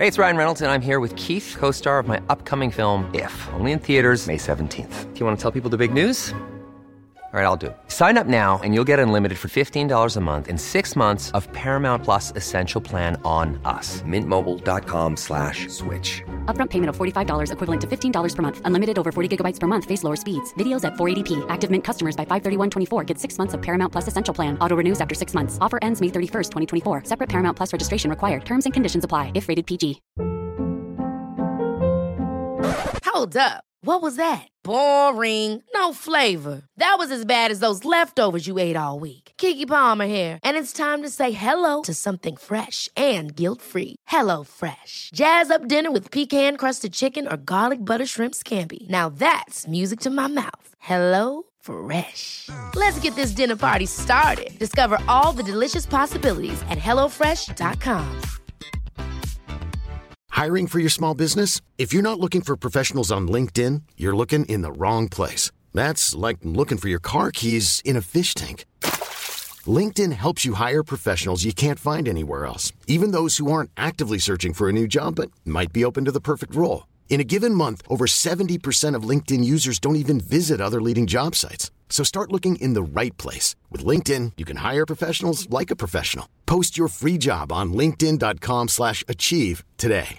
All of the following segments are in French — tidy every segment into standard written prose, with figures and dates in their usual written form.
Hey, it's Ryan Reynolds, and I'm here with Keith, co-star of my upcoming film, If, only in theaters May 17th. Do you want to tell people the big news? All right, I'll do it. Sign up now and you'll get unlimited for $15 a month and 6 months of Paramount Plus Essential Plan on us. MintMobile.com/switch. Upfront payment of $45 equivalent to $15 per month. Unlimited over 40 gigabytes per month. Face lower speeds. Videos at 480p. Active Mint customers by 531.24 get 6 months of Paramount Plus Essential Plan. Auto renews after 6 months. Offer ends May 31st, 2024. Separate Paramount Plus registration required. Terms and conditions apply if rated PG. Hold up. What was that? Boring. No flavor. That was as bad as those leftovers you ate all week. Keke Palmer here, and it's time to say hello to something fresh and guilt-free. Hello Fresh. Jazz up dinner with pecan-crusted chicken or garlic butter shrimp scampi. Now that's music to my mouth. Hello Fresh. Let's get this dinner party started. Discover all the delicious possibilities at hellofresh.com. Hiring for your small business? If you're not looking for professionals on LinkedIn, you're looking in the wrong place. That's like looking for your car keys in a fish tank. LinkedIn helps you hire professionals you can't find anywhere else, even those who aren't actively searching for a new job but might be open to the perfect role. In a given month, over 70% of LinkedIn users don't even visit other leading job sites. So start looking in the right place. With LinkedIn, you can hire professionals like a professional. Post your free job on linkedin.com/achieve today.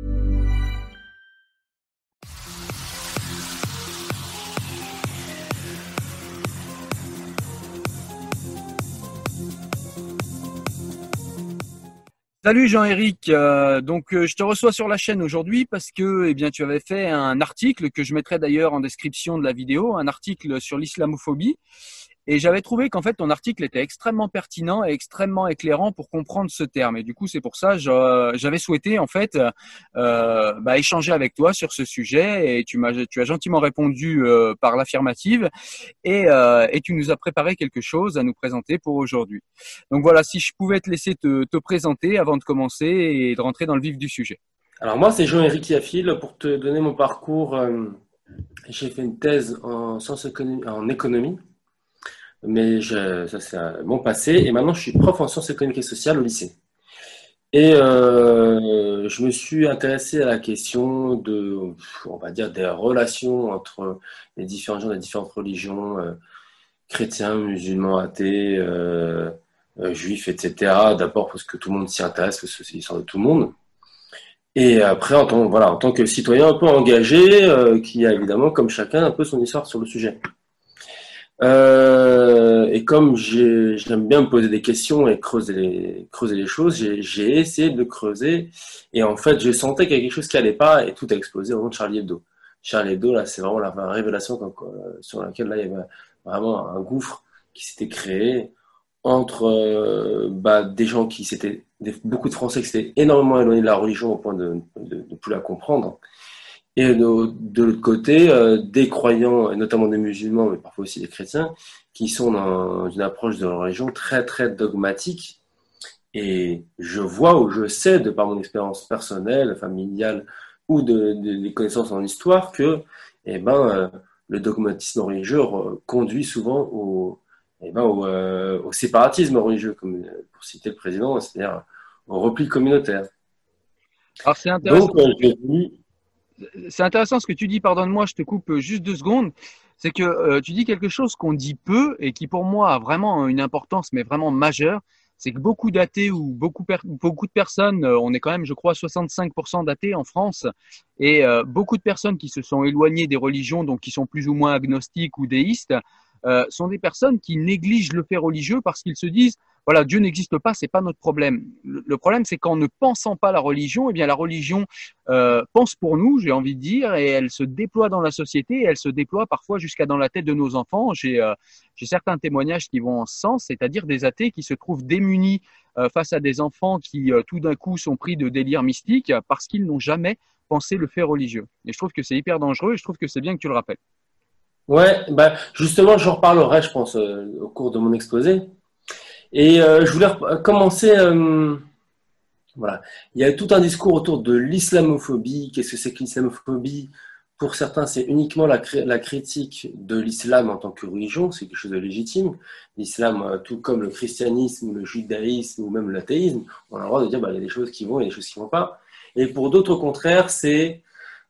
Salut Jean-Éric, je te reçois sur la chaîne aujourd'hui parce que tu avais fait un article que je mettrai d'ailleurs en description de la vidéo, un article sur l'islamophobie. Et j'avais trouvé qu'en fait ton article était extrêmement pertinent et extrêmement éclairant pour comprendre ce terme. Et du coup c'est pour ça j'avais souhaité en fait échanger avec toi sur ce sujet et tu as gentiment répondu par l'affirmative et tu nous as préparé quelque chose à nous présenter pour aujourd'hui. Donc voilà, si je pouvais te laisser te présenter avant de commencer et de rentrer dans le vif du sujet. Alors moi c'est Jean-Éric Yafil. Pour te donner mon parcours, j'ai fait une thèse en économie. Mais ça c'est mon passé et maintenant je suis prof en sciences économiques et sociales au lycée. Et je me suis intéressé à la question des relations entre les différents gens des différentes religions, chrétiens, musulmans, athées, juifs, etc. D'abord parce que tout le monde s'y intéresse, parce que c'est l'histoire de tout le monde. Et après en tant que citoyen un peu engagé, qui a évidemment comme chacun un peu son histoire sur le sujet. Et comme j'aime bien me poser des questions et creuser les choses, j'ai essayé de creuser et en fait je sentais qu'il y avait quelque chose qui allait pas et tout a explosé au nom de Charlie Hebdo. Charlie Hebdo là c'est vraiment la révélation sur laquelle là il y avait vraiment un gouffre qui s'était créé entre des gens beaucoup de Français qui s'étaient énormément éloignés de la religion au point de ne plus la comprendre. Et de l'autre côté, des croyants, et notamment des musulmans, mais parfois aussi des chrétiens, qui sont dans une approche de la religion très très dogmatique. Et je vois ou je sais, de par mon expérience personnelle, familiale ou des connaissances en histoire, que le dogmatisme religieux conduit souvent au séparatisme religieux, comme pour citer le président, c'est-à-dire au repli communautaire. Alors c'est intéressant. Donc, c'est intéressant ce que tu dis, pardonne-moi, je te coupe juste 2 secondes. C'est que tu dis quelque chose qu'on dit peu et qui pour moi a vraiment une importance, mais vraiment majeure. C'est que beaucoup d'athées ou beaucoup de personnes, on est quand même, je crois, 65% d'athées en France, et beaucoup de personnes qui se sont éloignées des religions, donc qui sont plus ou moins agnostiques ou déistes, sont des personnes qui négligent le fait religieux parce qu'ils se disent voilà, Dieu n'existe pas, c'est pas notre problème. Le problème, c'est qu'en ne pensant pas la religion, la religion pense pour nous, j'ai envie de dire, et elle se déploie dans la société, et elle se déploie parfois jusqu'à dans la tête de nos enfants. J'ai certains témoignages qui vont en ce sens, c'est-à-dire des athées qui se trouvent démunis face à des enfants qui tout d'un coup sont pris de délire mystique parce qu'ils n'ont jamais pensé le fait religieux. Et je trouve que c'est hyper dangereux et je trouve que c'est bien que tu le rappelles. Ouais, justement, j'en reparlerai, je pense, au cours de mon exposé. Et je voulais commencer. Voilà, il y a tout un discours autour de l'islamophobie. Qu'est-ce que c'est que l'islamophobie? Pour certains, c'est uniquement la critique de l'islam en tant que religion, c'est quelque chose de légitime. L'islam, tout comme le christianisme, le judaïsme ou même l'athéisme, on a le droit de dire il y a des choses qui vont et des choses qui vont pas. Et pour d'autres, au contraire, c'est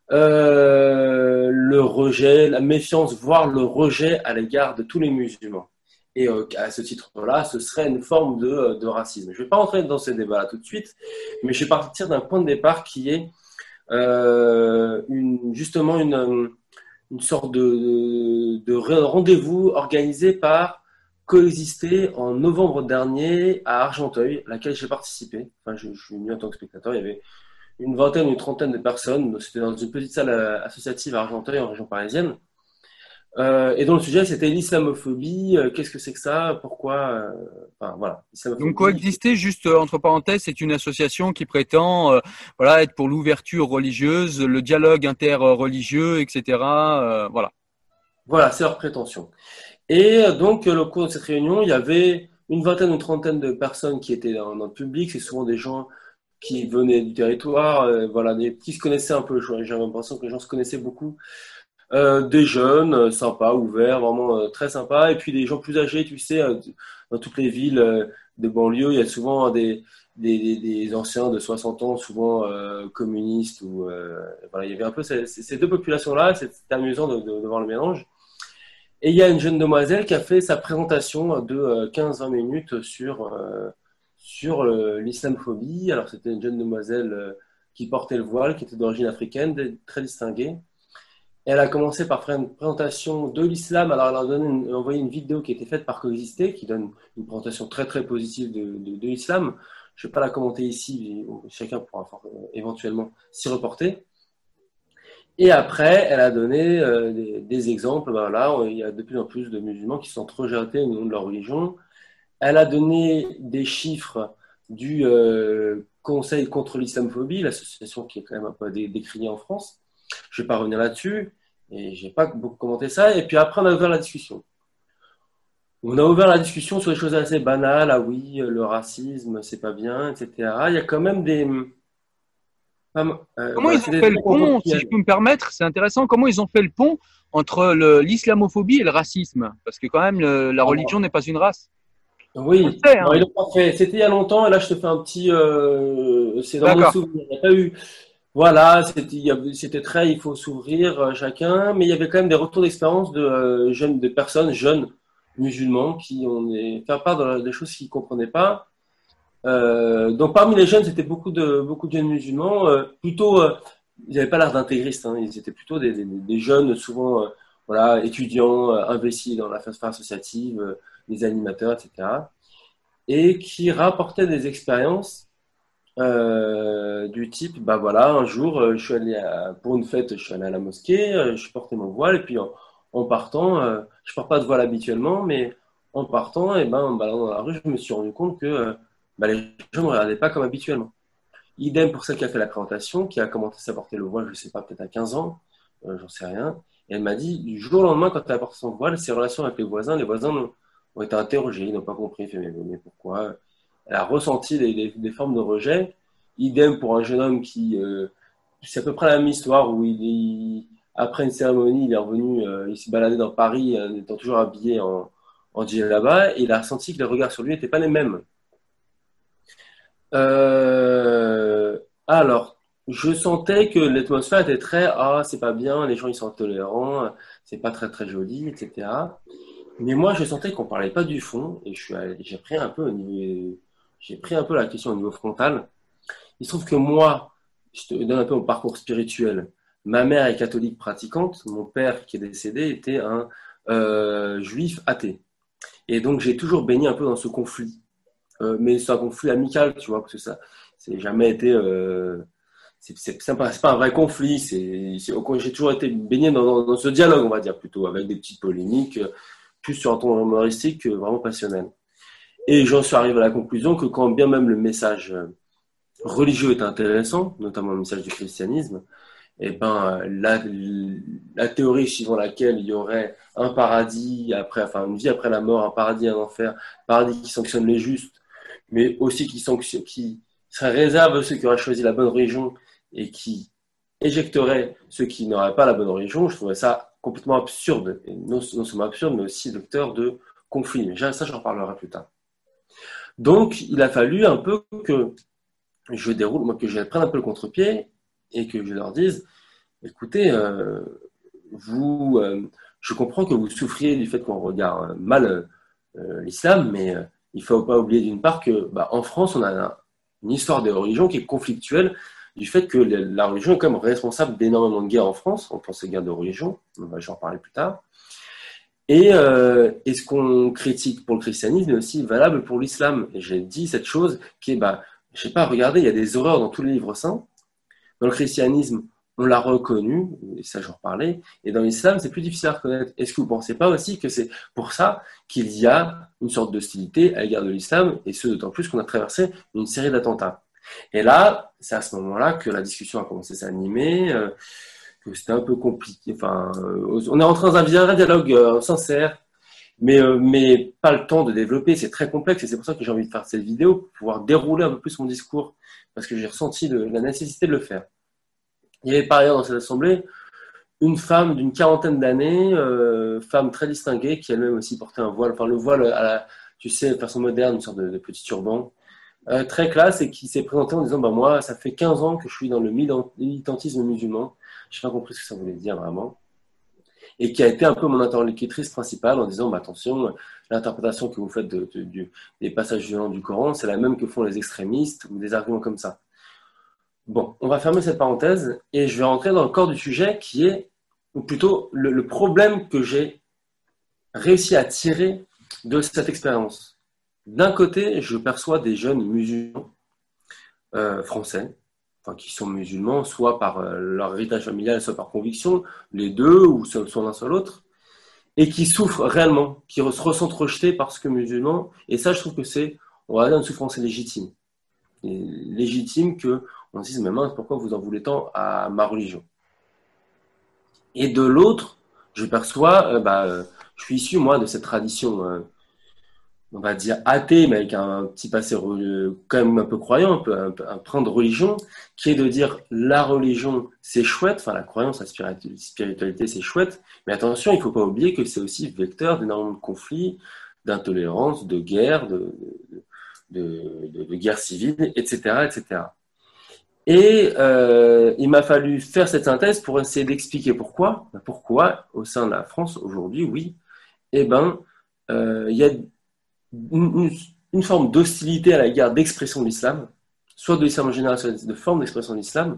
le rejet, la méfiance, voire le rejet à l'égard de tous les musulmans. Et à ce titre-là, ce serait une forme de racisme. Je ne vais pas rentrer dans ce débat-là tout de suite, mais je vais partir d'un point de départ qui est justement une sorte de rendez-vous organisé par Coexister en novembre dernier à Argenteuil, à laquelle j'ai participé. Enfin, je suis venu en tant que spectateur. Il y avait une vingtaine, une trentaine de personnes. C'était dans une petite salle associative à Argenteuil, en région parisienne. Et dont le sujet, c'était l'islamophobie. Qu'est-ce que c'est que ça? Pourquoi? Enfin, voilà. Donc Coexister, juste entre parenthèses, c'est une association qui prétend voilà, être pour l'ouverture religieuse, le dialogue interreligieux, etc. Voilà. Voilà, c'est leur prétention. Et donc, au cours de cette réunion, il y avait une vingtaine, une trentaine de personnes qui étaient dans le public. C'est souvent des gens qui venaient du territoire, voilà, qui se connaissaient un peu. J'avais l'impression que les gens se connaissaient beaucoup. Des jeunes, sympas, ouverts, vraiment très sympas. Et puis des gens plus âgés, tu sais, dans toutes les villes de banlieue, il y a souvent des anciens de 60 ans, souvent communistes. Voilà, il y avait un peu ces deux populations-là. C'était amusant de voir le mélange. Et il y a une jeune demoiselle qui a fait sa présentation de 15-20 minutes sur l'islamophobie. Alors, c'était une jeune demoiselle qui portait le voile, qui était d'origine africaine, très distinguée. Et elle a commencé par faire une présentation de l'islam. Alors, elle a envoyé une vidéo qui a été faite par Coexister, qui donne une présentation très, très positive de l'islam. Je ne vais pas la commenter ici, chacun pourra éventuellement s'y reporter. Et après, elle a donné des exemples. Ben là, il y a de plus en plus de musulmans qui sont rejetés au nom de leur religion. Elle a donné des chiffres du Conseil contre l'islamophobie, l'association qui est quand même un peu décriée en France. Je ne vais pas revenir là-dessus, et je n'ai pas beaucoup commenté ça. Et puis après, on a ouvert la discussion. On a ouvert la discussion sur des choses assez banales. Ah oui, le racisme, c'est pas bien, etc. Il y a quand même des... Comment ils ont fait le pont, si je peux me permettre, c'est intéressant, comment ils ont fait le pont entre l'islamophobie et le racisme? Parce que quand même, la religion n'est pas une race. Oui, sait, hein. Non, ils l'ont pas fait. C'était il y a longtemps, et là je te fais un petit... c'est dans mon souvenir. Il n'y a pas eu... Voilà, c'était très... Il faut s'ouvrir chacun, mais il y avait quand même des retours d'expérience de personnes jeunes musulmans qui ont fait part des choses qu'ils ne comprenaient pas. Donc parmi les jeunes, c'était beaucoup de jeunes musulmans, plutôt, ils n'avaient pas l'air d'intégristes, hein, ils étaient plutôt des jeunes, souvent voilà, étudiants, investis dans la sphère associative, des animateurs, etc. Et qui rapportaient des expériences du type, bah voilà, un jour, je suis allé pour une fête, je suis allé à la mosquée, je portais mon voile, et puis en partant, je porte pas de voile habituellement, mais en partant, et ben, dans la rue, je me suis rendu compte que les gens ne me regardaient pas comme habituellement. Idem pour celle qui a fait la présentation, qui a commencé à porter le voile, je ne sais pas, peut-être à 15 ans, j'en sais rien. Et elle m'a dit, du jour au lendemain, quand elle a porté son voile, ses relations avec les voisins ont été interrogés, ils n'ont pas compris, mais pourquoi? Elle a ressenti des formes de rejet. Idem pour un jeune homme c'est à peu près la même histoire, où après une cérémonie, il est revenu, il s'est baladé dans Paris, en étant toujours habillé en djellaba, et il a ressenti que les regards sur lui n'étaient pas les mêmes. Alors, je sentais que l'atmosphère était très c'est pas bien, les gens ils sont intolérants, c'est pas très très joli, etc. Mais moi je sentais qu'on parlait pas du fond et j'ai pris un peu la question au niveau frontal. Il se trouve que moi, je te donne un peu mon parcours spirituel. Ma mère est catholique pratiquante, mon père qui est décédé était un juif athée. Et donc j'ai toujours baigné un peu dans ce conflit. Mais c'est un conflit amical, tu vois, parce que ça, c'est jamais été, c'est pas un vrai conflit. J'ai toujours été baigné dans ce dialogue, on va dire plutôt, avec des petites polémiques, plus sur un ton humoristique que vraiment passionnel. Et j'en suis arrivé à la conclusion que quand bien même le message religieux est intéressant, notamment le message du christianisme, et ben la théorie suivant laquelle il y aurait un paradis une vie après la mort, un paradis, un enfer, un paradis qui sanctionne les justes, mais aussi qui serait réserve à ceux qui auraient choisi la bonne religion et qui éjecterait ceux qui n'auraient pas la bonne religion, je trouvais ça complètement absurde, et non seulement absurde, mais aussi vecteur de conflit. Mais ça, j'en reparlerai plus tard. Donc, il a fallu un peu que je déroule, moi, que je prenne un peu le contre-pied et que je leur dise, écoutez, je comprends que vous souffriez du fait qu'on regarde mal l'islam, mais il ne faut pas oublier d'une part que en France, on a une histoire des religions qui est conflictuelle du fait que la religion est quand même responsable d'énormément de guerres en France. On pense aux guerres de religion, je vais en parler plus tard. Et ce qu'on critique pour le christianisme est aussi valable pour l'islam. Et j'ai dit cette chose qui est, je sais pas, regardez, il y a des horreurs dans tous les livres saints. Dans le christianisme, on l'a reconnu, et ça j'en reparlais, et dans l'islam, c'est plus difficile à reconnaître. Est-ce que vous ne pensez pas aussi que c'est pour ça qu'il y a une sorte d'hostilité à l'égard de l'islam, et ce d'autant plus qu'on a traversé une série d'attentats. Et là, c'est à ce moment-là que la discussion a commencé à s'animer, que c'était un peu compliqué. Enfin, on est rentré dans un dialogue sincère, mais pas le temps de développer. C'est très complexe, et c'est pour ça que j'ai envie de faire cette vidéo, pour pouvoir dérouler un peu plus mon discours, parce que j'ai ressenti la nécessité de le faire. Il y avait par ailleurs dans cette assemblée une femme d'une 40aine d'années, femme très distinguée, qui elle-même aussi portait un voile, enfin le voile à la, tu sais, façon moderne, une sorte de petit turban, très classe, et qui s'est présentée en disant, moi, ça fait 15 ans que je suis dans le militantisme musulman, je n'ai pas compris ce que ça voulait dire vraiment, et qui a été un peu mon interlocutrice principale en disant, attention, l'interprétation que vous faites des passages violents du Coran, c'est la même que font les extrémistes, ou des arguments comme ça. Bon, on va fermer cette parenthèse et je vais rentrer dans le corps du sujet qui est, ou plutôt le problème que j'ai réussi à tirer de cette expérience. D'un côté, je perçois des jeunes musulmans français, qui sont musulmans, soit par leur héritage familial, soit par conviction, les deux, ou soit l'un soit l'autre, et qui souffrent réellement, qui se ressentent rejetés parce que musulmans, et ça, je trouve que c'est, on va dire, une souffrance légitime. Et légitime que on se dise, mais mince, pourquoi vous en voulez tant à ma religion? Et de l'autre, je perçois, je suis issu, moi, de cette tradition, on va dire athée, mais avec un petit passé quand même un peu croyant, un brin de religion, qui est de dire, la religion, c'est chouette, la croyance, la spiritualité, c'est chouette, mais attention, il ne faut pas oublier que c'est aussi vecteur d'énormément de conflits, d'intolérance, de guerre, de guerre civile, etc., etc. Et il m'a fallu faire cette synthèse pour essayer d'expliquer pourquoi, au sein de la France aujourd'hui, oui, il y a une forme d'hostilité à l'égard d'expression de l'islam, soit de l'islam en général, soit de forme d'expression de l'islam,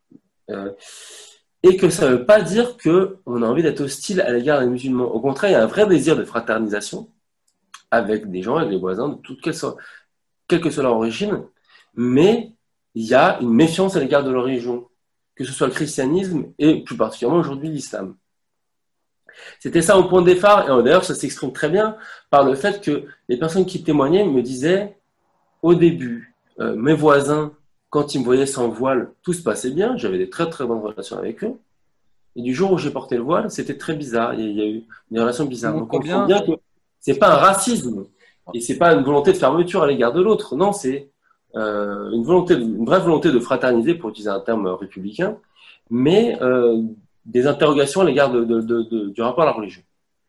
et que ça ne veut pas dire qu'on a envie d'être hostile à l'égard des musulmans. Au contraire, il y a un vrai désir de fraternisation avec des gens, avec les voisins, quelle que soit leur origine, mais il y a une méfiance à l'égard de leur religion, que ce soit le christianisme et plus particulièrement aujourd'hui l'islam. C'était ça mon point de départ, et d'ailleurs ça s'exprime très bien par le fait que les personnes qui témoignaient me disaient au début, mes voisins, quand ils me voyaient sans voile, tout se passait bien, j'avais des très très bonnes relations avec eux, et du jour où j'ai porté le voile, c'était très bizarre, il y a eu une relation bizarre. Donc on comprend bien que c'est pas un racisme, et c'est pas une volonté de fermeture à l'égard de l'autre, non, c'est une vraie volonté de fraterniser, pour utiliser un terme républicain, mais des interrogations à l'égard du rapport à la religion.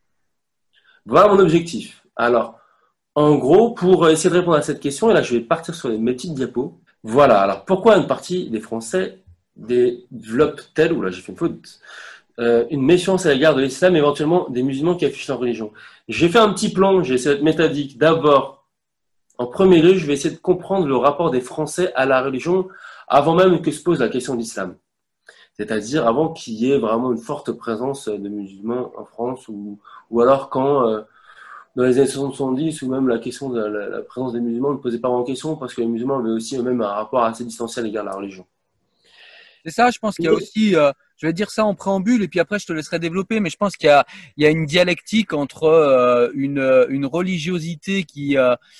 Voilà mon objectif. Alors, en gros, pour essayer de répondre à cette question, et là je vais partir sur mes petites diapos. Voilà, alors pourquoi une partie des Français développe-t-elle, ou là j'ai fait une faute, une méfiance à l'égard de l'islam, éventuellement des musulmans qui affichent leur religion? J'ai fait un petit plan, j'ai essayé d'être méthodique. D'abord, en premier lieu, je vais essayer de comprendre le rapport des Français à la religion avant même que se pose la question de l'islam. C'est-à-dire avant qu'il y ait vraiment une forte présence de musulmans en France, ou alors quand, dans les années 70, ou même la question de la présence des musulmans ne posait pas vraiment question, parce que les musulmans avaient aussi eux-mêmes un rapport assez distancié à l'égard de la religion. C'est ça, je pense qu'il y a aussi, je vais dire ça en préambule et puis après je te laisserai développer, mais je pense qu'il y a une dialectique entre une religiosité qui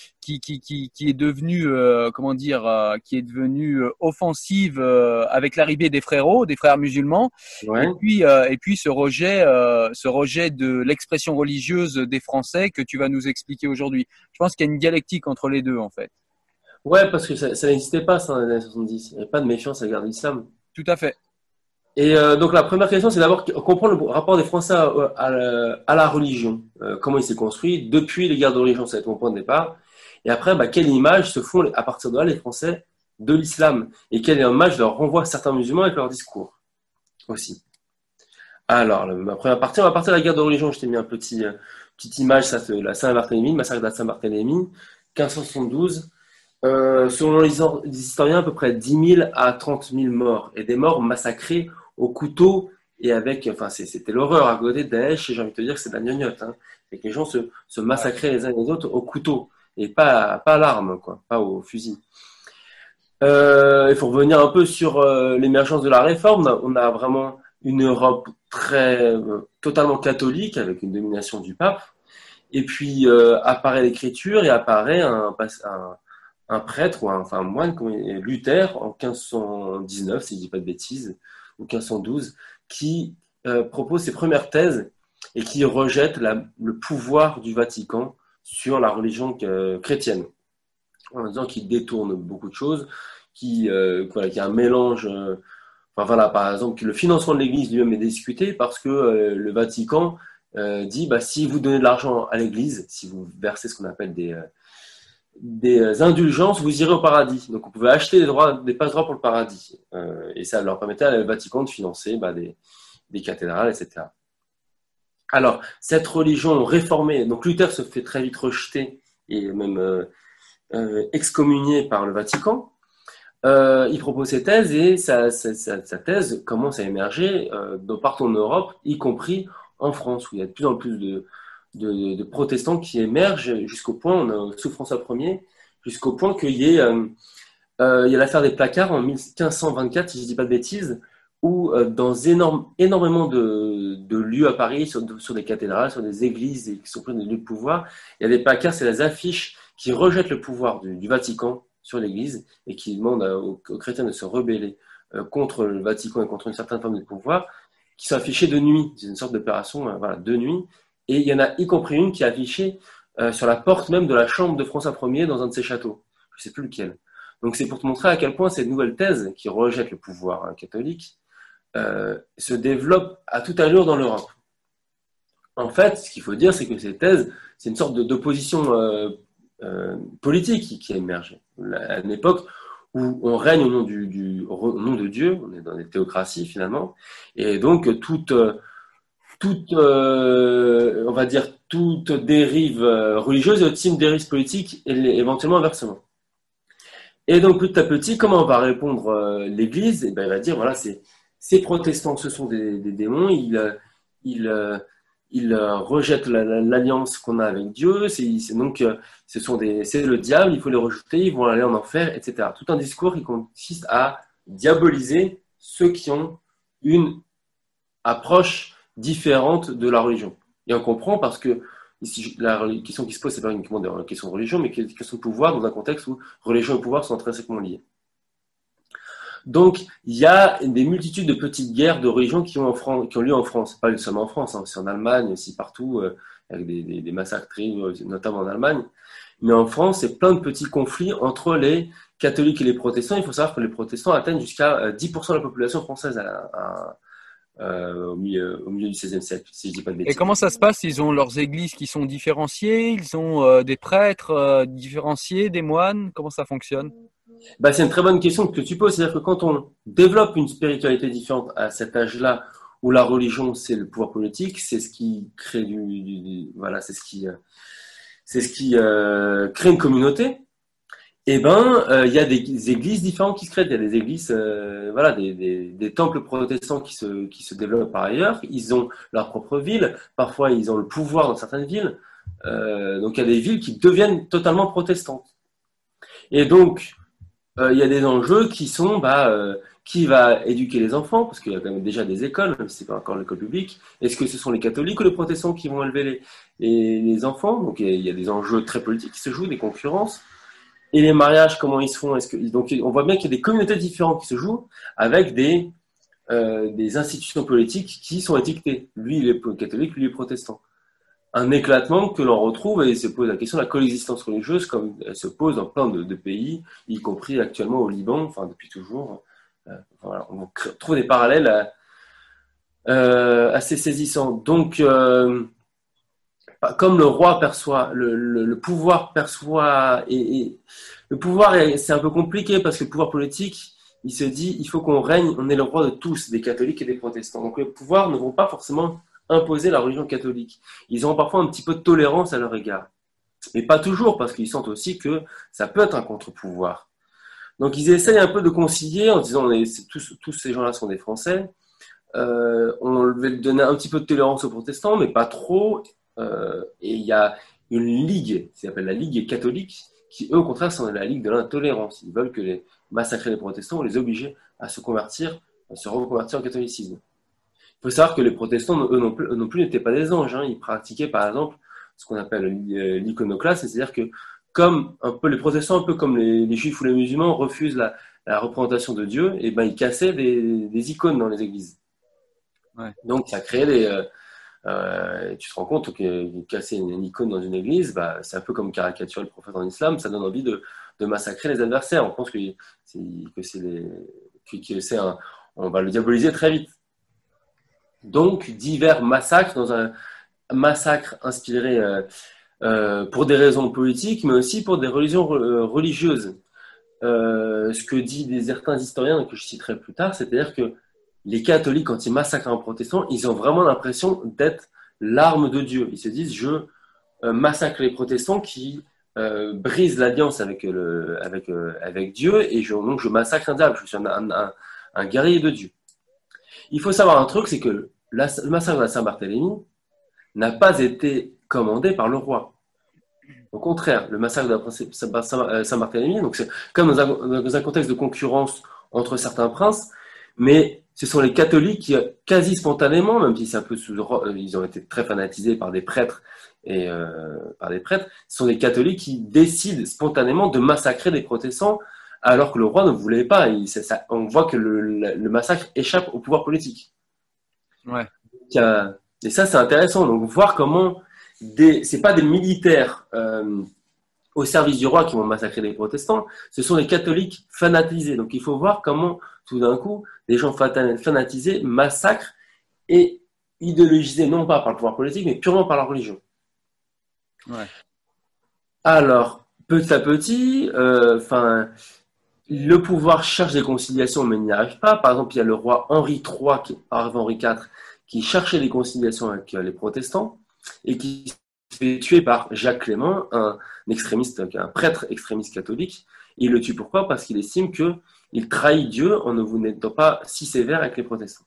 est devenue qui est devenue offensive avec l'arrivée des frères musulmans, Ouais. et puis ce rejet de l'expression religieuse des Français que tu vas nous expliquer aujourd'hui. Je pense qu'il y a une dialectique entre les deux en fait. Ouais, parce que ça n'existait pas ça dans les années 70. Il n'y avait pas de méfiance à l'égard de l'islam. Tout à fait. Et donc la première question, c'est d'abord comprendre le rapport des Français à la religion. Comment il s'est construit depuis les guerres de religion, ça va être mon point de départ. Et après, quelle image se font à partir de là les Français de l'islam et quel hommage leur renvoie certains musulmans avec leur discours aussi. Alors, ma première partie, on va partir de la guerre de religion. Je t'ai mis un petite image, ça, la Saint-Barthélemy, le massacre de la Saint-Barthélemy, 1572. Selon les historiens, à peu près 10 000 à 30 000 morts, et des morts massacrés au couteau et avec, enfin, c'était l'horreur à côté de Daesh, et j'ai envie de te dire que c'est de la gnognotte, hein, et que les gens se massacraient les uns les autres au couteau, et pas à l'arme, quoi, pas au fusil. Il faut revenir un peu sur l'émergence de la réforme. On a vraiment une Europe totalement catholique, avec une domination du pape, et puis apparaît l'écriture, et apparaît un prêtre, ou un moine, Luther, en 1519, si je ne dis pas de bêtises, ou 1512, qui propose ses premières thèses et qui rejette le pouvoir du Vatican sur la religion chrétienne, en disant qu'il détourne beaucoup de choses, qu'il y a un mélange. Par exemple, que le financement de l'Église lui-même est discuté parce que le Vatican dit si vous donnez de l'argent à l'Église, si vous versez ce qu'on appelle des indulgences, vous irez au paradis. Donc, vous pouvez acheter des passe-droits pour le paradis. Et ça leur permettait à le Vatican de financer des cathédrales, etc. Alors, cette religion réformée, donc Luther se fait très vite rejeter et même excommunié par le Vatican. Il propose ses thèses et sa thèse commence à émerger partout en Europe, y compris en France, où il y a de plus en plus de protestants qui émergent jusqu'au point, on a sous François Ier, jusqu'au point qu'il y ait il y a l'affaire des placards en 1524, si je ne dis pas de bêtises, où dans énormément de lieux à Paris, sur des cathédrales, sur des églises et qui sont pleins de lieux de pouvoir, il y a des placards, c'est les affiches qui rejettent le pouvoir du Vatican sur l'Église et qui demandent aux chrétiens de se rebeller contre le Vatican et contre une certaine forme de pouvoir, qui sont affichées de nuit. C'est une sorte d'opération de nuit. Et il y en a y compris une qui est affichée sur la porte même de la chambre de François Ier dans un de ses châteaux. Je ne sais plus lequel. Donc c'est pour te montrer à quel point cette nouvelle thèse qui rejette le pouvoir catholique se développe à toute allure dans l'Europe. En fait, ce qu'il faut dire, c'est que cette thèse, c'est une sorte d'opposition politique qui a émergé. À une époque où on règne au nom de Dieu, on est dans des théocraties finalement, et donc toute dérive religieuse est aussi une dérive politique et éventuellement inversement. Et donc petit à petit, comment va répondre l'Église? Il va dire voilà, ces protestants, ce sont des démons, ils rejettent l'alliance qu'on a avec Dieu, c'est le diable, il faut les rejeter, ils vont aller en enfer, etc. Tout un discours qui consiste à diaboliser ceux qui ont une approche différente de la religion. Et on comprend parce que ici, la question qui se pose, c'est pas uniquement une question de religion, mais une question de pouvoir dans un contexte où religion et pouvoir sont intrinsèquement liés. Donc, il y a des multitudes de petites guerres de religion qui ont lieu en France. Pas seulement en France, aussi en Allemagne, aussi partout, avec des massacres, notamment en Allemagne. Mais en France, c'est plein de petits conflits entre les catholiques et les protestants. Il faut savoir que les protestants atteignent jusqu'à 10% de la population française au milieu du XVIe siècle, si je dis pas de bêtises. Et comment ça se passe? Ils ont leurs églises qui sont différenciées, ils ont des prêtres différenciés, des moines. Comment ça fonctionne? C'est une très bonne question que tu poses. C'est-à-dire que quand on développe une spiritualité différente à cet âge-là, où la religion c'est le pouvoir politique, c'est ce qui crée c'est ce qui crée une communauté. Il y a des églises différentes qui se créent. Il y a des églises, des temples protestants qui se développent par ailleurs. Ils ont leur propre ville. Parfois, ils ont le pouvoir dans certaines villes. Donc, il y a des villes qui deviennent totalement protestantes. Et donc, il y a des enjeux qui sont qui va éduquer les enfants, parce qu'il y a quand même déjà des écoles, même si c'est pas encore l'école publique. Est-ce que ce sont les catholiques ou les protestants qui vont élever les enfants? Donc il y a des enjeux très politiques qui se jouent, des concurrences. Et les mariages, comment ils se font? Donc on voit bien qu'il y a des communautés différentes qui se jouent avec des institutions politiques qui sont étiquetées. Lui, il est catholique, lui, il est protestant. Un éclatement que l'on retrouve, et se pose la question de la coexistence religieuse, comme elle se pose dans plein de pays, y compris actuellement au Liban, depuis toujours. On trouve des parallèles assez saisissants. Donc, comme le roi perçoit, le pouvoir perçoit, et Le pouvoir, c'est un peu compliqué parce que le pouvoir politique, il se dit, il faut qu'on règne, on est le roi de tous, des catholiques et des protestants. Donc, les pouvoirs ne vont pas forcément imposer la religion catholique. Ils auront parfois un petit peu de tolérance à leur égard. Mais pas toujours, parce qu'ils sentent aussi que ça peut être un contre-pouvoir. Donc, ils essayent un peu de concilier en disant, tous ces gens-là sont des Français. On va donner un petit peu de tolérance aux protestants, mais pas trop. Et il y a une ligue, qui s'appelle la Ligue catholique, qui eux, au contraire, sont la Ligue de l'intolérance. Ils veulent que les massacrer les protestants ou les obliger à se reconvertir au catholicisme. Il faut savoir que les protestants, eux non plus, n'étaient pas des anges. Ils pratiquaient, par exemple, ce qu'on appelle l'iconoclasme, c'est-à-dire que comme un peu les protestants, un peu comme les juifs ou les musulmans, refusent la représentation de Dieu, et ben ils cassaient des icônes dans les églises. Ouais. Donc ça crée tu te rends compte que casser une icône dans une église, c'est un peu comme caricaturer le prophète en islam, ça donne envie de massacrer les adversaires. On pense on va le diaboliser très vite. Donc divers massacres, dans un massacre inspiré pour des raisons politiques, mais aussi pour des raisons religieuses. Ce que disent certains historiens, que je citerai plus tard, c'est-à-dire que les catholiques, quand ils massacrent un protestant, ils ont vraiment l'impression d'être l'arme de Dieu. Ils se disent, je massacre les protestants qui brisent l'alliance avec Dieu, et donc je massacre un diable, je suis un guerrier de Dieu. Il faut savoir un truc, c'est que le massacre de la Saint-Barthélemy n'a pas été commandé par le roi. Au contraire, le massacre de la Saint-Barthélemy, donc c'est comme dans un contexte de concurrence entre certains princes, mais ce sont les catholiques qui, quasi spontanément, même si c'est un peu ils ont été très fanatisés par des prêtres ce sont les catholiques qui décident spontanément de massacrer des protestants, alors que le roi ne voulait pas. On voit que le massacre échappe au pouvoir politique. Ouais. Et ça, c'est intéressant. Donc, voir comment c'est pas des militaires au service du roi qui vont massacrer les protestants, ce sont les catholiques fanatisés. Donc, il faut voir comment, tout d'un coup, les gens fanatisés massacrent et idéologisés, non pas par le pouvoir politique, mais purement par la religion. Ouais. Alors, petit à petit, le pouvoir cherche des conciliations, mais il n'y arrive pas. Par exemple, il y a le roi Henri III, avant Henri IV, qui cherchait des conciliations avec les protestants et qui se fait tuer par Jacques Clément, un prêtre extrémiste catholique. Il le tue pourquoi ? Parce qu'il estime qu'il trahit Dieu en n'étant pas si sévère avec les protestants.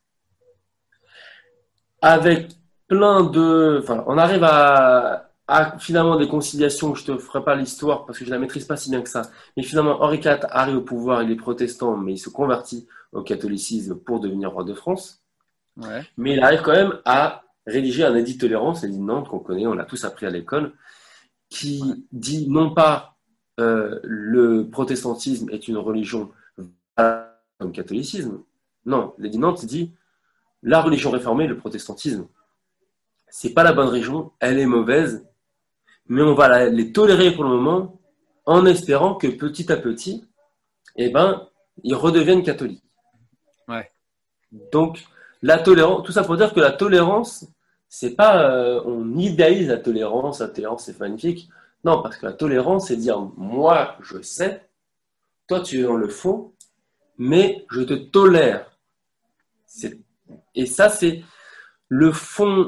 Avec on arrive à finalement des conciliations, je ne te ferai pas l'histoire parce que je ne la maîtrise pas si bien que ça, mais finalement Henri IV arrive au pouvoir, il est protestant, mais il se convertit au catholicisme pour devenir roi de France. Ouais. Mais il arrive quand même à rédiger un édit de tolérance, l'édit de Nantes qu'on connaît, on l'a tous appris à l'école, qui dit non pas le protestantisme est une religion comme le catholicisme, non, l'édit de Nantes dit la religion réformée, le protestantisme, c'est pas la bonne religion, elle est mauvaise, mais on va les tolérer pour le moment en espérant que petit à petit, ils redeviennent catholiques. Ouais. Donc, la tolérance, tout ça pour dire que la tolérance, c'est pas on idéalise la tolérance c'est magnifique. Non, parce que la tolérance, c'est dire moi je sais, toi tu es dans le faux, mais je te tolère. Et ça, c'est le fond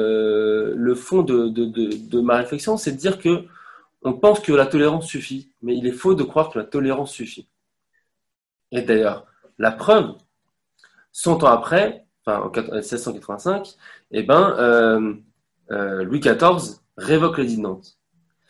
de ma réflexion, c'est de dire que on pense que la tolérance suffit, mais il est faux de croire que la tolérance suffit. Et d'ailleurs, la preuve, 100 ans après, en 1685, Louis XIV révoque l'édit de Nantes. Pourquoi ?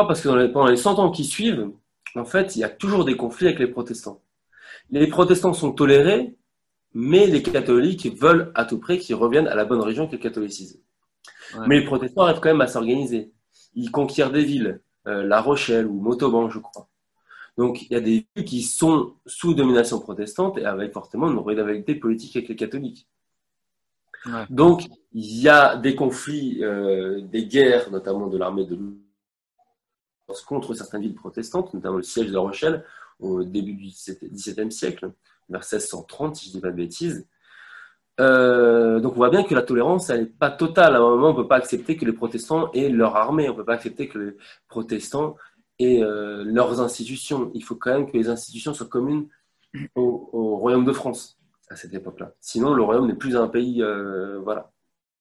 Parce que pendant les 100 ans qui suivent, en fait, il y a toujours des conflits avec les protestants. Les protestants sont tolérés, mais les catholiques veulent à tout prix qu'ils reviennent à la bonne religion qu'est le catholicisme. Ouais. Mais les protestants arrivent quand même à s'organiser. Ils conquièrent des villes, La Rochelle ou Montauban, je crois. Donc, il y a des villes qui sont sous domination protestante et avec forcément une rivalité politique avec les catholiques. Ouais. Donc, il y a des conflits, des guerres, notamment de l'armée de Louis contre certaines villes protestantes, notamment le siège de La Rochelle au début du XVIIe siècle, vers 1630, si je ne dis pas de bêtises. Donc, on voit bien que la tolérance, elle n'est pas totale. À un moment, on ne peut pas accepter que les protestants aient leur armée. On ne peut pas accepter que les protestants et leurs institutions. Il faut quand même que les institutions soient communes au Royaume de France à cette époque-là. Sinon, le Royaume n'est plus un pays, voilà.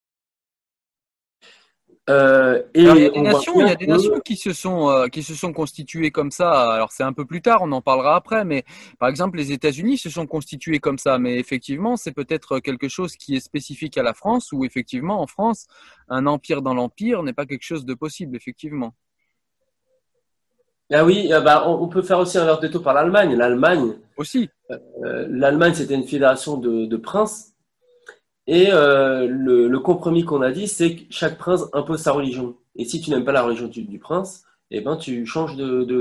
Alors, Et on voit il y bien a des nations qui se sont constituées comme ça. Alors, c'est un peu plus tard, on en parlera après, mais par exemple, les États-Unis se sont constitués comme ça. Mais effectivement, c'est peut-être quelque chose qui est spécifique à la France, où effectivement, en France, un empire dans l'empire n'est pas quelque chose de possible, effectivement. ah oui, bah, on peut faire aussi un verre de détour par l'Allemagne. Aussi. L'Allemagne, c'était une fédération de princes. Et le compromis qu'on a dit, c'est que chaque prince impose sa religion. Et si tu n'aimes pas la religion du prince, eh ben, tu changes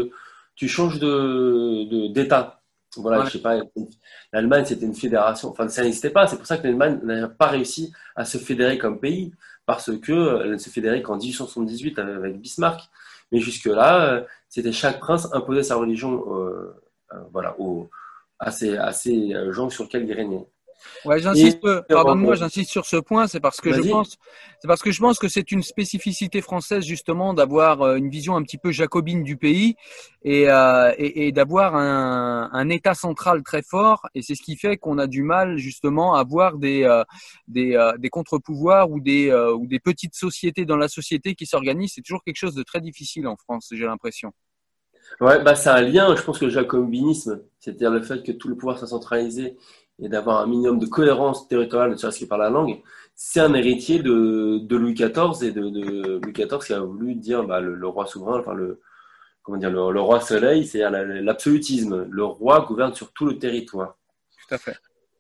d'État. Voilà, Ouais. je sais pas, l'Allemagne, c'était une fédération. Enfin, ça n'existait pas. C'est pour ça que l'Allemagne n'a pas réussi à se fédérer comme pays, parce que elle ne se fédérait qu'en 1878 avec Bismarck. Mais jusque-là, c'était chaque prince imposait sa religion, voilà, à ces gens sur lesquels il régnait. Ouais, Et pardonne-moi, j'insiste sur ce point, vas-y. c'est parce que je pense que c'est une spécificité française justement d'avoir une vision un petit peu jacobine du pays et d'avoir un État central très fort, et c'est ce qui fait qu'on a du mal justement à avoir des contre-pouvoirs ou des petites sociétés dans la société qui s'organisent. C'est toujours quelque chose de très difficile en France, j'ai l'impression. Ouais, bah, c'est un lien, je pense que le jacobinisme, c'est-à-dire le fait que tout le pouvoir soit centralisé et d'avoir un minimum de cohérence territoriale, ne serait-ce que par la langue, c'est un héritier de Louis XIV et de Louis XIV qui a voulu dire bah, le roi souverain, enfin comment dire, le roi soleil, c'est-à-dire l'absolutisme. Le roi gouverne sur tout le territoire. Tout à fait.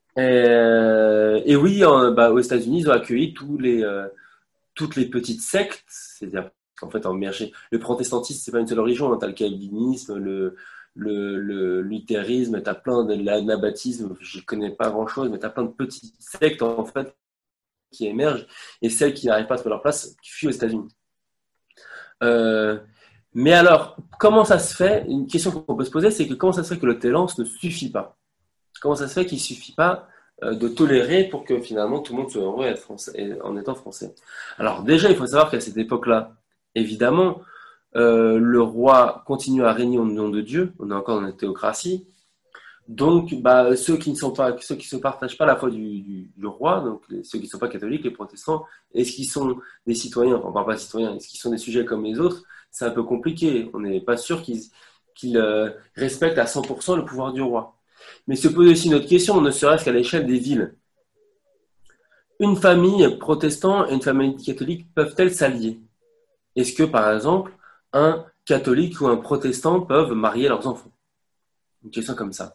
Et oui, bah, aux États-Unis, ils ont accueilli toutes les petites sectes, c'est-à-dire qu'en fait, le protestantisme, c'est pas une seule religion, hein, t'as le calvinisme, le luthérisme, t'as plein de l'anabaptisme, je connais pas grand-chose, mais t'as plein de petites sectes, en fait, qui émergent, et celles qui n'arrivent pas à trouver leur place, qui fuient aux États-Unis. Mais alors, comment ça se fait? Une question qu'on peut se poser, c'est que comment ça se fait que le tolérance ne suffit pas? Comment ça se fait qu'il ne suffit pas de tolérer pour que finalement tout le monde soit heureux en étant français? Alors déjà, il faut savoir qu'à cette époque-là, évidemment, le roi continue à régner au nom de Dieu. On est encore dans la théocratie. Donc, bah, ceux qui ne partagent pas la foi du roi, donc ceux qui ne sont pas catholiques, les protestants, est-ce qu'ils sont des citoyens? Enfin, on ne parle pas de citoyens. Est-ce qu'ils sont des sujets comme les autres? C'est un peu compliqué. On n'est pas sûr qu'ils respectent à 100% le pouvoir du roi. Mais se pose aussi une autre question, ne serait-ce qu'à l'échelle des villes. Une famille protestante et une famille catholique peuvent-elles s'allier? Est-ce que, par exemple, un catholique ou un protestant peuvent marier leurs enfants? Une question comme ça.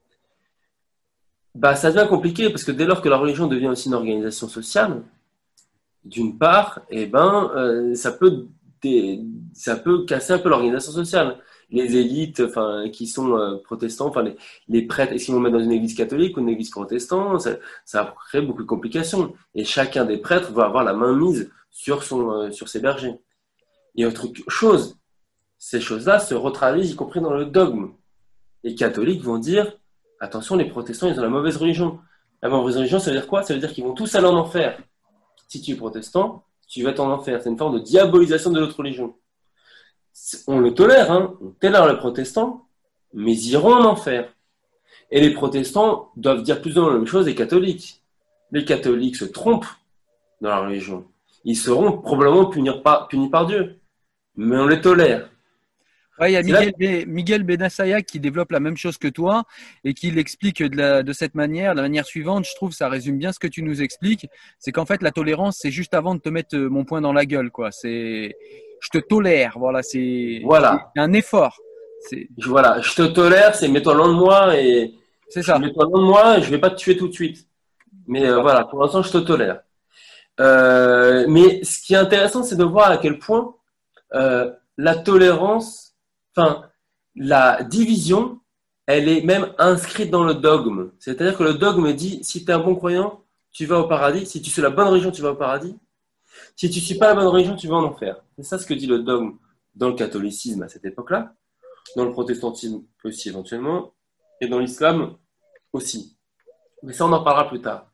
Bah, ça devient compliqué parce que dès lors que la religion devient aussi une organisation sociale, d'une part, eh ben, ça peut casser un peu l'organisation sociale. Les élites, enfin, qui sont protestants, enfin, les prêtres, est-ce qu'ils vont mettre dans une église catholique ou une église protestante? Ça crée beaucoup de complications. Et chacun des prêtres va avoir la main mise sur ses bergers. Et autre chose, ces choses-là se retraduisent y compris dans le dogme. Les catholiques vont dire, attention, les protestants, ils ont la mauvaise religion. La mauvaise religion, ça veut dire quoi? Ça veut dire qu'ils vont tous aller en enfer. Si tu es protestant, tu vas être en enfer. C'est une forme de diabolisation de notre religion. On le tolère, hein. On tolère les protestants, mais ils iront en enfer. Et les protestants doivent dire plus ou moins la même chose des catholiques. Les catholiques se trompent dans la religion. Ils seront probablement punis par Dieu. Mais on les tolère. Ouais, il y a Miguel Benassaya qui développe la même chose que toi et qui l'explique de cette manière, de la manière suivante. Je trouve ça résume bien ce que tu nous expliques. C'est qu'en fait, la tolérance, c'est juste avant de te mettre mon poing dans la gueule, quoi. Je te tolère. Voilà, c'est un effort. Voilà, je te tolère, c'est mets-toi loin de moi et c'est ça. Mets-toi loin de moi et je vais pas te tuer tout de suite. Mais voilà, pour l'instant, je te tolère. Mais ce qui est intéressant, c'est de voir à quel point la tolérance, enfin, la division, elle est même inscrite dans le dogme. C'est-à-dire que le dogme dit, si tu es un bon croyant, tu vas au paradis. Si tu suis la bonne religion, tu vas au paradis. Si tu ne suis pas la bonne religion, tu vas en enfer. C'est ça ce que dit le dogme dans le catholicisme à cette époque-là, dans le protestantisme aussi éventuellement, et dans l'islam aussi. Mais ça, on en parlera plus tard.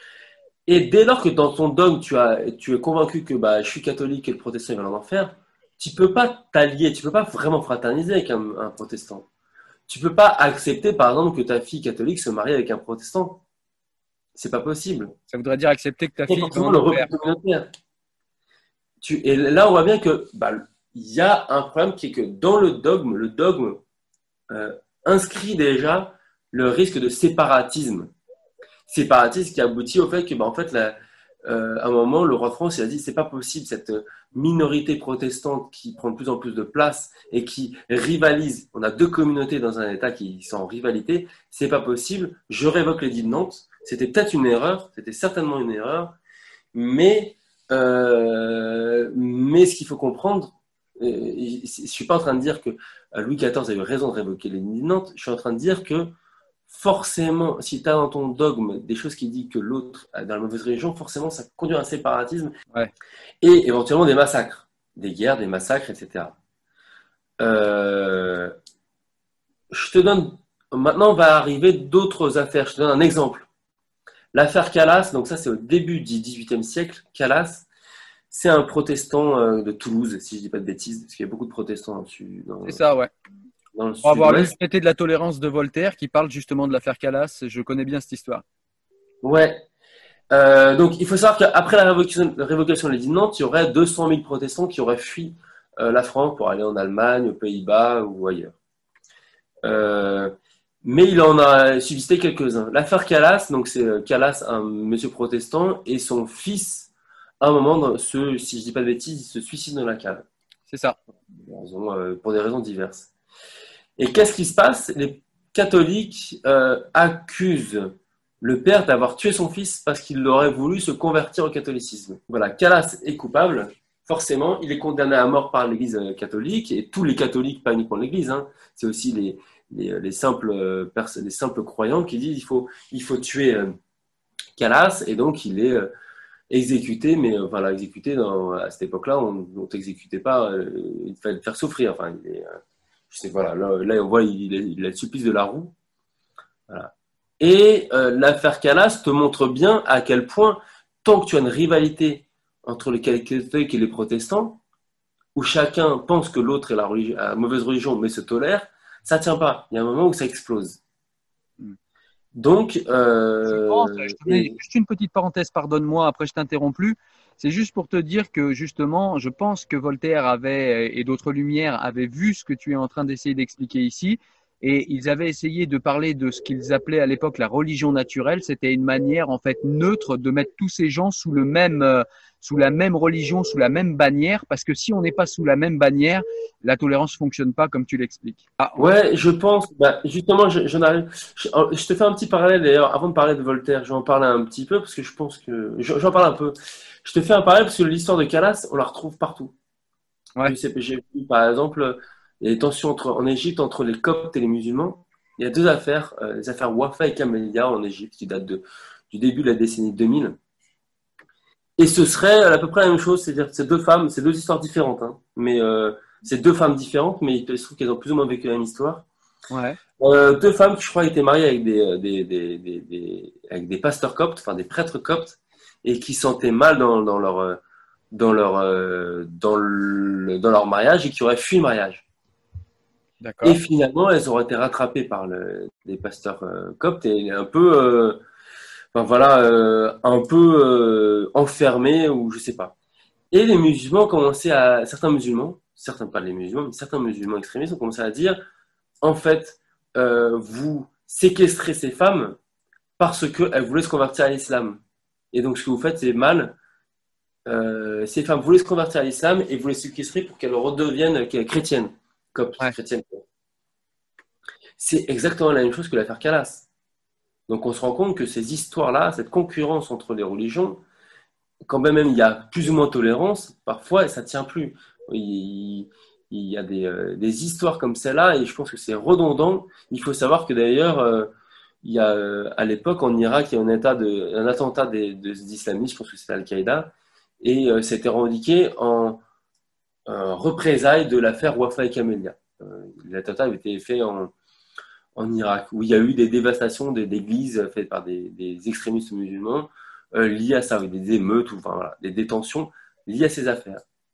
Et dès lors que dans ton dogme, tu es convaincu que je suis catholique et le protestant il va en enfer, tu peux pas t'allier, tu peux pas vraiment fraterniser avec un protestant. Tu peux pas accepter, par exemple, que ta fille catholique se marie avec un protestant. C'est pas possible. Ça voudrait dire accepter que ta C'est fille forcément va le en enfer. repli communautaire. Et là, on voit bien que il y a un problème qui est que dans le dogme inscrit déjà le risque de séparatisme. Séparatisme qui aboutit au fait que, en fait, à un moment, le roi de France il a dit c'est pas possible, cette minorité protestante qui prend de plus en plus de place et qui rivalise. On a deux communautés dans un État qui sont en rivalité, c'est pas possible. Je révoque l'édit de Nantes. C'était peut-être une erreur, c'était certainement une erreur, mais ce qu'il faut comprendre, je suis pas en train de dire que Louis XIV a eu raison de révoquer l'édit de Nantes. Je suis en train de dire que forcément, si tu as dans ton dogme des choses qui disent que l'autre est dans la mauvaise religion, forcément, ça conduit à un séparatisme et éventuellement des massacres, des guerres, des massacres, etc. Je te donne, maintenant va arriver d'autres affaires. Je te donne un exemple. L'affaire Calas, donc ça c'est au début du XVIIIe siècle. Calas, c'est un protestant de Toulouse, si je ne dis pas de bêtises, parce qu'il y a beaucoup de protestants dessus. C'est ça, ouais. Dans le Pour avoir lu le sud-ouest. traité de la tolérance de Voltaire qui parle justement de l'affaire Calas, je connais bien cette histoire. Ouais. Donc, il faut savoir qu'après la révocation de l'édit de Nantes, il y aurait 200 000 protestants qui auraient fui la France pour aller en Allemagne, aux Pays-Bas ou ailleurs. Mais il en a subsisté quelques-uns. L'affaire Calas, donc c'est Calas, un monsieur protestant, et son fils, à un moment, si je dis pas de bêtises, il se suicide dans la cave. C'est ça. Pour des raisons diverses. Et qu'est-ce qui se passe? Les catholiques accusent le père d'avoir tué son fils parce qu'il aurait voulu se convertir au catholicisme. Voilà, Calas est coupable, forcément, il est condamné à mort par l'Église catholique, et tous les catholiques, pas uniquement l'Église, hein, c'est aussi les simples croyants qui disent il faut tuer Calas, et donc il est exécuté, mais exécuté à cette époque-là, on t'exécutait pas, il fallait le faire souffrir. Enfin, là on voit il a le supplice de la roue. Voilà. Et l'affaire Calas te montre bien à quel point, tant que tu as une rivalité entre les catholiques et les protestants, où chacun pense que l'autre est la mauvaise religion, mais se tolère, ça tient pas. Il y a un moment où ça explose. Donc, Je te mets juste une petite parenthèse, pardonne-moi, après je t'interromps plus. C'est juste pour te dire que justement, je pense que Voltaire et d'autres Lumières avaient vu ce que tu es en train d'essayer d'expliquer ici, et ils avaient essayé de parler de ce qu'ils appelaient à l'époque la religion naturelle. C'était une manière en fait neutre de mettre tous ces gens sous la même religion, sous la même bannière, parce que si on n'est pas sous la même bannière, la tolérance fonctionne pas comme tu l'expliques. Ouais, je pense, justement, j'en arrive. Je te fais un petit parallèle d'ailleurs, avant de parler de Voltaire, je vais en parler un petit peu parce que je pense que. J'en parle un peu. Je te fais un parallèle parce que l'histoire de Calas, on la retrouve partout. Ouais. J'ai vu, par exemple, il y a des tensions en Égypte entre les Coptes et les musulmans. Il y a deux affaires, les affaires Wafa et Camélia en Égypte qui datent du début de la décennie 2000. Et ce serait à peu près la même chose, c'est-à-dire que c'est deux histoires différentes, hein, mais c'est deux femmes différentes, mais il se trouve qu'elles ont plus ou moins vécu la même histoire. Ouais. Deux femmes qui, je crois, étaient mariées avec des pasteurs coptes, enfin des prêtres coptes, et qui se sentaient mal dans leur mariage et qui auraient fui le mariage. D'accord. Et finalement, elles auraient été rattrapées par des pasteurs coptes et un peu enfermés ou je sais pas. Et les musulmans certains musulmans extrémistes ont commencé à dire, en fait, vous séquestrez ces femmes parce qu'elles voulaient se convertir à l'islam. Et donc, ce que vous faites, c'est mal. Ces femmes voulaient se convertir à l'islam et vous les séquestrez pour qu'elles redeviennent chrétiennes, coptes, chrétiennes. C'est exactement la même chose que l'affaire Calas. Donc, on se rend compte que ces histoires-là, cette concurrence entre les religions, quand même il y a plus ou moins de tolérance, parfois, et ça ne tient plus. Il y a des histoires comme celle-là, et je pense que c'est redondant. Il faut savoir que d'ailleurs, il y a à l'époque en Irak, il y a un attentat des islamistes, je pense que c'était Al-Qaïda, et c'était revendiqué en représailles de l'affaire Wafa et Camélia. L'attentat avait été fait en Irak, où il y a eu des dévastations d'églises faites par des extrémistes musulmans liées à ça, avec des émeutes, des détentions liées à ces affaires.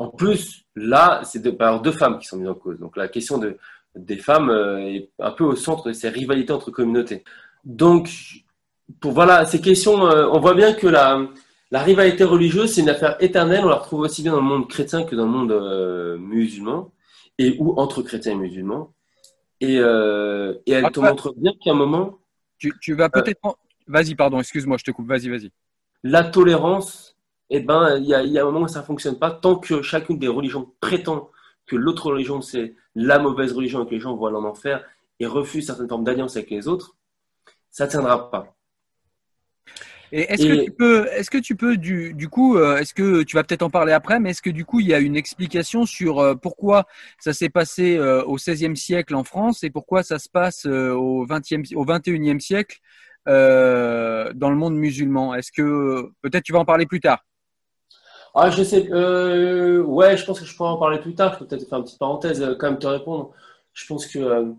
En plus, là, c'est par deux femmes qui sont mises en cause. Donc la question des femmes est un peu au centre de ces rivalités entre communautés. Donc, voilà, ces questions, on voit bien que la rivalité religieuse, c'est une affaire éternelle. On la retrouve aussi bien dans le monde chrétien que dans le monde musulman, ou entre chrétiens et musulmans. Et elle te montre bien qu'à un moment… Tu vas peut-être… Vas-y, pardon, excuse-moi, je te coupe. Vas-y. La tolérance, il y a un moment où ça ne fonctionne pas. Tant que chacune des religions prétend que l'autre religion, c'est la mauvaise religion et que les gens vont aller en enfer et refusent certaines formes d'alliance avec les autres, ça ne tiendra pas. Et est-ce que tu peux du coup, est-ce que tu vas peut-être en parler après, mais est-ce que du coup il y a une explication sur pourquoi ça s'est passé au XVIe siècle en France et pourquoi ça se passe au XXIe siècle dans le monde musulman? Est-ce que peut-être tu vas en parler plus tard? Ah, je sais. Ouais, je pense que je pourrais en parler plus tard. Je peux peut-être faire une petite parenthèse, quand même te répondre. Je pense que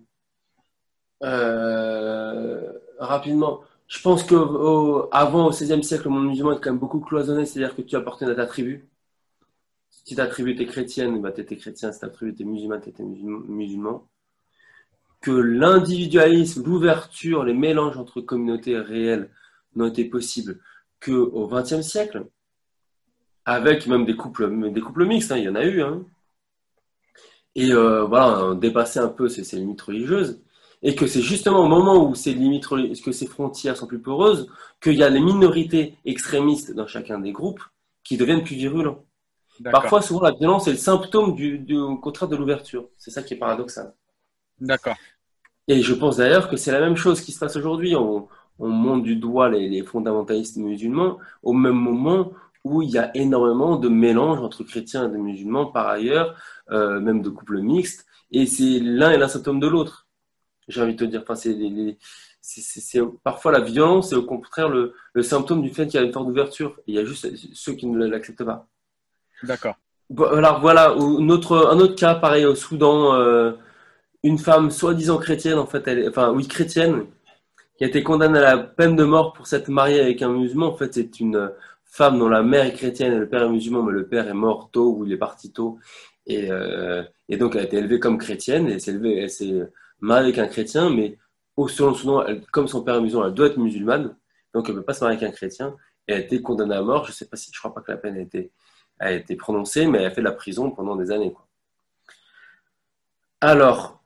rapidement. Je pense qu'avant, au XVIe siècle, le monde musulman était quand même beaucoup cloisonné, c'est-à-dire que tu appartenais à ta tribu. Si ta tribu était chrétienne, bah, tu étais chrétien. Si ta tribu était musulmane, tu étais musulman. Que l'individualisme, l'ouverture, les mélanges entre communautés réelles n'ont été possibles qu'au XXe siècle, avec même des couples mixtes, hein, il y en a eu. Hein. Et voilà, on a dépassé un peu ces limites religieuses. Et que c'est justement au moment où que ces frontières sont plus poreuses, qu'il y a les minorités extrémistes dans chacun des groupes qui deviennent plus virulents. D'accord. Parfois, souvent, la violence est le symptôme au contraire de l'ouverture. C'est ça qui est paradoxal. D'accord. Et je pense d'ailleurs que c'est la même chose qui se passe aujourd'hui. On monte du doigt les fondamentalistes musulmans au même moment où il y a énormément de mélanges entre chrétiens et musulmans par ailleurs, même de couples mixtes. Et c'est l'un est un symptôme de l'autre. J'ai envie de te dire, enfin, c'est parfois la violence, c'est au contraire le symptôme du fait qu'il y a une forte ouverture. Il y a juste ceux qui ne l'acceptent pas. D'accord. Alors voilà, un autre cas, pareil au Soudan, une femme soi-disant chrétienne, en fait, chrétienne, qui a été condamnée à la peine de mort pour s'être mariée avec un musulman. En fait, c'est une femme dont la mère est chrétienne et le père est musulman, mais le père est mort tôt ou il est parti tôt. Et donc, elle a été élevée comme chrétienne et elle s'est mariée avec un chrétien, mais selon le Soudan, comme son père est musulman, elle doit être musulmane, donc elle ne peut pas se marier avec un chrétien. Et elle a été condamnée à mort. Je crois pas que la peine a été prononcée, mais elle a fait de la prison pendant des années, quoi. Alors,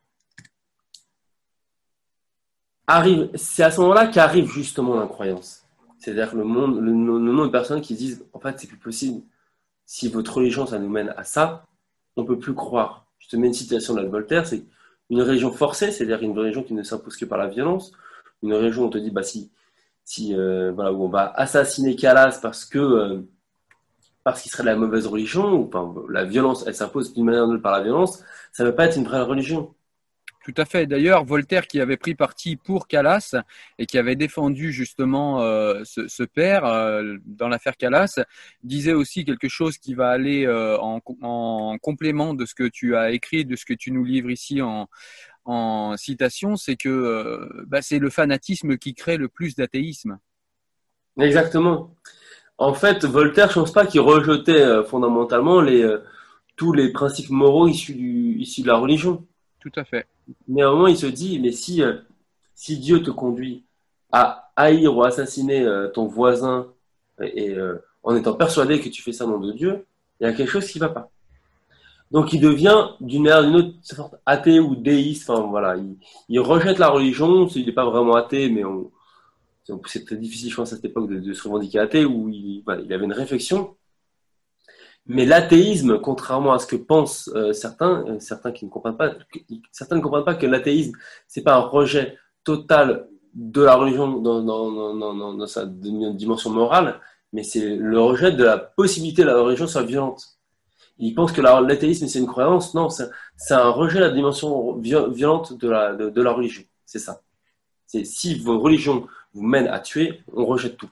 c'est à ce moment-là qu'arrive justement l'incroyance. C'est-à-dire que le nombre de personnes qui disent, en fait, c'est plus possible. Si votre religion, ça nous mène à ça, on ne peut plus croire. Je te mets une citation de Voltaire, c'est une religion forcée, c'est-à-dire une religion qui ne s'impose que par la violence, une religion où on te dit, bah voilà, où on va assassiner Calas parce qu'il serait de la mauvaise religion, ou la violence, elle s'impose d'une manière ou d'une autre par la violence, ça ne veut pas être une vraie religion. Tout à fait. D'ailleurs, Voltaire, qui avait pris parti pour Calas et qui avait défendu justement ce père dans l'affaire Calas, disait aussi quelque chose qui va aller en complément de ce que tu as écrit, de ce que tu nous livres ici en citation, c'est que c'est le fanatisme qui crée le plus d'athéisme. Exactement. En fait, Voltaire, je ne pense pas qu'il rejetait fondamentalement tous les principes moraux issus de la religion. Tout à fait. Mais à un moment, il se dit, mais si Dieu te conduit à haïr ou assassiner ton voisin en étant persuadé que tu fais ça au nom de Dieu, il y a quelque chose qui ne va pas. Donc, il devient d'une manière ou d'une autre sorte athée ou déiste. Enfin, voilà, il rejette la religion. Il n'est pas vraiment athée, mais c'est très difficile, je pense, à cette époque de se revendiquer athée, où il avait une réflexion. Mais l'athéisme, contrairement à ce que pensent certains qui ne comprennent pas, certains ne comprennent pas que l'athéisme, c'est pas un rejet total de la religion dans sa dimension morale, mais c'est le rejet de la possibilité que la religion soit violente. Ils pensent que l'athéisme, c'est une croyance. Non, c'est un rejet de la dimension violente de la religion. C'est ça. C'est si vos religions vous mènent à tuer, on rejette tout.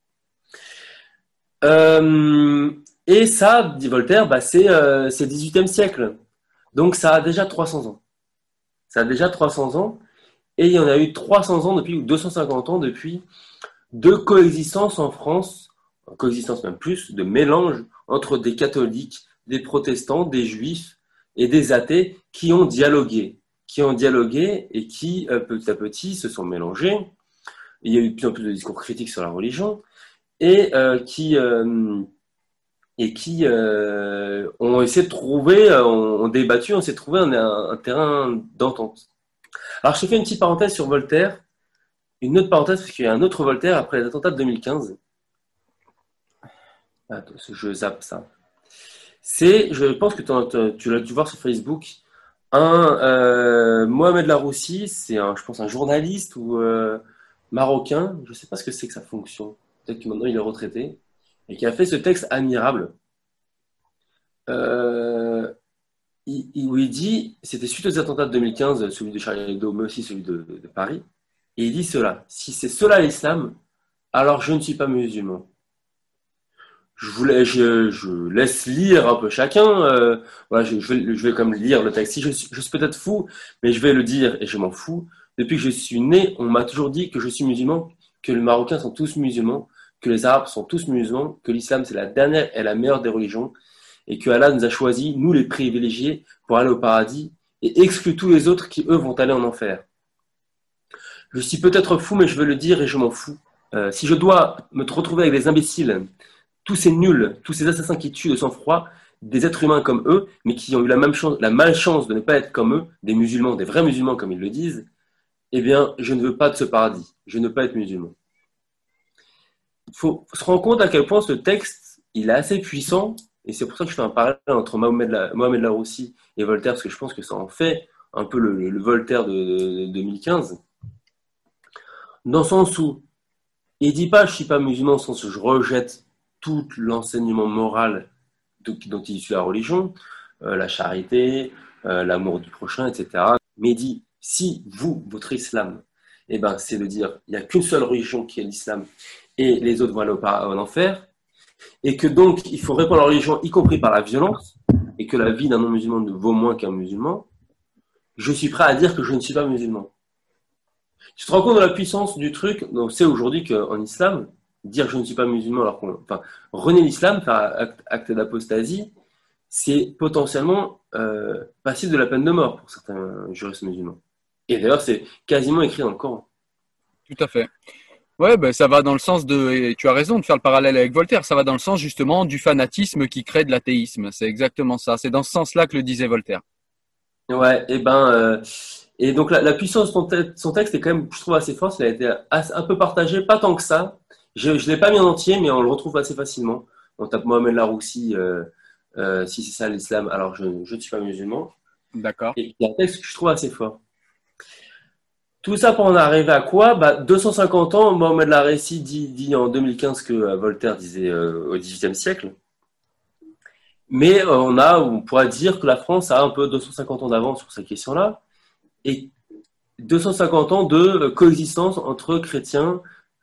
Et ça, dit Voltaire, c'est le XVIIIe siècle. Donc ça a déjà 300 ans. Ça a déjà 300 ans. Et il y en a eu 300 ans ou 250 ans depuis, de coexistence en France, coexistence même plus, de mélange entre des catholiques, des protestants, des juifs et des athées qui ont dialogué et qui, petit à petit, se sont mélangés. Il y a eu de plus en plus de discours critiques sur la religion et qui ont essayé de trouver, ont débattu, ont essayé de trouver un terrain d'entente. Alors, je te fais une petite parenthèse sur Voltaire, une autre parenthèse, parce qu'il y a un autre Voltaire après les attentats de 2015. Attends, je zappe ça. Je pense que tu l'as dû voir sur Facebook, Mohamed Laroussi, je pense, un journaliste ou marocain, je ne sais pas ce que c'est que sa fonction, peut-être que maintenant il est retraité, et qui a fait ce texte admirable, où il dit, c'était suite aux attentats de 2015, celui de Charlie Hebdo, mais aussi celui de Paris, et il dit cela: si c'est cela l'islam, alors je ne suis pas musulman. Je laisse lire un peu chacun. Voilà, je vais comme lire le texte. Si je suis peut-être fou, mais je vais le dire et je m'en fous. Depuis que je suis né, on m'a toujours dit que je suis musulman, que les Marocains sont tous musulmans, que les Arabes sont tous musulmans, que l'islam c'est la dernière et la meilleure des religions, et que Allah nous a choisis, nous les privilégiés, pour aller au paradis, et exclut tous les autres qui, eux, vont aller en enfer. Je suis peut-être fou, mais je veux le dire et je m'en fous. Si je dois me retrouver avec des imbéciles, tous ces nuls, tous ces assassins qui tuent de sang-froid, des êtres humains comme eux, mais qui ont eu la malchance de ne pas être comme eux, des musulmans, des vrais musulmans comme ils le disent, eh bien, je ne veux pas de ce paradis. Je ne veux pas être musulman. Il faut se rendre compte à quel point ce texte, il est assez puissant, et c'est pour ça que je fais un parallèle entre Mohamed Laroussi et Voltaire, parce que je pense que ça en fait un peu le Voltaire de 2015, dans le sens où il ne dit pas « je ne suis pas musulman » au sens où je rejette tout l'enseignement moral dont il suit la religion, la charité, l'amour du prochain, etc. Mais il dit, si vous, votre islam, eh ben, c'est de dire, il n'y a qu'une seule religion qui est l'islam, et les autres vont aller en enfer, et que donc, il faut répondre à la religion, y compris par la violence, et que la vie d'un non-musulman ne vaut moins qu'un musulman, je suis prêt à dire que je ne suis pas musulman. Tu te rends compte de la puissance du truc? On sait aujourd'hui qu'en islam, dire je ne suis pas musulman, renier l'islam, faire acte d'apostasie, c'est potentiellement passible de la peine de mort pour certains juristes musulmans. Et d'ailleurs, c'est quasiment écrit dans le Coran. Tout à fait. Ouais, ben, ça va dans le sens et tu as raison de faire le parallèle avec Voltaire, ça va dans le sens justement du fanatisme qui crée de l'athéisme. C'est exactement ça. C'est dans ce sens-là que le disait Voltaire. Ouais, et donc la puissance de son texte est quand même, je trouve, assez forte. Il a été un peu partagé, pas tant que ça. Je ne l'ai pas mis en entier, mais on le retrouve assez facilement. On tape Mohamed Laroussi, si c'est ça l'islam, alors je ne suis pas musulman. D'accord. Et il y a un texte que je trouve assez fort. Tout ça pour en arriver à quoi? 250 ans, Mohamed Laroussi dit en 2015 que Voltaire disait au XVIIIe siècle. Mais on pourrait dire que la France a un peu 250 ans d'avance sur cette question-là. Et 250 ans de coexistence entre chrétiens,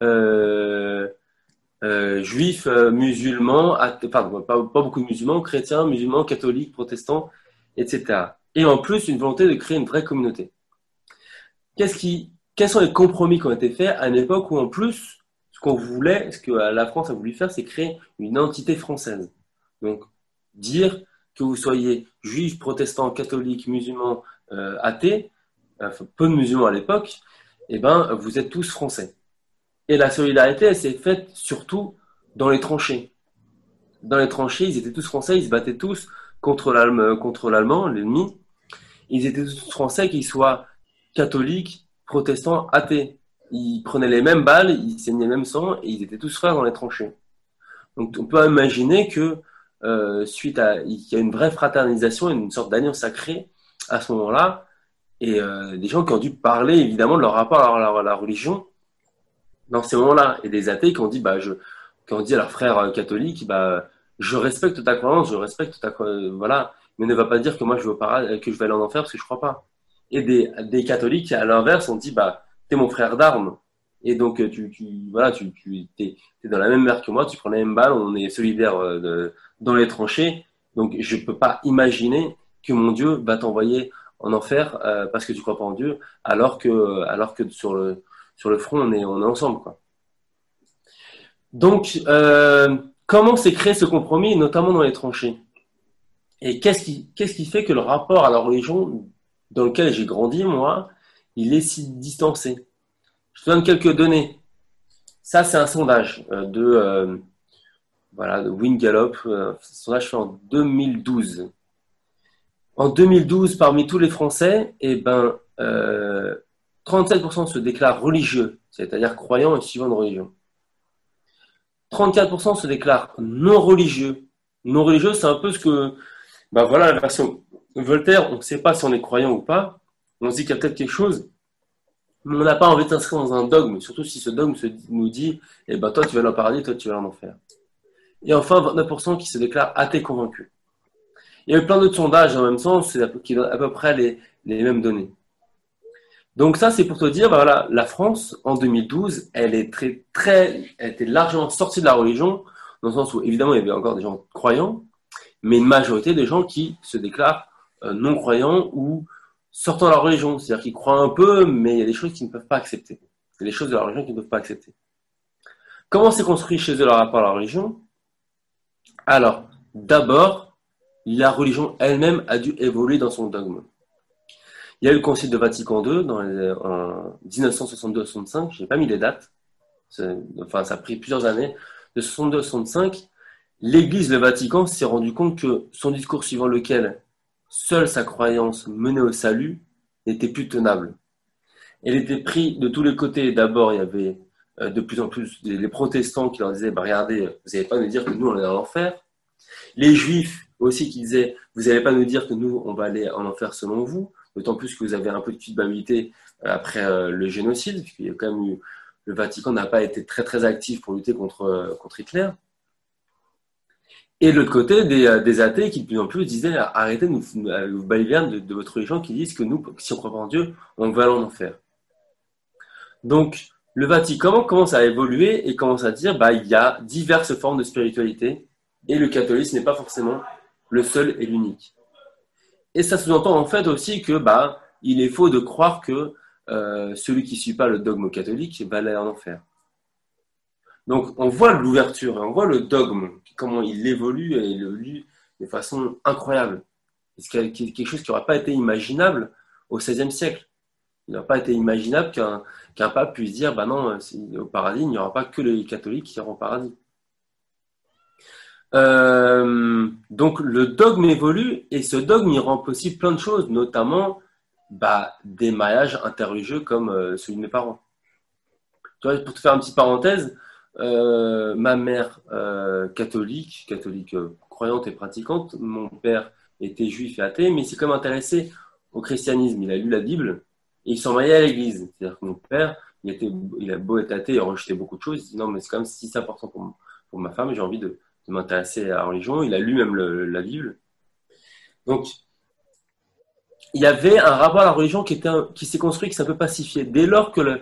juifs, musulmans, pas beaucoup de musulmans, chrétiens, musulmans, catholiques, protestants, etc. Et en plus, une volonté de créer une vraie communauté. Quels sont les compromis qui ont été faits à une époque où, en plus, ce que la France a voulu faire, c'est créer une entité française. Donc, dire que vous soyez juif, protestant, catholique, musulman, athée, peu de musulmans à l'époque, eh ben, vous êtes tous français. Et la solidarité, elle s'est faite surtout dans les tranchées. Dans les tranchées, ils étaient tous français, ils se battaient tous contre l'allemand, l'ennemi. Ils étaient tous français, qu'ils soient catholiques, protestants, athées. Ils prenaient les mêmes balles, ils saignaient le même sang, et ils étaient tous frères dans les tranchées. Donc on peut imaginer que il y a une vraie fraternisation, une sorte d'alliance sacrée à ce moment-là, et des gens qui ont dû parler évidemment de leur rapport à la religion dans ces moments-là, et des athées qui ont dit à leurs frères catholiques, je respecte ta croyance, voilà, mais ne va pas dire que moi je vais aller en enfer parce que je crois pas. Et des catholiques à l'inverse ont dit t'es mon frère d'armes, et donc tu t'es dans la même mer que moi, tu prends la même balle, on est solidaires dans les tranchées, donc je peux pas imaginer que mon Dieu va t'envoyer en enfer parce que tu crois pas en Dieu, alors que sur le front on est ensemble, quoi. Donc comment s'est créé ce compromis, notamment dans les tranchées? Et qu'est-ce qui fait que le rapport à la religion dans lequel j'ai grandi, moi, il est si distancé? Je te donne quelques données. Ça, c'est un sondage de Wynne Gallup, sondage fait en 2012. En 2012, parmi tous les Français, 37% se déclarent religieux, c'est-à-dire croyants et suivants de religion. 34% se déclarent non religieux. Non religieux, c'est un peu ce que, la version Voltaire, on ne sait pas si on est croyant ou pas. On se dit qu'il y a peut-être quelque chose, mais on n'a pas envie de s'inscrire dans un dogme, surtout si ce dogme nous dit, toi tu vas aller au paradis, toi tu vas en enfer. Et enfin, 29% qui se déclarent athées convaincus. Il y a eu plein d'autres sondages en même sens, qui donnent à peu près les mêmes données. Donc ça, c'est pour te dire, la France, en 2012, elle était largement sortie de la religion, dans le sens où, évidemment, il y avait encore des gens croyants, mais une majorité de gens qui se déclarent non-croyants ou sortant de la religion. C'est-à-dire qu'ils croient un peu, mais il y a des choses qu'ils ne peuvent pas accepter. Il y a des choses de la religion qu'ils ne peuvent pas accepter. Comment s'est construit chez eux le rapport à la religion? Alors, d'abord, la religion elle-même a dû évoluer dans son dogme. Il y a eu le Concile de Vatican II en 1962-65, je n'ai pas mis les dates, ça a pris plusieurs années, de 62-65, l'Église, le Vatican, s'est rendu compte que son discours suivant lequel seule sa croyance menait au salut n'était plus tenable. Elle était prise de tous les côtés. D'abord, il y avait de plus en plus les protestants qui leur disaient regardez, vous n'allez pas nous dire que nous on est en enfer. Les juifs aussi qui disaient vous n'allez pas nous dire que nous on va aller en enfer selon vous, d'autant plus que vous avez un peu de culpabilité après le génocide, puisqu'il y a quand même eu, le Vatican n'a pas été très très actif pour lutter contre Hitler. Et de l'autre côté, des athées qui de plus en plus disaient arrêtez de vous baliverner de votre religion qui disent que nous, si on croit pas en Dieu, on va aller en enfer. Donc, le Vatican commence à évoluer et commence à dire il y a diverses formes de spiritualité et le catholisme n'est pas forcément le seul et l'unique. Et ça sous-entend en fait aussi que il est faux de croire que celui qui ne suit pas le dogme catholique va aller en enfer. Donc on voit l'ouverture, on voit le dogme, comment il évolue et il évolue de façon incroyable. C'est quelque chose qui n'aurait pas été imaginable au XVIe siècle. Il n'aurait pas été imaginable qu'un pape puisse dire non, au paradis, il n'y aura pas que les catholiques qui iront au paradis. Donc le dogme évolue et ce dogme il rend possible plein de choses, notamment des mariages interreligieux comme celui de mes parents. Tu vois, pour te faire une petite parenthèse, ma mère catholique croyante et pratiquante, mon père était juif et athée, mais il s'est quand même intéressé au christianisme. Il a lu la Bible et il s'en mariait à l'église. C'est-à-dire que mon père, il a beau être athée et rejeter beaucoup de choses, il dit non mais c'est quand même si c'est important pour ma femme, j'ai envie de m'intéresser à la religion. Il a lu même la Bible. Donc il y avait un rapport à la religion qui s'est construit, qui s'est un peu pacifié. Dès lors que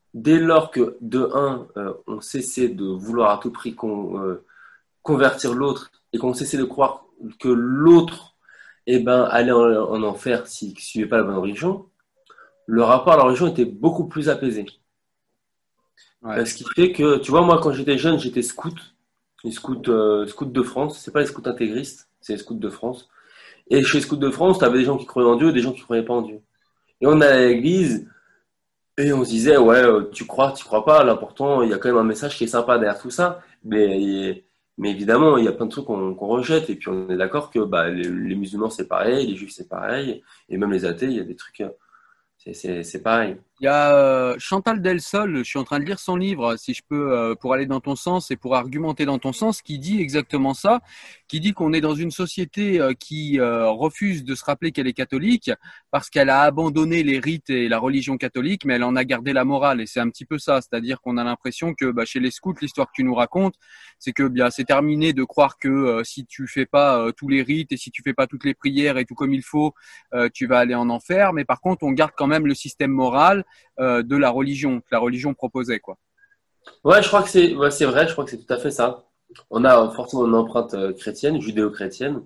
on cessait de vouloir à tout prix convertir l'autre et qu'on cessait de croire que l'autre allait en enfer s'il ne suivait pas la bonne religion, le rapport à la religion était beaucoup plus apaisé. Ouais. Ce qui fait que, tu vois, moi quand j'étais jeune, j'étais scout. Les scouts de France, c'est pas les scouts intégristes, c'est les scouts de France. Et chez les scouts de France, tu avais des gens qui croyaient en Dieu et des gens qui ne croyaient pas en Dieu. Et on allait à l'église et on se disait, tu crois pas, l'important, il y a quand même un message qui est sympa derrière tout ça. Mais évidemment, il y a plein de trucs qu'on rejette. Et puis on est d'accord que les musulmans c'est pareil, les juifs c'est pareil, et même les athées, il y a des trucs, c'est pareil. Il y a Chantal Delsol, je suis en train de lire son livre, si je peux, pour aller dans ton sens et pour argumenter dans ton sens, qui dit exactement ça, qui dit qu'on est dans une société qui refuse de se rappeler qu'elle est catholique parce qu'elle a abandonné les rites et la religion catholique, mais elle en a gardé la morale. Et c'est un petit peu ça, c'est-à-dire qu'on a l'impression que chez les scouts, l'histoire que tu nous racontes, c'est que c'est terminé de croire que si tu fais pas tous les rites et si tu fais pas toutes les prières et tout comme il faut, tu vas aller en enfer. Mais par contre, on garde quand même le système moral de la religion que la religion proposait, quoi. Ouais, je crois que c'est vrai, je crois que c'est tout à fait ça. On a forcément une empreinte chrétienne, judéo-chrétienne,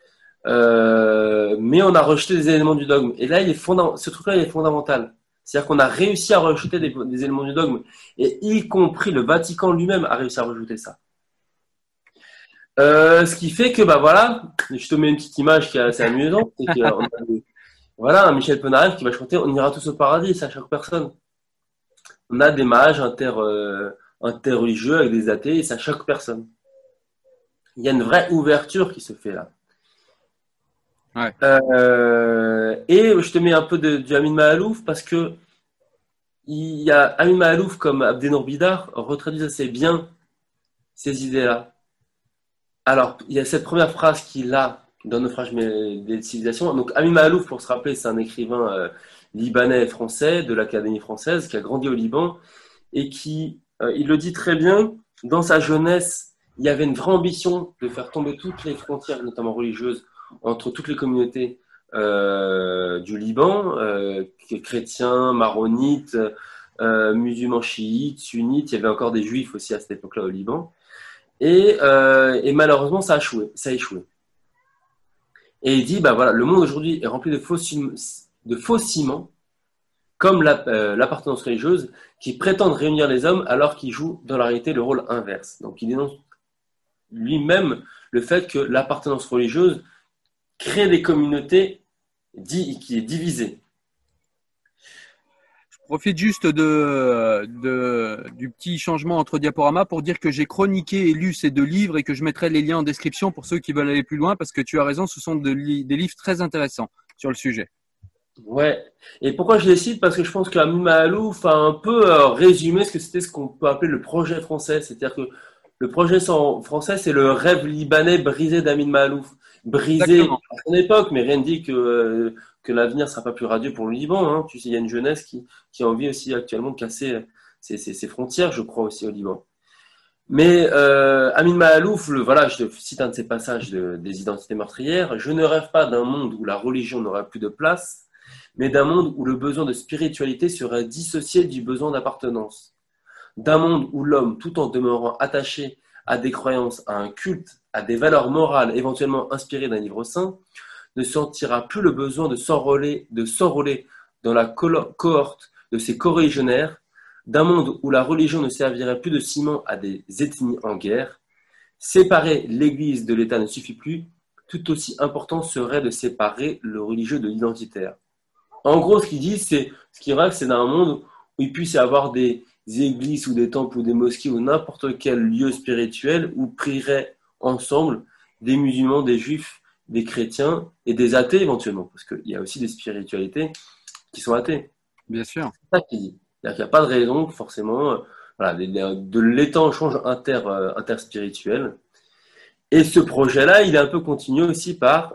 mais on a rejeté des éléments du dogme. Et là, ce truc-là, il est fondamental. C'est-à-dire qu'on a réussi à rejeter des éléments du dogme, et y compris le Vatican lui-même a réussi à rejeter ça. Ce qui fait que, bah voilà, je te mets une petite image qui est assez amusante. C'est qu'on a voilà, un Michel Polnareff qui va chanter On ira tous au paradis, c'est à chaque personne. On a des mages interreligieux avec des athées, et c'est à chaque personne. Il y a une vraie ouverture qui se fait là. Ouais. Et je te mets un peu du Amin Mahalouf parce que il y a Amin Mahalouf comme Abdenour Bidar retraduisent assez bien ces idées-là. Alors, il y a cette première phrase qu'il a dans Naufrage des civilisations. Donc, Amin Mahalouf, pour se rappeler, c'est un écrivain libanais et français de l'Académie française qui a grandi au Liban et qui, il le dit très bien, dans sa jeunesse, il y avait une vraie ambition de faire tomber toutes les frontières, notamment religieuses, entre toutes les communautés du Liban, chrétiens, maronites, musulmans chiites, sunnites. Il y avait encore des juifs aussi à cette époque-là au Liban. Et malheureusement, ça a échoué. Et il dit, bah voilà, le monde aujourd'hui est rempli de faux ciments, comme l'appartenance religieuse, qui prétendent réunir les hommes alors qu'ils jouent dans la réalité le rôle inverse. Donc il dénonce lui-même le fait que l'appartenance religieuse crée des communautés qui est divisée. Profite juste du petit changement entre diaporamas pour dire que j'ai chroniqué et lu ces 2 livres et que je mettrai les liens en description pour ceux qui veulent aller plus loin parce que tu as raison, ce sont des livres très intéressants sur le sujet. Ouais. Et pourquoi je les cite? Parce que je pense qu'Amin Mahalouf a un peu résumé ce qu'on peut appeler le projet français. C'est-à-dire que le projet français, c'est le rêve libanais brisé d'Amin Mahalouf. Brisé Exactement. à son époque, mais rien ne dit que l'avenir sera pas plus radieux pour le Liban. Hein. Tu sais, il y a une jeunesse qui a envie aussi actuellement de casser ses frontières, je crois, aussi au Liban. Mais Amin Mahalouf, voilà, je cite un de ses passages des Identités meurtrières. Je ne rêve pas d'un monde où la religion n'aura plus de place, mais d'un monde où le besoin de spiritualité serait dissocié du besoin d'appartenance. D'un monde où l'homme, tout en demeurant attaché à des croyances, à un culte, à des valeurs morales éventuellement inspirées d'un livre saint, ne sentira plus le besoin de s'enrôler dans la cohorte de ses coreligionnaires, d'un monde où la religion ne servirait plus de ciment à des ethnies en guerre. Séparer l'Église de l'État ne suffit plus, tout aussi important serait de séparer le religieux de l'identitaire. En gros, ce qu'il dit, c'est d'un monde où il puisse y avoir des églises ou des temples ou des mosquées ou n'importe quel lieu spirituel où prieraient ensemble des musulmans, des juifs, des chrétiens et des athées éventuellement, parce qu'il y a aussi des spiritualités qui sont athées. Bien sûr. C'est ça qu'il dit. C'est-à-dire qu'il n'y a pas de raison que forcément voilà, de l'échange interspirituel. Et ce projet-là, il est un peu continué aussi par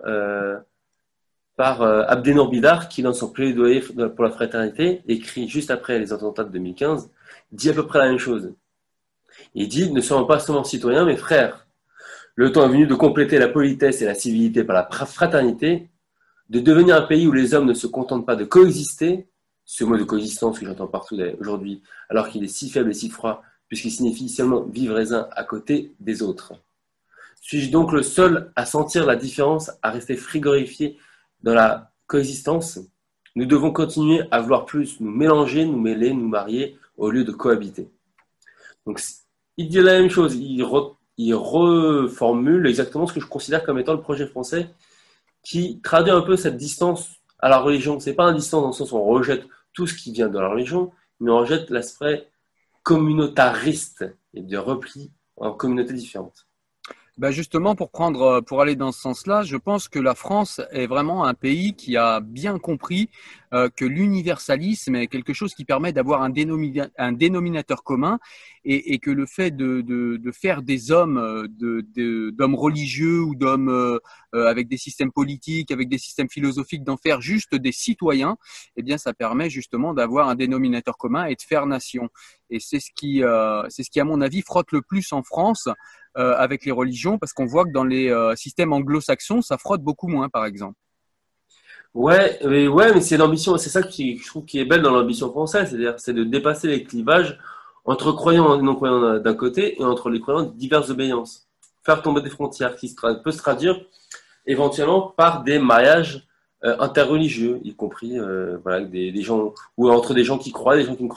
Abdenour Bidar, qui, dans son plaidoyer pour la fraternité, écrit juste après les attentats de 2015, dit à peu près la même chose. Il dit « Ne sommes pas seulement citoyens, mais frères. Le temps est venu de compléter la politesse et la civilité par la fraternité, de devenir un pays où les hommes ne se contentent pas de coexister, ce mot de coexistence que j'entends partout aujourd'hui, alors qu'il est si faible et si froid, puisqu'il signifie seulement vivre les uns à côté des autres. Suis-je donc le seul à sentir la différence, à rester frigorifié dans la coexistence? Nous devons continuer à vouloir plus nous mélanger, nous mêler, nous marier, au lieu de cohabiter. » Donc, il dit la même chose, il reformule exactement ce que je considère comme étant le projet français, qui traduit un peu cette distance à la religion. C'est pas une distance dans le sens où on rejette tout ce qui vient de la religion, mais on rejette l'aspect communautariste et de repli en communautés différentes. Ben justement, pour aller dans ce sens-là, je pense que la France est vraiment un pays qui a bien compris que l'universalisme est quelque chose qui permet d'avoir un dénominateur commun et que le fait de faire des hommes, d'hommes religieux ou d'hommes avec des systèmes politiques, avec des systèmes philosophiques, d'en faire juste des citoyens, eh bien, ça permet justement d'avoir un dénominateur commun et de faire nation. Et c'est ce qui, à mon avis, frotte le plus en France avec les religions, parce qu'on voit que dans les systèmes anglo-saxons, ça frotte beaucoup moins, par exemple. Ouais, mais c'est l'ambition, c'est ça je trouve qui est belle dans l'ambition française, c'est-à-dire c'est de dépasser les clivages entre croyants et non-croyants d'un côté et entre les croyants de diverses obédiences. Faire tomber des frontières qui peut se traduire éventuellement par des mariages interreligieux, y compris voilà, des gens, ou entre des gens qui croient et des gens qui ne croient pas.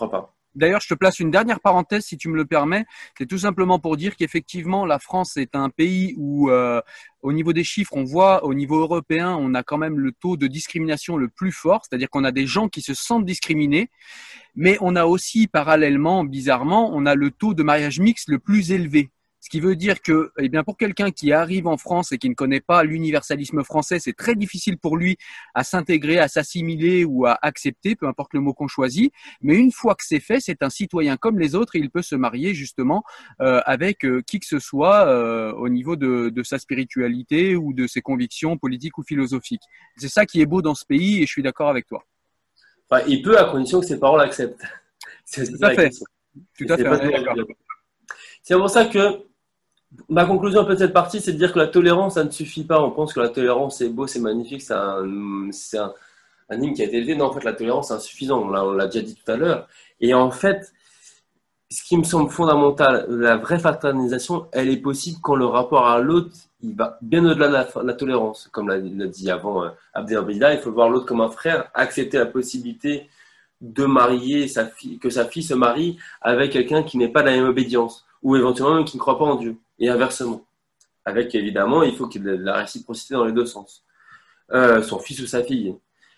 D'ailleurs, je te place une dernière parenthèse, si tu me le permets. C'est tout simplement pour dire qu'effectivement, la France est un pays où, au niveau des chiffres, on voit, au niveau européen, on a quand même le taux de discrimination le plus fort. C'est-à-dire qu'on a des gens qui se sentent discriminés. Mais on a aussi, parallèlement, bizarrement, on a le taux de mariage mixte le plus élevé. Ce qui veut dire que, eh bien, pour quelqu'un qui arrive en France et qui ne connaît pas l'universalisme français, c'est très difficile pour lui à s'intégrer, à s'assimiler ou à accepter, peu importe le mot qu'on choisit. Mais une fois que c'est fait, c'est un citoyen comme les autres et il peut se marier justement avec qui que ce soit au niveau de sa spiritualité ou de ses convictions politiques ou philosophiques. C'est ça qui est beau dans ce pays et je suis d'accord avec toi. Enfin, il peut à condition que ses parents l'acceptent. Tout à fait. Tout à fait. D'accord. C'est pour ça que ma conclusion un peu de cette partie, c'est de dire que la tolérance, ça ne suffit pas. On pense que la tolérance, c'est beau, c'est magnifique, c'est un hymne qui a été élevé. Non, en fait, la tolérance, c'est insuffisant. On l'a déjà dit tout à l'heure. Et en fait, ce qui me semble fondamental, la vraie fraternisation, elle est possible quand le rapport à l'autre, il va bien au-delà de la tolérance. Comme l'a dit avant Abdel Bida, il faut voir l'autre comme un frère, accepter la possibilité de marier sa fille, que sa fille se marie avec quelqu'un qui n'est pas de la même obédience, ou éventuellement même qui ne croit pas en Dieu, et inversement. Avec, évidemment, il faut qu'il y ait de la réciprocité dans les deux sens. Son fils ou sa fille.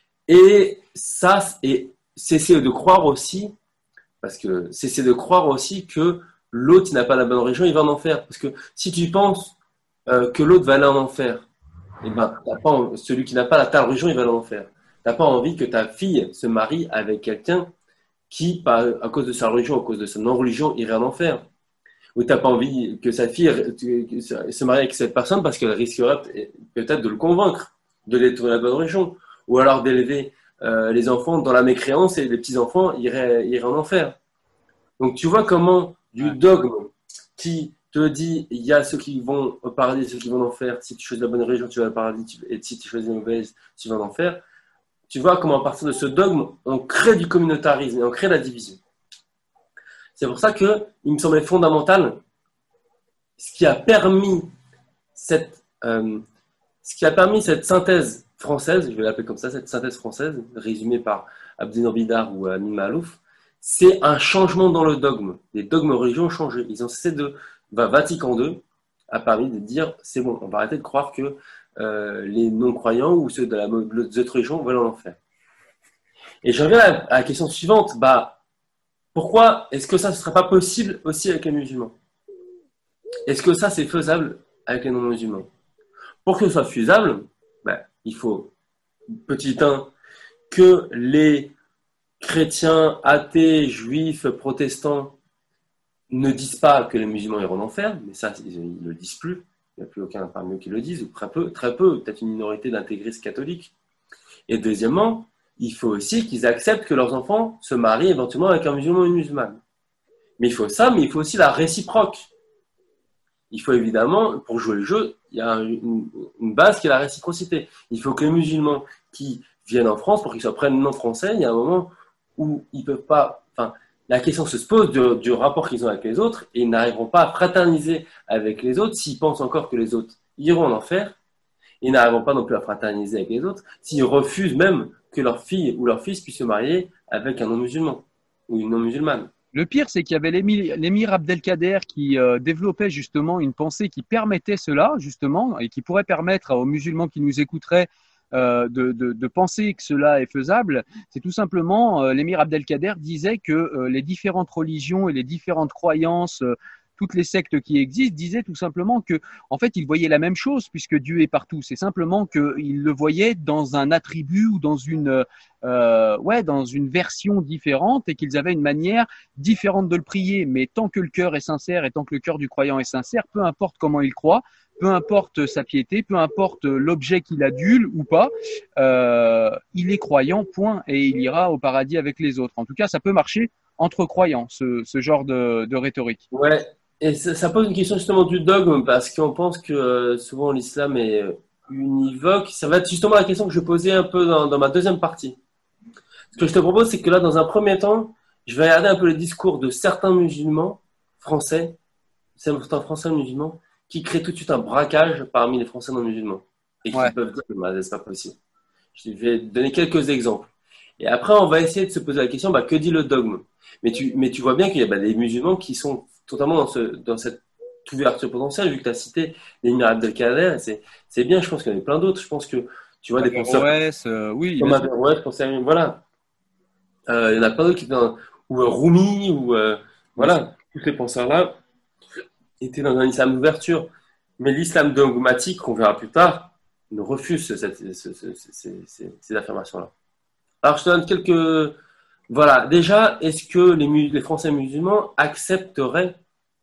Et ça, et cesser de croire aussi, parce que cesser de croire aussi que l'autre qui n'a pas la bonne religion, il va en enfer. Parce que si tu penses que l'autre va aller en enfer, eh ben, celui qui n'a pas ta religion, il va aller en enfer. Tu n'as pas envie que ta fille se marie avec quelqu'un qui, à cause de sa religion, à cause de sa non-religion, irait en enfer. Ou tu n'as pas envie que sa fille se marie avec cette personne parce qu'elle risquerait peut-être de le convaincre de détourner la bonne religion. Ou alors d'élever les enfants dans la mécréance et les petits-enfants iraient en enfer. Donc tu vois comment du dogme qui te dit il y a ceux qui vont au paradis et ceux qui vont en enfer. Si tu choisis la bonne religion, tu vas au paradis. Et si tu choisis la mauvaise, tu vas en enfer. Tu vois comment à partir de ce dogme, on crée du communautarisme et on crée la division. C'est pour ça qu'il me semblait fondamental ce qui a permis cette synthèse française, je vais l'appeler comme ça, cette synthèse française, résumée par Abdel Bidar ou Amin Malouf, c'est un changement dans le dogme. Les dogmes religieux ont changé. Ils ont cessé Vatican II a permis de dire c'est bon, on va arrêter de croire que les non-croyants ou ceux des autres religions veulent en enfer. Et je reviens à la question suivante. Pourquoi est-ce que ça ne serait pas possible aussi avec les musulmans? Est-ce que ça c'est faisable avec les non-musulmans? Pour que ce soit faisable, il faut, petit 1, que les chrétiens, athées, juifs, protestants ne disent pas que les musulmans iront en enfer, mais ça, ils ne le disent plus. Il n'y a plus aucun parmi eux qui le disent, ou très peu, peut-être une minorité d'intégristes catholiques. Et deuxièmement, il faut aussi qu'ils acceptent que leurs enfants se marient éventuellement avec un musulman ou une musulmane. Mais il faut ça, mais il faut aussi la réciproque. Il faut évidemment, pour jouer le jeu, il y a une base qui est la réciprocité. Il faut que les musulmans qui viennent en France, pour qu'ils soient prénoms français, il y a un moment où ils ne peuvent pas... Enfin, la question se pose du rapport qu'ils ont avec les autres et ils n'arriveront pas à fraterniser avec les autres s'ils pensent encore que les autres iront en enfer. Ils n'arriveront pas non plus à fraterniser avec les autres s'ils refusent même que leur fille ou leur fils puisse se marier avec un non-musulman ou une non-musulmane. Le pire, c'est qu'il y avait l'émir Abdelkader qui développait justement une pensée qui permettait cela, justement, et qui pourrait permettre aux musulmans qui nous écouteraient de penser que cela est faisable. C'est tout simplement, l'émir Abdelkader disait que les différentes religions et les différentes croyances, toutes les sectes qui existent, disaient tout simplement que, en fait, ils voyaient la même chose puisque Dieu est partout. C'est simplement qu'ils le voyaient dans un attribut ou dans une version différente et qu'ils avaient une manière différente de le prier. Mais tant que le cœur est sincère et tant que le cœur du croyant est sincère, peu importe comment il croit, peu importe sa piété, peu importe l'objet qu'il adule ou pas, il est croyant, point, et il ira au paradis avec les autres. En tout cas, ça peut marcher entre croyants, ce genre de rhétorique. Ouais, et ça pose une question justement du dogme, parce qu'on pense que souvent l'islam est univoque. Ça va être justement la question que je posais un peu dans ma deuxième partie. Ce que je te propose, c'est que là, dans un premier temps, je vais regarder un peu les discours de certains musulmans français, certains français musulmans, qui créent tout de suite un braquage parmi les Français non musulmans. Et qui peuvent dire que c'est pas possible. Je vais donner quelques exemples. Et après, on va essayer de se poser la question, que dit le dogme? Mais tu vois bien qu'il y a des musulmans qui sont totalement dans cette ouverture potentielle, vu que tu as cité l'émir Abdelkader, c'est bien, je pense qu'il y en a plein d'autres. Je pense que tu vois des penseurs oui, comme Averroès, je pense voilà. Il y en a plein d'autres qui étaient ou Rumi, ou voilà, tous ces penseurs-là étaient dans un islam d'ouverture. Mais l'islam dogmatique, qu'on verra plus tard, ne refuse ces affirmations-là. Alors, je te donne quelques... Voilà, déjà, est-ce que les Français musulmans accepteraient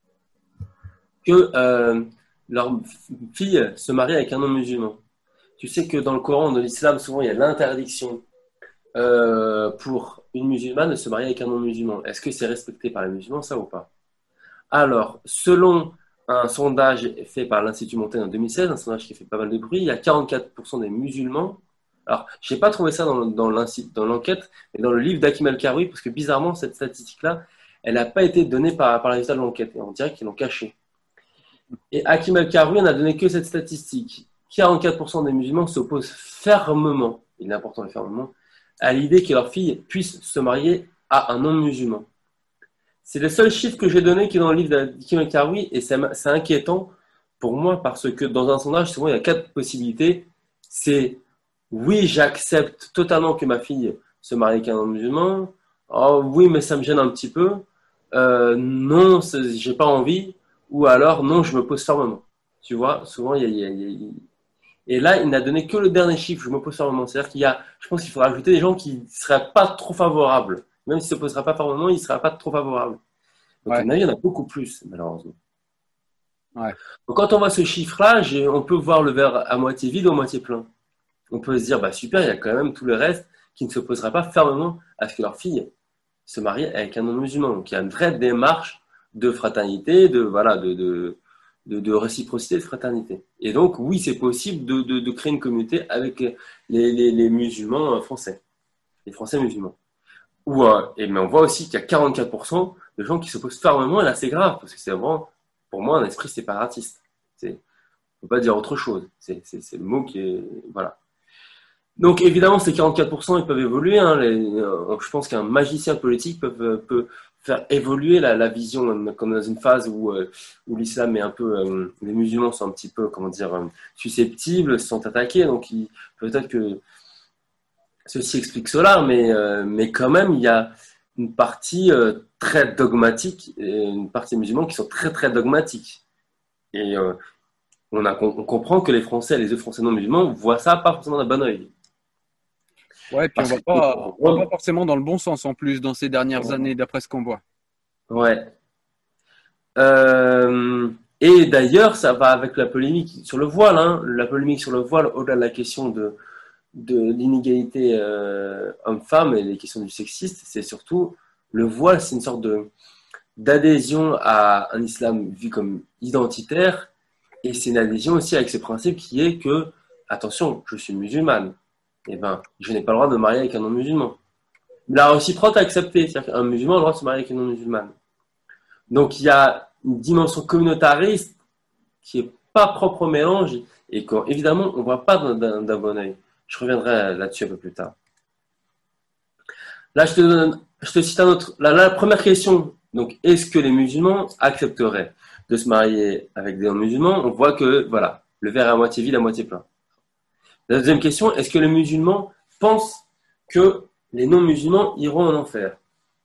que leur fille se marie avec un non-musulman? Tu sais que dans le Coran, dans l'islam, souvent, il y a l'interdiction pour une musulmane de se marier avec un non-musulman. Est-ce que c'est respecté par les musulmans, ça ou pas? Alors, selon un sondage fait par l'Institut Montaigne en 2016, un sondage qui fait pas mal de bruit, il y a 44% des musulmans. Alors, je n'ai pas trouvé ça dans l'enquête, mais dans le livre d'Hakim El-Karoui, parce que bizarrement, cette statistique-là, elle n'a pas été donnée par les résultats de l'enquête. Et on dirait qu'ils l'ont cachée. Et Hakim El-Karoui n'a donné que cette statistique. 44% des musulmans s'opposent fermement, il est important le fermement, à l'idée que leur fille puisse se marier à un non-musulman. C'est le seul chiffre que j'ai donné qui est dans le livre d'Hakim El-Karoui, et c'est inquiétant pour moi, parce que dans un sondage, souvent, il y a 4 possibilités. C'est oui, j'accepte totalement que ma fille se marie avec un non-musulman. Oh oui, mais ça me gêne un petit peu. Non, j'ai pas envie. Ou alors, non, je me pose fermement. Tu vois, souvent, Et là, il n'a donné que le dernier chiffre, je me pose fermement. C'est-à-dire je pense qu'il faudra ajouter des gens qui ne seraient pas trop favorables. Même s'ils ne se poseraient pas fermement, ils ne seraient pas trop favorables. Donc, à mon avis, il y en a beaucoup plus, malheureusement. Ouais. Donc, quand on voit ce chiffre-là, on peut voir le verre à moitié vide ou à moitié plein. On peut se dire, super, il y a quand même tout le reste qui ne s'opposera pas fermement à ce que leur fille se marie avec un non-musulman. Donc, il y a une vraie démarche de fraternité, de réciprocité, de fraternité. Et donc, oui, c'est possible de créer une communauté avec les musulmans français, les Français musulmans. Mais on voit aussi qu'il y a 44% de gens qui s'opposent fermement, et là, c'est grave, parce que c'est vraiment, pour moi, un esprit séparatiste. On ne peut pas dire autre chose. C'est le mot qui est... Voilà. Donc, évidemment, ces 44%, ils peuvent évoluer. Je pense qu'un magicien politique peut faire évoluer la vision, comme dans une phase où l'islam est un peu... les musulmans sont un petit peu, susceptibles, se sont attaqués. Donc, peut-être que ceci explique cela, mais quand même, il y a une partie très dogmatique, et une partie des musulmans qui sont très, très dogmatiques. Et on comprend que les autres Français non musulmans voient ça pas forcément d'un bon oeil. Ouais, puis on va pas forcément dans le bon sens en plus dans ces dernières années, d'après ce qu'on voit. Ouais. Et d'ailleurs, ça va avec la polémique sur le voile. La polémique sur le voile, au-delà de la question de l'inégalité homme-femme et les questions du sexiste, c'est surtout le voile, c'est une sorte d'adhésion à un islam vu comme identitaire, et c'est une adhésion aussi avec ce principe qui est que, attention, je suis musulmane. Je n'ai pas le droit de me marier avec un non-musulman. La réciproque à accepter, c'est-à-dire qu'un musulman a le droit de se marier avec une non-musulmane. Donc il y a une dimension communautariste qui n'est pas propre au mélange et qu'évidemment on ne voit pas d'un bon oeil. Je reviendrai là-dessus un peu plus tard. Là, je te cite un autre. La première question, donc, est-ce que les musulmans accepteraient de se marier avec des non-musulmans? On voit que, voilà, le verre est à moitié vide, à moitié plein. La deuxième question, est-ce que les musulmans pensent que les non-musulmans iront en enfer?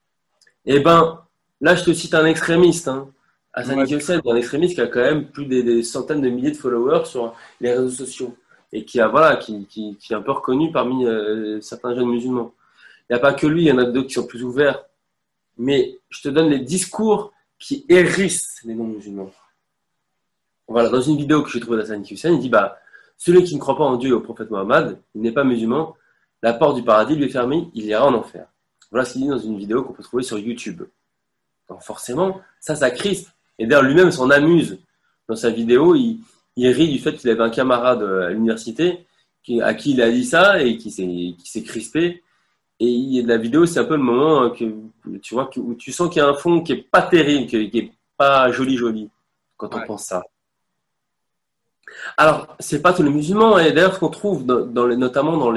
Là, je te cite un extrémiste, Hassan Iqiyoussen, un extrémiste qui a quand même plus des centaines de milliers de followers sur les réseaux sociaux et qui est un peu reconnu parmi certains jeunes musulmans. Il n'y a pas que lui, il y en a d'autres qui sont plus ouverts. Mais je te donne les discours qui hérissent les non-musulmans. Voilà, dans une vidéo que j'ai trouvée d'Hassan Iqiyoussen, il dit celui qui ne croit pas en Dieu et au prophète Mohammed, il n'est pas musulman, la porte du paradis lui est fermée, il ira en enfer. Voilà ce qu'il dit dans une vidéo qu'on peut trouver sur YouTube. Donc forcément, ça crispe. Et d'ailleurs, lui-même s'en amuse. Dans sa vidéo, il rit du fait qu'il avait un camarade à l'université à qui il a dit ça et qui s'est crispé. Et la vidéo, c'est un peu le moment tu vois, où tu sens qu'il y a un fond qui n'est pas terrible, qui n'est pas joli quand on pense ça. Alors, c'est pas tous les musulmans, et d'ailleurs, ce qu'on trouve notamment dans les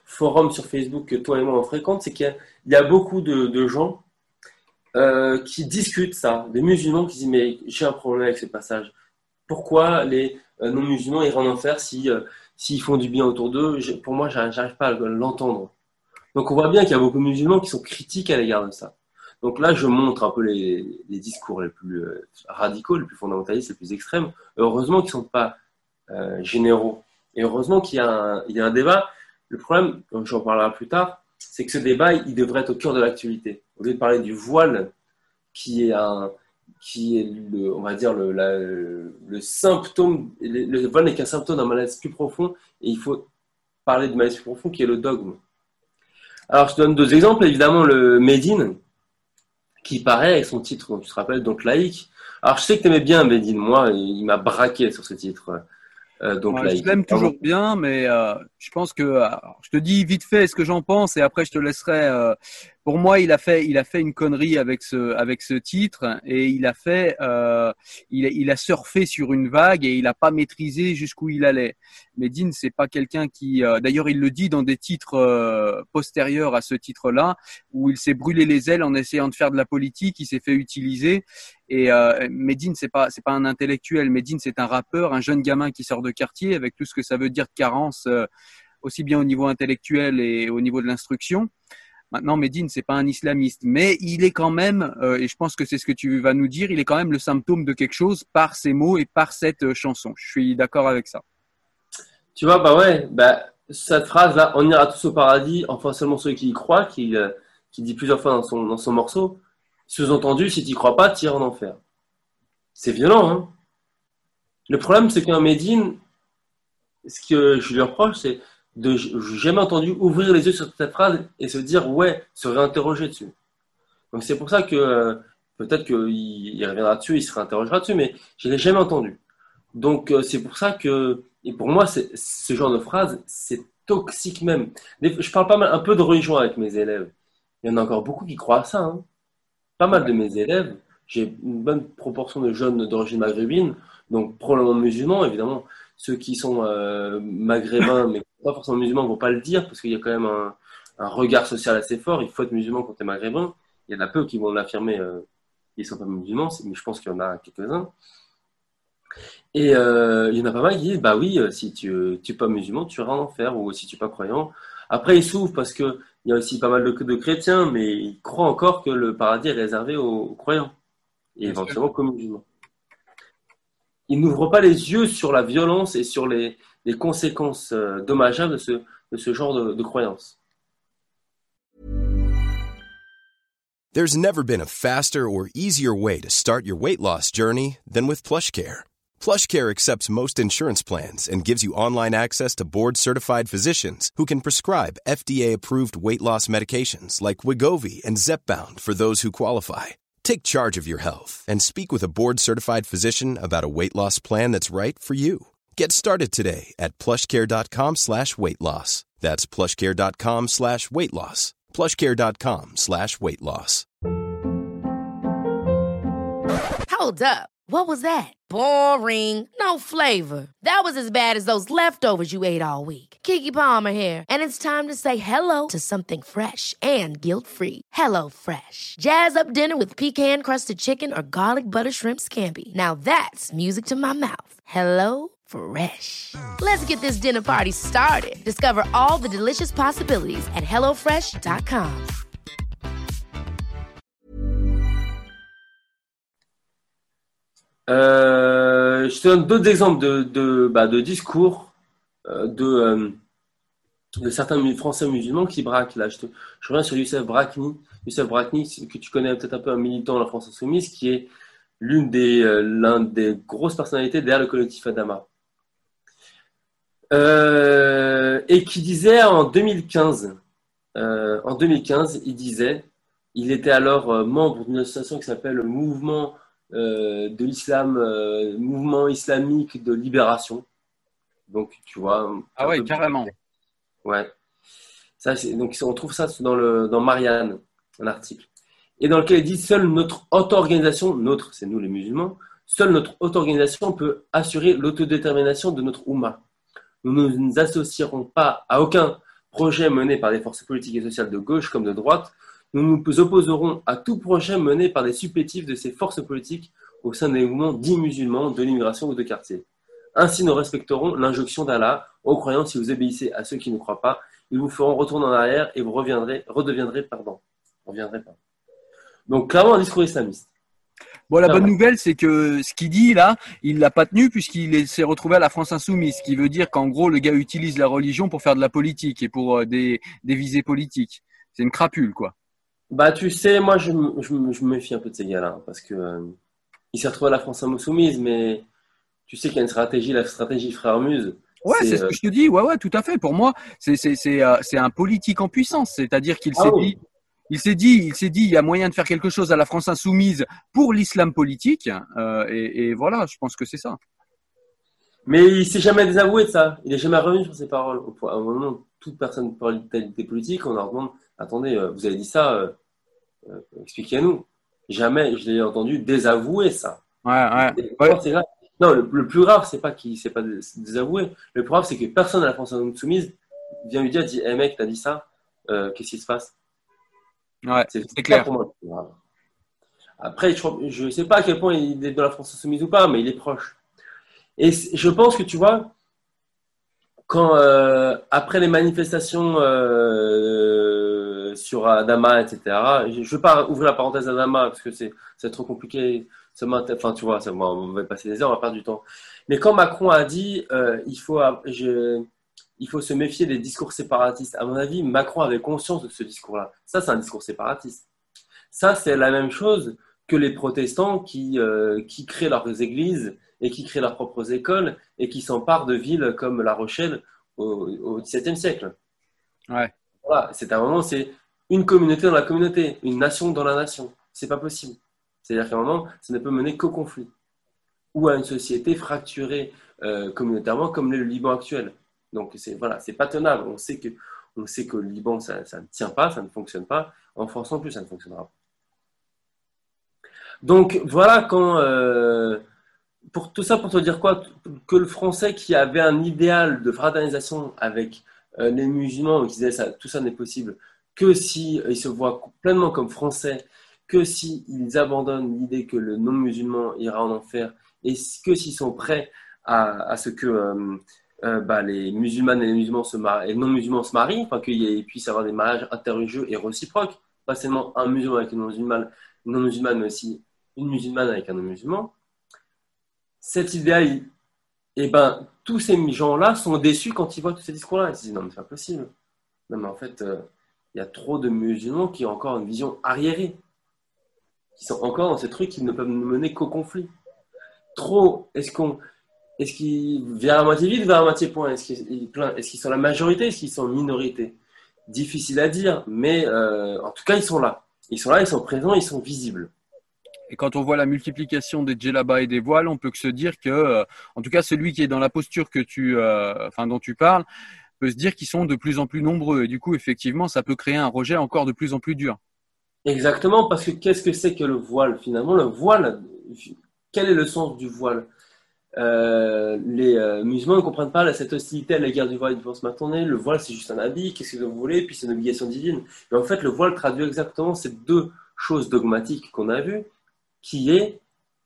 forums sur Facebook que toi et moi on fréquente, c'est qu'il y a beaucoup de gens qui discutent ça, des musulmans qui disent mais j'ai un problème avec ce passage. Pourquoi les non-musulmans iront en enfer s'ils font du bien autour d'eux? Pour moi, j'arrive pas à l'entendre. Donc on voit bien qu'il y a beaucoup de musulmans qui sont critiques à l'égard de ça. Donc là, je montre un peu les discours les plus radicaux, les plus fondamentalistes, les plus extrêmes. Heureusement qu'ils ne sont pas généraux. Et heureusement qu'il y a un débat. Le problème, j'en parlerai plus tard, c'est que ce débat, il devrait être au cœur de l'actualité. Au lieu de parler du voile, qui est on va dire le symptôme. Le voile n'est qu'un symptôme d'un malaise plus profond, et il faut parler du malaise plus profond, qui est le dogme. Alors, je te donne 2 exemples. Évidemment, le Médine, qui paraît avec son titre, dont tu te rappelles, donc laïque. Alors, je sais que tu aimais bien Médine. Moi, il m'a braqué sur ce titre. Donc Ouais, je laïque. l'aime toujours bien, mais je pense que je te dis vite fait ce que j'en pense et après je te laisserai. Pour moi, il a fait une connerie avec ce titre et il a surfé sur une vague et il a pas maîtrisé jusqu'où il allait. Medine, c'est pas quelqu'un qui, d'ailleurs, il le dit dans des titres postérieurs à ce titre-là, où il s'est brûlé les ailes en essayant de faire de la politique, il s'est fait utiliser. Et Medine, c'est pas un intellectuel. Medine, c'est un rappeur, un jeune gamin qui sort de quartier avec tout ce que ça veut dire de carence, aussi bien au niveau intellectuel et au niveau de l'instruction. Maintenant, Medine, c'est pas un islamiste, mais il est quand même, et je pense que c'est ce que tu vas nous dire, il est quand même le symptôme de quelque chose par ses mots et par cette chanson. Je suis d'accord avec ça. Tu vois, cette phrase-là, on ira tous au paradis, enfin seulement ceux qui y croient, qui dit plusieurs fois dans son morceau. Sous-entendu, si tu n'y crois pas, tu iras en enfer. C'est violent, hein. Le problème, c'est qu'un Médine, ce que je lui reproche, c'est de jamais entendu ouvrir les yeux sur cette phrase et se dire, ouais, se réinterroger dessus. Donc c'est pour ça que peut-être qu'il reviendra dessus, il se réinterrogera dessus, mais je ne l'ai jamais entendu. Donc c'est pour ça que, et pour moi, ce genre de phrase, c'est toxique même. Je parle pas mal, un peu de religion avec mes élèves. Il y en a encore beaucoup qui croient à ça, hein. Pas mal de mes élèves, j'ai une bonne proportion de jeunes d'origine maghrébine, donc probablement musulmans, évidemment. Ceux qui sont maghrébins, mais pas forcément musulmans, ne vont pas le dire, parce qu'il y a quand même un regard social assez fort. Il faut être musulman quand tu es maghrébin. Il y en a peu qui vont l'affirmer, ils ne sont pas musulmans, mais je pense qu'il y en a quelques-uns. Et il y en a pas mal qui disent, bah oui, si tu n'es pas musulman, tu iras en enfer, ou si tu n'es pas croyant. Après, ils souffrent parce qu'il y a aussi pas mal de chrétiens, mais ils croient encore que le paradis est réservé aux croyants, et éventuellement aux musulmans. Ils n'ouvrent pas les yeux sur la violence et sur les conséquences dommageables de ce genre de croyances. There's never been a faster or easier way to start your weight loss journey than with PlushCare. PlushCare accepts most insurance plans and gives you online access to board-certified physicians who can prescribe FDA-approved weight loss medications like Wegovy and Zepbound for those who qualify. Take charge of your health and speak with a board-certified physician about a weight loss plan that's right for you. Get started today at plushcare.com/weight-loss. That's plushcare.com/weight-loss. plushcare.com/weight-loss. Hold up. What was that? Boring. No flavor. That was as bad as those leftovers you ate all week. Keke Palmer here, and it's time to say hello to something fresh and guilt-free. Hello Fresh. Jazz up dinner with pecan-crusted chicken or garlic butter shrimp scampi. Now that's music to my mouth. Hello Fresh. Let's get this dinner party started. Discover all the delicious possibilities at hellofresh.com. Je te donne d'autres exemples de discours de certains Français musulmans qui braquent. Là, je reviens sur Youssef Brakni. Youssef Brakni, que tu connais peut-être un peu, un militant de la France insoumise, qui est l'une des grosses personnalités derrière le collectif Adama. Et qui disait en 2015, il était alors membre d'une association qui s'appelle le Mouvement de l'islam, mouvement islamique de libération. Donc, tu vois. Ah ouais, carrément. Ouais. Donc, on trouve ça dans Marianne, un article. Et dans lequel il dit, seule notre auto-organisation, c'est nous les musulmans, seule notre auto-organisation peut assurer l'autodétermination de notre Oumma. Nous ne nous associerons pas à aucun projet mené par des forces politiques et sociales de gauche comme de droite, nous nous opposerons à tout projet mené par des supplétifs de ces forces politiques au sein des mouvements dits musulmans, de l'immigration ou de quartier. Ainsi, nous respecterons l'injonction d'Allah aux croyants: si vous obéissez à ceux qui ne croient pas, ils vous feront retourner en arrière et vous redeviendrez. Donc, clairement, un discours islamiste. Bon, la bonne nouvelle, c'est que ce qu'il dit là, il l'a pas tenu puisqu'il s'est retrouvé à la France Insoumise, ce qui veut dire qu'en gros, le gars utilise la religion pour faire de la politique et pour des visées politiques. C'est une crapule, quoi. Bah, tu sais, moi, je me méfie un peu de ces gars-là, parce que il s'est retrouvé à la France Insoumise, mais tu sais qu'il y a une stratégie, la stratégie Frères Muse. Ouais, c'est ce que je te dis. Ouais, tout à fait. Pour moi, c'est un politique en puissance. C'est-à-dire qu'il s'est dit, il s'est dit, il y a moyen de faire quelque chose à la France Insoumise pour l'islam politique. Et voilà, je pense que c'est ça. Mais il s'est jamais désavoué de ça. Il n'est jamais revenu sur ses paroles. À un moment, toute personne parle de politique, on leur demande: attendez, vous avez dit ça, expliquez-nous. Jamais je l'ai entendu désavouer ça. Ouais. C'est grave. Non, le plus grave, c'est pas qu'il s'est pas désavoué. Le plus grave, c'est que personne à la France Insoumise vient lui dire, dit: hey mec, t'as dit ça, qu'est-ce qui se passe? Ouais, c'est clair. Pour moi. Après, je sais pas à quel point il est dans la France Insoumise ou pas, mais il est proche. Et je pense que tu vois, quand après les manifestations sur Adama, etc., je ne veux pas ouvrir la parenthèse Adama parce que c'est trop compliqué. Enfin, tu vois, on va passer des heures, on va perdre du temps. Mais quand Macron a dit il faut se méfier des discours séparatistes, à mon avis, Macron avait conscience de ce discours-là. Ça, c'est un discours séparatiste. Ça, c'est la même chose que les protestants qui créent leurs églises et qui créent leurs propres écoles et qui s'emparent de villes comme La Rochelle au XVIIe siècle. Ouais. Voilà, c'est un moment, c'est une communauté dans la communauté, une nation dans la nation. C'est pas possible. C'est-à-dire qu'à un moment, ça ne peut mener qu'au conflit ou à une société fracturée communautairement comme l'est le Liban actuel. Donc c'est pas tenable. On sait que le Liban, ça ne tient pas, ça ne fonctionne pas. En France non plus, ça ne fonctionnera pas. Donc voilà, pour tout ça, pour te dire quoi, que le Français qui avait un idéal de fraternisation avec les musulmans, qui disait ça, tout ça n'est possible que si ils se voient pleinement comme Français, que s'ils abandonnent l'idée que le non-musulman ira en enfer, et que s'ils sont prêts à ce que les musulmanes et les musulmans se marient, et les non-musulmans se marient, enfin qu'il puisse y avoir des mariages interreligieux et réciproques, pas seulement un musulman avec une non-musulmane, mais aussi une musulmane avec un non-musulman. Cet idéal, tous ces gens-là sont déçus quand ils voient tous ces discours-là. Ils se disent: non, mais c'est pas possible. Non, mais en fait, il y a trop de musulmans qui ont encore une vision arriérée, qui sont encore dans ces trucs qui ne peuvent nous mener qu'au conflit. Trop, est-ce qu'ils vers à moitié vide, vers à moitié plein? Est-ce qu'ils sont la majorité, est-ce qu'ils sont minorité? Difficile à dire, mais en tout cas, ils sont là. Ils sont là, ils sont présents, ils sont visibles. Et quand on voit la multiplication des djellabas et des voiles, on peut que se dire que, en tout cas, celui qui est dans la posture dont tu parles, peut se dire qu'ils sont de plus en plus nombreux. Et du coup, effectivement, ça peut créer un rejet encore de plus en plus dur. Exactement, parce que qu'est-ce que c'est que le voile finalement? Le voile, quel est le sens du voile? Les musulmans ne comprennent pas cette hostilité à l'égard du voile. Ils pensent: attendez, le voile c'est juste un habit, qu'est-ce que vous voulez? Puis c'est une obligation divine. Mais en fait, le voile traduit exactement ces deux choses dogmatiques qu'on a vues, qui est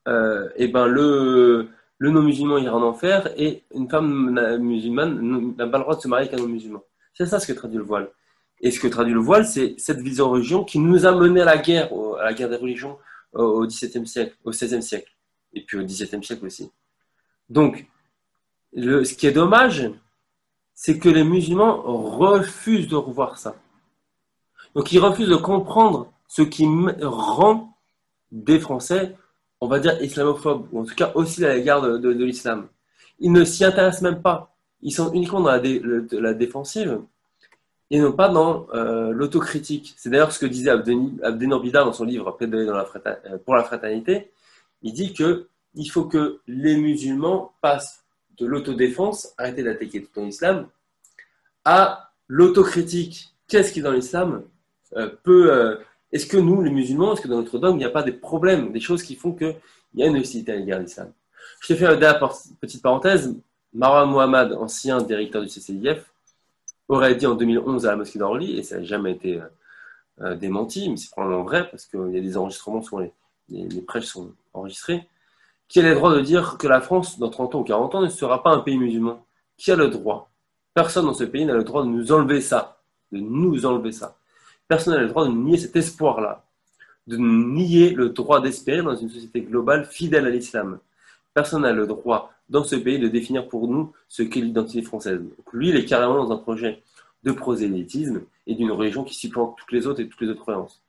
le non-musulman ira en enfer et une femme musulmane n'a pas le droit de se marier avec un non-musulman. C'est ça ce que traduit le voile. Et ce que traduit le voile, c'est cette vision religion qui nous a mené à la guerre des religions au XVIIe siècle, au XVIe siècle, et puis au XVIIe siècle aussi. Donc, ce qui est dommage, c'est que les musulmans refusent de revoir ça. Donc, ils refusent de comprendre ce qui rend des Français, on va dire, islamophobes, ou en tout cas aussi à l'égard de l'islam. Ils ne s'y intéressent même pas. Ils sont uniquement dans la défensive et non pas dans l'autocritique. C'est d'ailleurs ce que disait Abdennour Bida dans son livre Plaidoyer pour la fraternité. Il dit qu'il faut que les musulmans passent de l'autodéfense, arrêter d'attaquer tout en islam, à l'autocritique. Qu'est-ce qui dans l'islam est-ce que nous, les musulmans, est-ce que dans notre dogme, il n'y a pas des problèmes, des choses qui font qu'il y a une hostilité à l'égard de l'islam? Je te fais une petite parenthèse. Marwan Mohammad, ancien directeur du CCIF, aurait dit en 2011 à la mosquée d'Orly, et ça n'a jamais été démenti, mais c'est probablement vrai, parce qu'il y a des enregistrements sur les prêches sont enregistrés, qui a le droit de dire que la France, dans 30 ans ou 40 ans, ne sera pas un pays musulman? Qui a le droit? Personne dans ce pays n'a le droit de nous enlever ça, Personne n'a le droit de nier cet espoir-là, de nier le droit d'espérer dans une société globale fidèle à l'islam. Personne n'a le droit, dans ce pays, de définir pour nous ce qu'est l'identité française. Donc, lui, il est carrément dans un projet de prosélytisme et d'une religion qui supplante toutes les autres et toutes les autres croyances.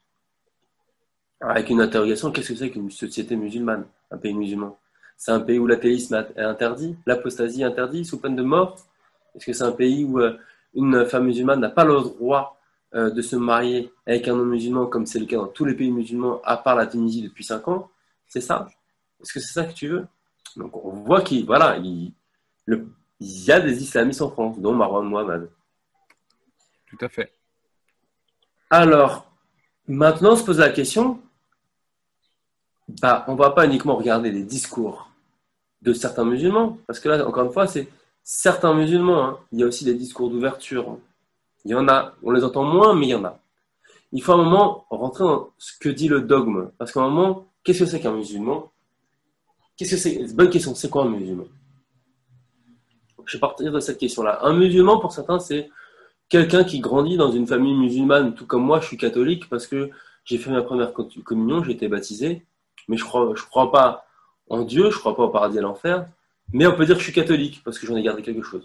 Avec une interrogation, qu'est-ce que c'est qu'une société musulmane, un pays musulman? C'est un pays où l'athéisme est interdit, l'apostasie est interdite, sous peine de mort? Est-ce que c'est un pays où une femme musulmane n'a pas le droit de se marier avec un homme musulman, comme c'est le cas dans tous les pays musulmans, à part la Tunisie depuis 5 ans? C'est ça? Est-ce que c'est ça que tu veux? Donc on voit qu'il y a des islamistes en France, dont Marwan Mohamed. Tout à fait. Alors, maintenant, on se pose la question, on ne va pas uniquement regarder les discours de certains musulmans, parce que là, encore une fois, c'est certains musulmans, hein. Il y a aussi des discours d'ouverture. Il y en a, on les entend moins, mais il y en a. Il faut à un moment rentrer dans ce que dit le dogme, parce qu'à un moment, qu'est-ce que c'est qu'un musulman? Qu'est-ce que c'est? C'est une bonne question, c'est quoi un musulman? Je vais partir de cette question-là. Un musulman, pour certains, c'est quelqu'un qui grandit dans une famille musulmane, tout comme moi, je suis catholique parce que j'ai fait ma première communion, j'ai été baptisé, mais je crois pas en Dieu, je crois pas au paradis et à l'enfer, mais on peut dire que je suis catholique parce que j'en ai gardé quelque chose.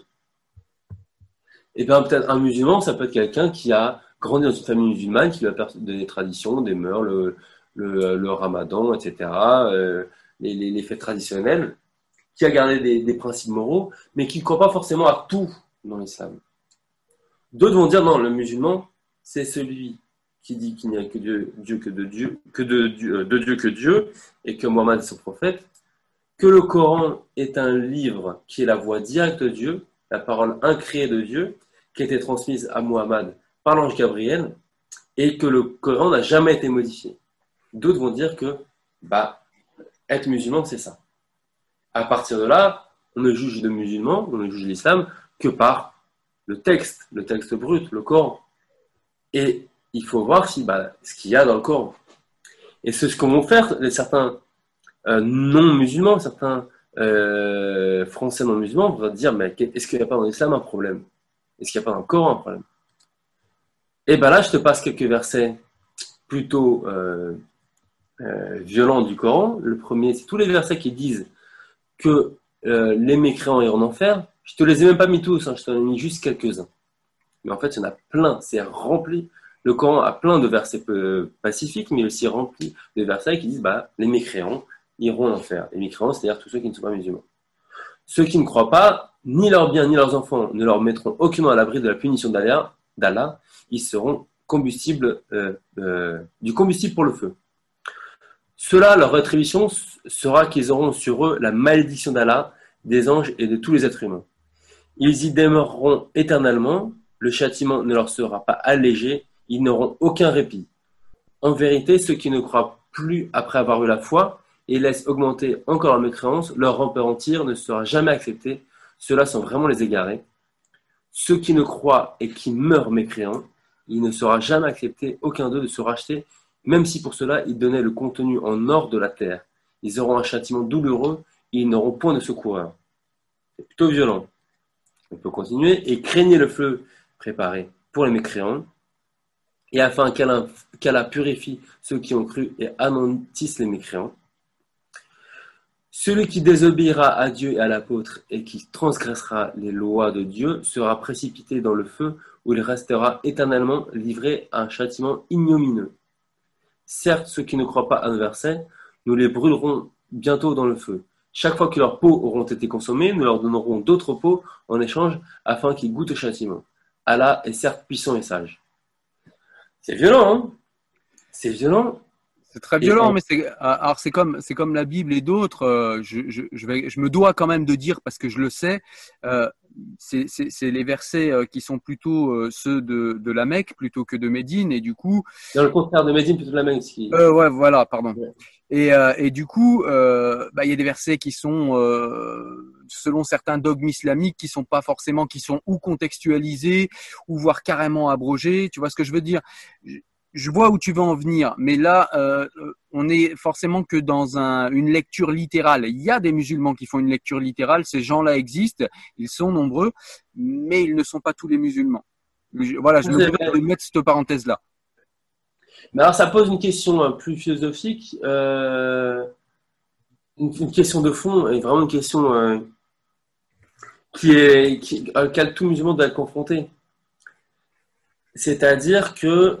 Et bien peut-être un musulman, ça peut être quelqu'un qui a grandi dans une famille musulmane, qui lui a perdu des traditions, des mœurs, le ramadan, etc., les fêtes traditionnelles, qui a gardé des principes moraux, mais qui ne croit pas forcément à tout dans l'islam. D'autres vont dire non, le musulman, c'est celui qui dit qu'il n'y a que de Dieu que Dieu, et que Mohammed est son prophète, que le Coran est un livre qui est la voix directe de Dieu, la parole incréée de Dieu, qui a été transmise à Mohammed par l'ange Gabriel, et que le Coran n'a jamais été modifié. D'autres vont dire que être musulman, c'est ça. À partir de là, on ne juge le musulman, on ne juge l'islam que par le texte brut, le Coran. Et il faut voir ce qu'il y a dans le Coran. Et c'est ce que vont faire certains non-musulmans, certains Français non-musulmans, vont dire, mais est-ce qu'il n'y a pas dans l'islam un problème? Est-ce qu'il n'y a pas dans le Coran un problème? Et là, je te passe quelques versets plutôt violents du Coran. Le premier, c'est tous les versets qui disent que les mécréants iront en enfer. Je ne te les ai même pas mis tous, je t'en ai mis juste quelques-uns. Mais en fait, il y en a plein, c'est rempli. Le Coran a plein de versets pacifiques, mais aussi rempli de versets qui disent les mécréants iront en enfer. Les mécréants, c'est-à-dire tous ceux qui ne sont pas musulmans. Ceux qui ne croient pas, ni leurs biens, ni leurs enfants ne leur mettront aucunement à l'abri de la punition d'Allah. Ils seront du combustible pour le feu. Cela, leur rétribution sera qu'ils auront sur eux la malédiction d'Allah, des anges et de tous les êtres humains. Ils y demeureront éternellement, le châtiment ne leur sera pas allégé, ils n'auront aucun répit. En vérité, ceux qui ne croient plus après avoir eu la foi et laissent augmenter encore leur mécréance, leur repentir ne sera jamais accepté. Ceux-là sont vraiment les égarés. Ceux qui ne croient et qui meurent mécréants, il ne sera jamais accepté aucun d'eux de se racheter, même si pour cela ils donnaient le contenu en or de la terre. Ils auront un châtiment douloureux et ils n'auront point de secoureur. C'est plutôt violent. On peut continuer. Et craignez le feu préparé pour les mécréants, et afin qu'Allah purifie ceux qui ont cru et anéantisse les mécréants. Celui qui désobéira à Dieu et à l'apôtre et qui transgressera les lois de Dieu sera précipité dans le feu où il restera éternellement livré à un châtiment ignominieux. Certes, ceux qui ne croient pas à nos versets, nous les brûlerons bientôt dans le feu. Chaque fois que leurs peaux auront été consommées, nous leur donnerons d'autres peaux en échange afin qu'ils goûtent au châtiment. Allah est certes puissant et sage. C'est violent, hein? C'est violent. C'est très violent, mais c'est comme la Bible et d'autres. Je me dois quand même de dire, parce que je le sais, c'est les versets qui sont plutôt ceux de la Mecque plutôt que de Médine, et du coup, Dans le contraire de Médine, plutôt de la Mecque. ouais, voilà, pardon. Ouais. Et du coup, il y a des versets qui sont, selon certains dogmes islamiques, qui sont pas forcément, qui sont ou contextualisés, ou voire carrément abrogés. Tu vois ce que je veux dire? Je vois où tu veux en venir, mais là, on est forcément que dans une lecture littérale. Il y a des musulmans qui font une lecture littérale. Ces gens-là existent, ils sont nombreux, mais ils ne sont pas tous les musulmans. Voilà, je me permets de mettre cette parenthèse-là. Mais alors, ça pose une question plus philosophique, une question de fond, et vraiment une question à laquelle tout musulman doit être confronté. C'est-à-dire que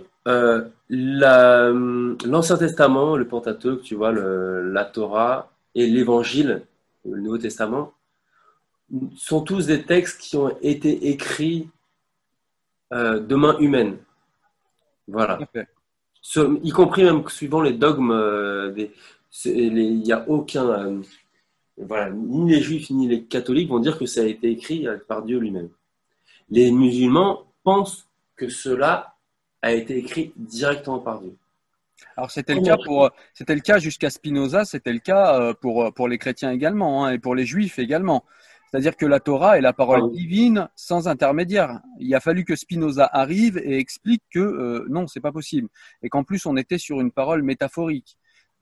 l'Ancien Testament, le Pentateuque, tu vois, la Torah et l'Évangile, le Nouveau Testament, sont tous des textes qui ont été écrits de main humaine. Voilà. Okay. Y compris même suivant les dogmes, il n'y a aucun, voilà, ni les juifs ni les catholiques vont dire que ça a été écrit par Dieu lui-même. Les musulmans pensent que cela a été écrit directement par Dieu. Alors c'était le cas jusqu'à Spinoza, c'était le cas pour les chrétiens également, hein, et pour les juifs également. C'est-à-dire que la Torah est la parole divine sans intermédiaire. Il a fallu que Spinoza arrive et explique que non, c'est pas possible, et qu'en plus on était sur une parole métaphorique.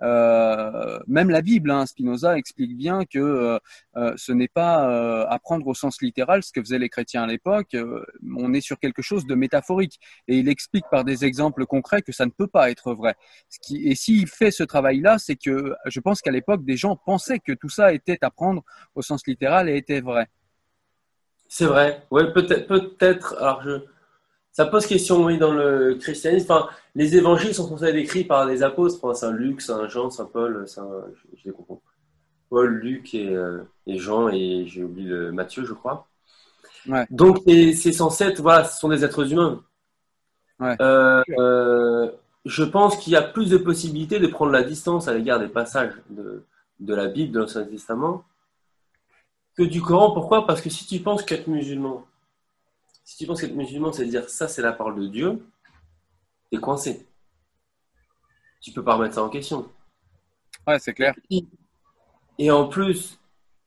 Même la Bible, hein, Spinoza explique bien que ce n'est pas à prendre au sens littéral ce que faisaient les chrétiens à l'époque. On est sur quelque chose de métaphorique, et il explique par des exemples concrets que ça ne peut pas être vrai. Et s'il fait ce travail-là, c'est que je pense qu'à l'époque, des gens pensaient que tout ça était à prendre au sens littéral et était vrai. C'est vrai, ouais, peut-être. Alors ça pose question, oui, dans le christianisme. Enfin, les évangiles sont censés être écrits par des apôtres, enfin, Saint Luc, Saint Jean, Saint Paul, je les comprends. Paul, Luc et Jean, et j'ai oublié Matthieu, je crois. Ouais. Donc, c'est censé être, voilà, ce sont des êtres humains. Ouais. Je pense qu'il y a plus de possibilités de prendre la distance à l'égard des passages de la Bible, de l'Ancien Testament, que du Coran. Pourquoi? Parce que si tu penses qu'être musulman, c'est dire ça, c'est la parole de Dieu, t'es coincé. Tu peux pas remettre ça en question. Ouais, c'est clair. Et en plus,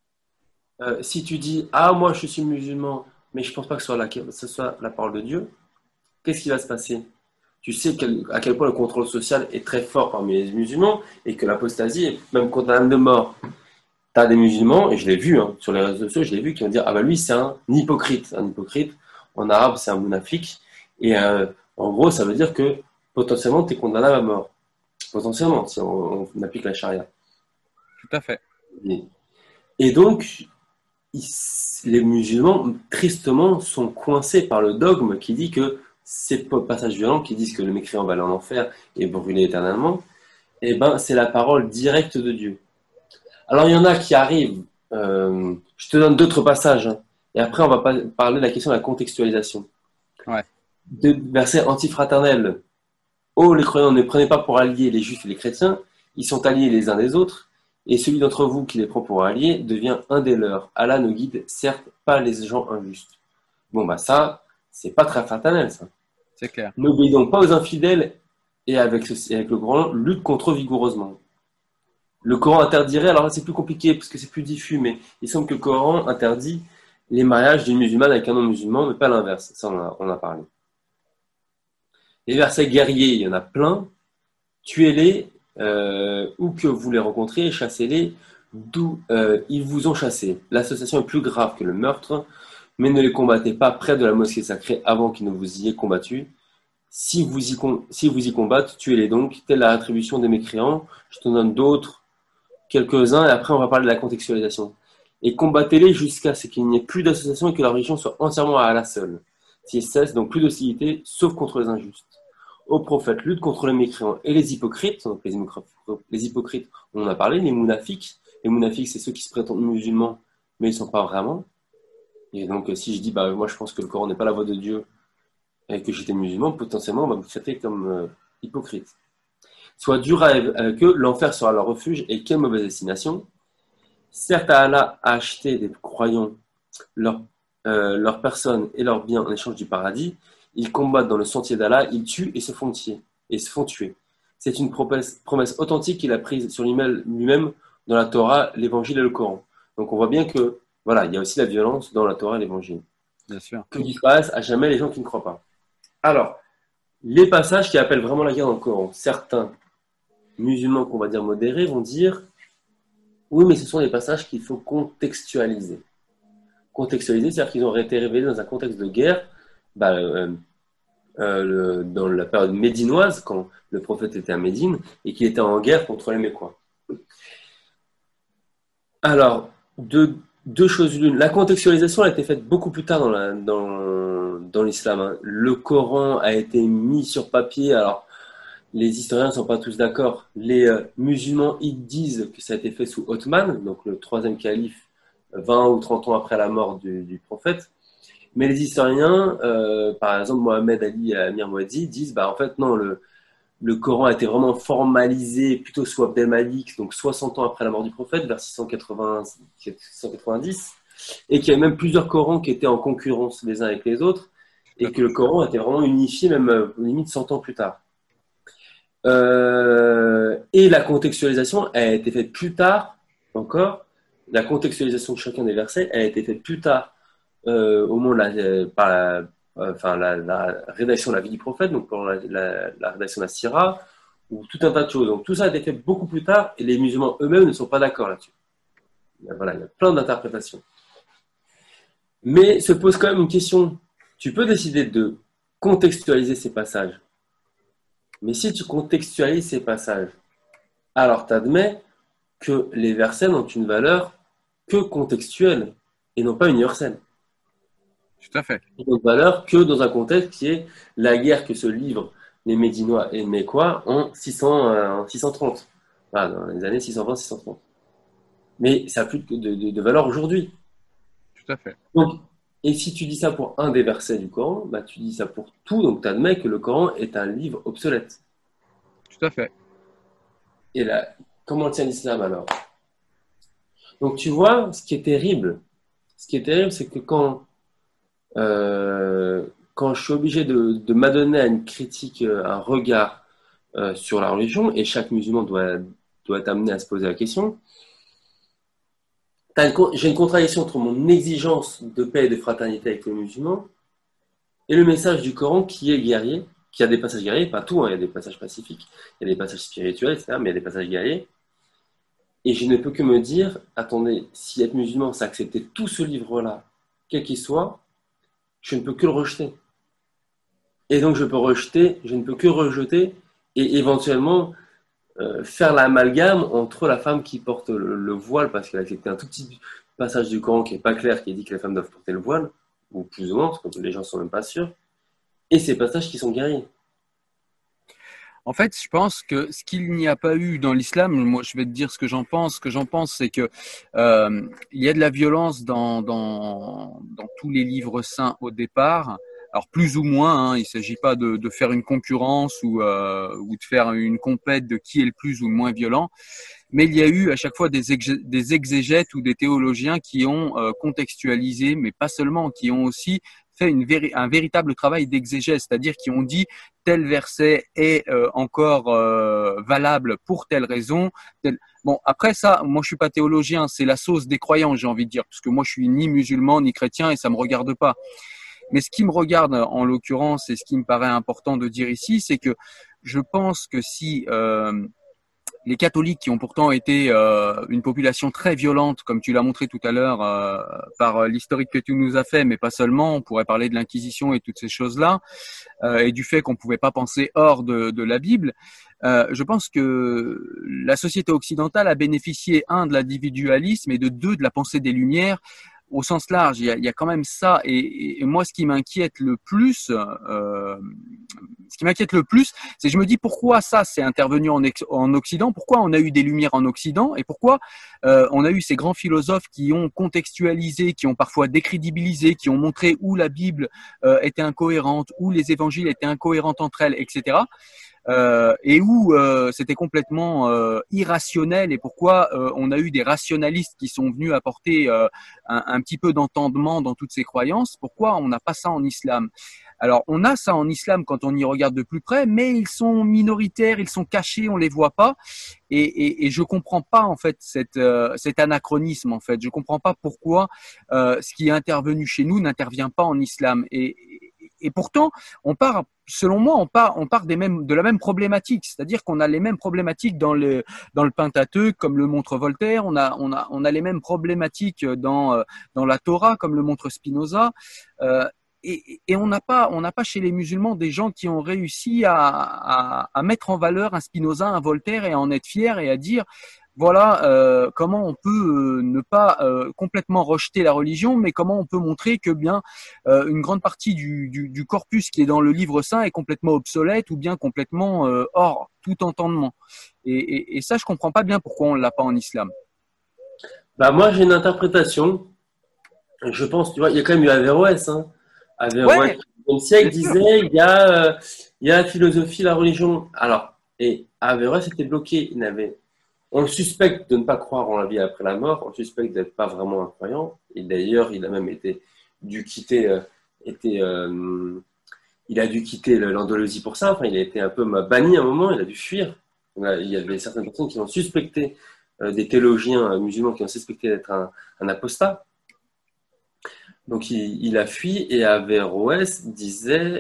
si tu dis ah, moi je suis musulman, mais je pense pas que ce soit la parole de Dieu, qu'est-ce qui va se passer? Tu sais à quel point le contrôle social est très fort parmi les musulmans, et que l'apostasie, même quand t'as un de mort, t'as des musulmans, et je l'ai vu sur les réseaux sociaux, je l'ai vu, qui vont dire ah bah lui c'est un hypocrite. Un hypocrite, en arabe, c'est un munafik. Et en gros, ça veut dire que potentiellement, tu es condamnable à mort. Potentiellement, si on applique la charia. Tout à fait. Et donc, les musulmans, tristement, sont coincés par le dogme qui dit que ces passages violents, qui disent que le mécréant va aller en enfer et brûler éternellement, eh ben, c'est la parole directe de Dieu. Alors, il y en a qui arrivent. Je te donne d'autres passages, hein. Et après, on va parler de la question de la contextualisation. Ouais. De versets antifraternels. Oh, les croyants, ne prenez pas pour alliés les juifs et les chrétiens. Ils sont alliés les uns des autres. Et celui d'entre vous qui les prend pour alliés devient un des leurs. Allah nous guide, certes, pas les gens injustes. Bon, bah ça, c'est pas très fraternel, ça. C'est clair. N'obéis donc pas aux infidèles, et avec le Coran, lutte contre eux vigoureusement. Le Coran interdirait, alors là c'est plus compliqué parce que c'est plus diffus, mais il semble que le Coran interdit les mariages d'une musulmane avec un non-musulman, mais pas l'inverse. Ça, on a parlé. Les versets guerriers, il y en a plein. Tuez-les, où que vous les rencontrez, chassez-les, d'où ils vous ont chassé. L'association est plus grave que le meurtre, mais ne les combattez pas près de la mosquée sacrée avant qu'ils ne vous y aient combattu. Si vous y combattent, tuez-les donc. Telle la rétribution des mécréants. Je te donne d'autres, quelques-uns, et après on va parler de la contextualisation. Et combattez-les jusqu'à ce qu'il n'y ait plus d'association et que la religion soit entièrement à la seule. S'il cesse, donc plus d'hostilité, sauf contre les injustes. Ô prophète, lutte contre les mécréants et les hypocrites. Donc les hypocrites, on en a parlé, les munafiques. Les munafiques, c'est ceux qui se prétendent musulmans, mais ils ne sont pas vraiment. Et donc si je dis, bah moi je pense que le Coran n'est pas la voix de Dieu et que j'étais musulman, potentiellement on va me traiter comme hypocrite. Sois dur avec eux, l'enfer sera leur refuge, et quelle mauvaise destination. Certes, Allah a acheté des croyants leur leur personne et leurs biens en échange du paradis. Ils combattent dans le sentier d'Allah, ils tuent et se font tuer. C'est une promesse authentique qu'il a prise sur lui-même dans la Torah, l'Évangile et le Coran. Donc on voit bien que voilà, il y a aussi la violence dans la Torah et l'Évangile. Bien sûr. Que disparaissent à jamais les gens qui ne croient pas. Alors, les passages qui appellent vraiment la guerre dans le Coran, certains musulmans qu'on va dire modérés vont dire oui, mais ce sont des passages qu'il faut contextualiser. Contextualiser, c'est-à-dire qu'ils ont été révélés dans un contexte de guerre, dans la période médinoise, quand le prophète était à Médine, et qu'il était en guerre contre les Mécois. Alors, deux choses l'une. La contextualisation a été faite beaucoup plus tard dans l'islam. Hein. Le Coran a été mis sur papier. Alors, les historiens ne sont pas tous d'accord. Les musulmans, ils disent que ça a été fait sous Othman, donc le troisième calife, 20 ou 30 ans après la mort du prophète. Mais les historiens, par exemple Mohamed Ali et Amir Mouaddi, disent en fait non, le Coran a été vraiment formalisé plutôt sous Abd el-Malik, donc 60 ans après la mort du prophète, vers 690, et qu'il y avait même plusieurs Corans qui étaient en concurrence les uns avec les autres, et que le Coran a été vraiment unifié même limite 100 ans plus tard. Et la contextualisation a été faite plus tard encore. La contextualisation de chacun des versets a été faite plus tard au moment par la rédaction de la vie du prophète, donc pendant la rédaction de la Sira, ou tout un tas de choses. Donc tout ça a été fait beaucoup plus tard et les musulmans eux-mêmes ne sont pas d'accord là-dessus. Voilà, il y a plein d'interprétations. Mais se pose quand même une question. Tu peux décider de contextualiser ces passages. Mais si tu contextualises ces passages, alors tu admets que les versets n'ont une valeur que contextuelle et non pas universelle. Tout à fait. Ils n'ont de valeur que dans un contexte qui est la guerre que se livrent les Médinois et les Mécois en 630. Voilà, dans les années 620-630. Mais ça n'a plus de valeur aujourd'hui. Tout à fait. Donc, et si tu dis ça pour un des versets du Coran, tu dis ça pour tout, donc tu admets que le Coran est un livre obsolète. Tout à fait. Et là, comment tient l'islam alors? Donc tu vois, ce qui est terrible, c'est que quand je suis obligé de m'adonner à une critique, un regard sur la religion, et chaque musulman doit être amené à se poser la question, j'ai une contradiction entre mon exigence de paix et de fraternité avec les musulmans et le message du Coran qui est guerrier, qui a des passages guerriers, pas tout, hein, il y a des passages pacifiques, il y a des passages spirituels, etc., mais il y a des passages guerriers. Et je ne peux que me dire, attendez, si être musulman, c'est accepter tout ce livre-là, quel qu'il soit, je ne peux que le rejeter. Et donc je ne peux que rejeter et éventuellement faire l'amalgame entre la femme qui porte le voile, parce qu'elle a accepté un tout petit passage du Coran qui n'est pas clair, qui dit que les femmes doivent porter le voile, ou plus ou moins, parce que les gens ne sont même pas sûrs, et ces passages qui sont guerriers. En fait, je pense que ce qu'il n'y a pas eu dans l'islam, moi je vais te dire ce que j'en pense. Ce que j'en pense, c'est que il y a de la violence dans tous les livres saints au départ. Alors plus ou moins, il ne s'agit pas de faire une concurrence ou de faire une compète de qui est le plus ou le moins violent. Mais il y a eu à chaque fois des exégètes ou des théologiens qui ont contextualisé, mais pas seulement, qui ont aussi fait un véritable travail d'exégèse, c'est-à-dire qui ont dit tel verset est encore valable pour telle raison. Bon, après ça, moi je suis pas théologien, c'est la sauce des croyants, j'ai envie de dire, parce que moi je suis ni musulman ni chrétien et ça me regarde pas. Mais ce qui me regarde en l'occurrence et ce qui me paraît important de dire ici, c'est que je pense que si les catholiques qui ont pourtant été une population très violente, comme tu l'as montré tout à l'heure par l'historique que tu nous as fait, mais pas seulement, on pourrait parler de l'Inquisition et toutes ces choses-là, et du fait qu'on ne pouvait pas penser hors de la Bible. Je pense que la société occidentale a bénéficié, de l'individualisme et de la pensée des Lumières, au sens large. Il y a quand même ça, et moi ce qui m'inquiète le plus, c'est je me dis pourquoi ça s'est intervenu en Occident, pourquoi on a eu des Lumières en Occident, et pourquoi on a eu ces grands philosophes qui ont contextualisé, qui ont parfois décrédibilisé, qui ont montré où la Bible était incohérente, où les évangiles étaient incohérents entre elles, etc. et où c'était complètement irrationnel, et pourquoi on a eu des rationalistes qui sont venus apporter un petit peu d'entendement dans toutes ces croyances. Pourquoi on n'a pas ça en islam? Alors, on a ça en islam quand on y regarde de plus près, mais ils sont minoritaires, ils sont cachés, on les voit pas. Et je comprends pas en fait cet anachronisme en fait. Je comprends pas pourquoi ce qui est intervenu chez nous n'intervient pas en islam. Et pourtant, selon moi, on part de la même problématique, c'est-à-dire qu'on a les mêmes problématiques dans le Pentateuque, comme le montre Voltaire. On a les mêmes problématiques dans la Torah, comme le montre Spinoza. Et on n'a pas chez les musulmans des gens qui ont réussi à mettre en valeur un Spinoza, un Voltaire, et à en être fiers et à dire voilà comment on peut ne pas complètement rejeter la religion, mais comment on peut montrer que bien une grande partie du corpus qui est dans le livre saint est complètement obsolète ou bien complètement hors tout entendement. Et ça, je comprends pas bien pourquoi on l'a pas en islam. Bah moi, j'ai une interprétation. Je pense, tu vois, il y a quand même eu Averroès, hein. Averroès, au siècle, disait il y a la philosophie, la religion. Alors, et Averroès était bloqué. On le suspecte de ne pas croire en la vie après la mort. On le suspecte d'être pas vraiment un croyant. Et d'ailleurs, il a même dû quitter l'Andalousie pour ça. Enfin, il a été un peu banni à un moment. Il a dû fuir. Il y avait certaines personnes qui ont suspecté, des théologiens musulmans qui ont suspecté d'être un apostat. Donc il a fui, et Averroès disait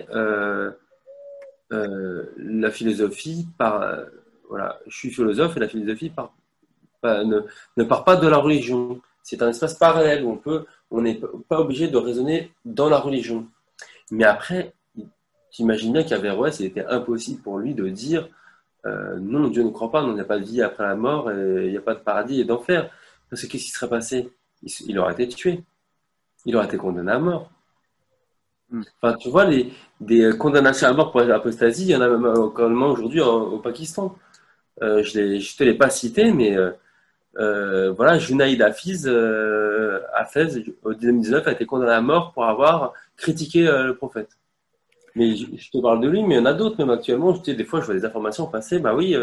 la philosophie voilà, je suis philosophe et la philosophie ne part pas de la religion. C'est un espace parallèle où on n'est pas obligé de raisonner dans la religion. Mais après, t'imagines bien qu'Averroès, il était impossible pour lui de dire non, Dieu ne croit pas, non, il n'y a pas de vie après la mort, et il n'y a pas de paradis et d'enfer. Parce que qu'est-ce qui serait passé? Il aurait été tué. Il aurait été condamné à mort. Enfin, tu vois, des condamnations à mort pour l'apostasie, il y en a même encore aujourd'hui au Pakistan. Je ne te l'ai pas cité, mais voilà, Junaïd Hafiz, à Fès, au 2019, a été condamné à mort pour avoir critiqué le prophète. Mais je te parle de lui, mais il y en a d'autres, même actuellement. Des fois, je vois des informations passer. Bah oui,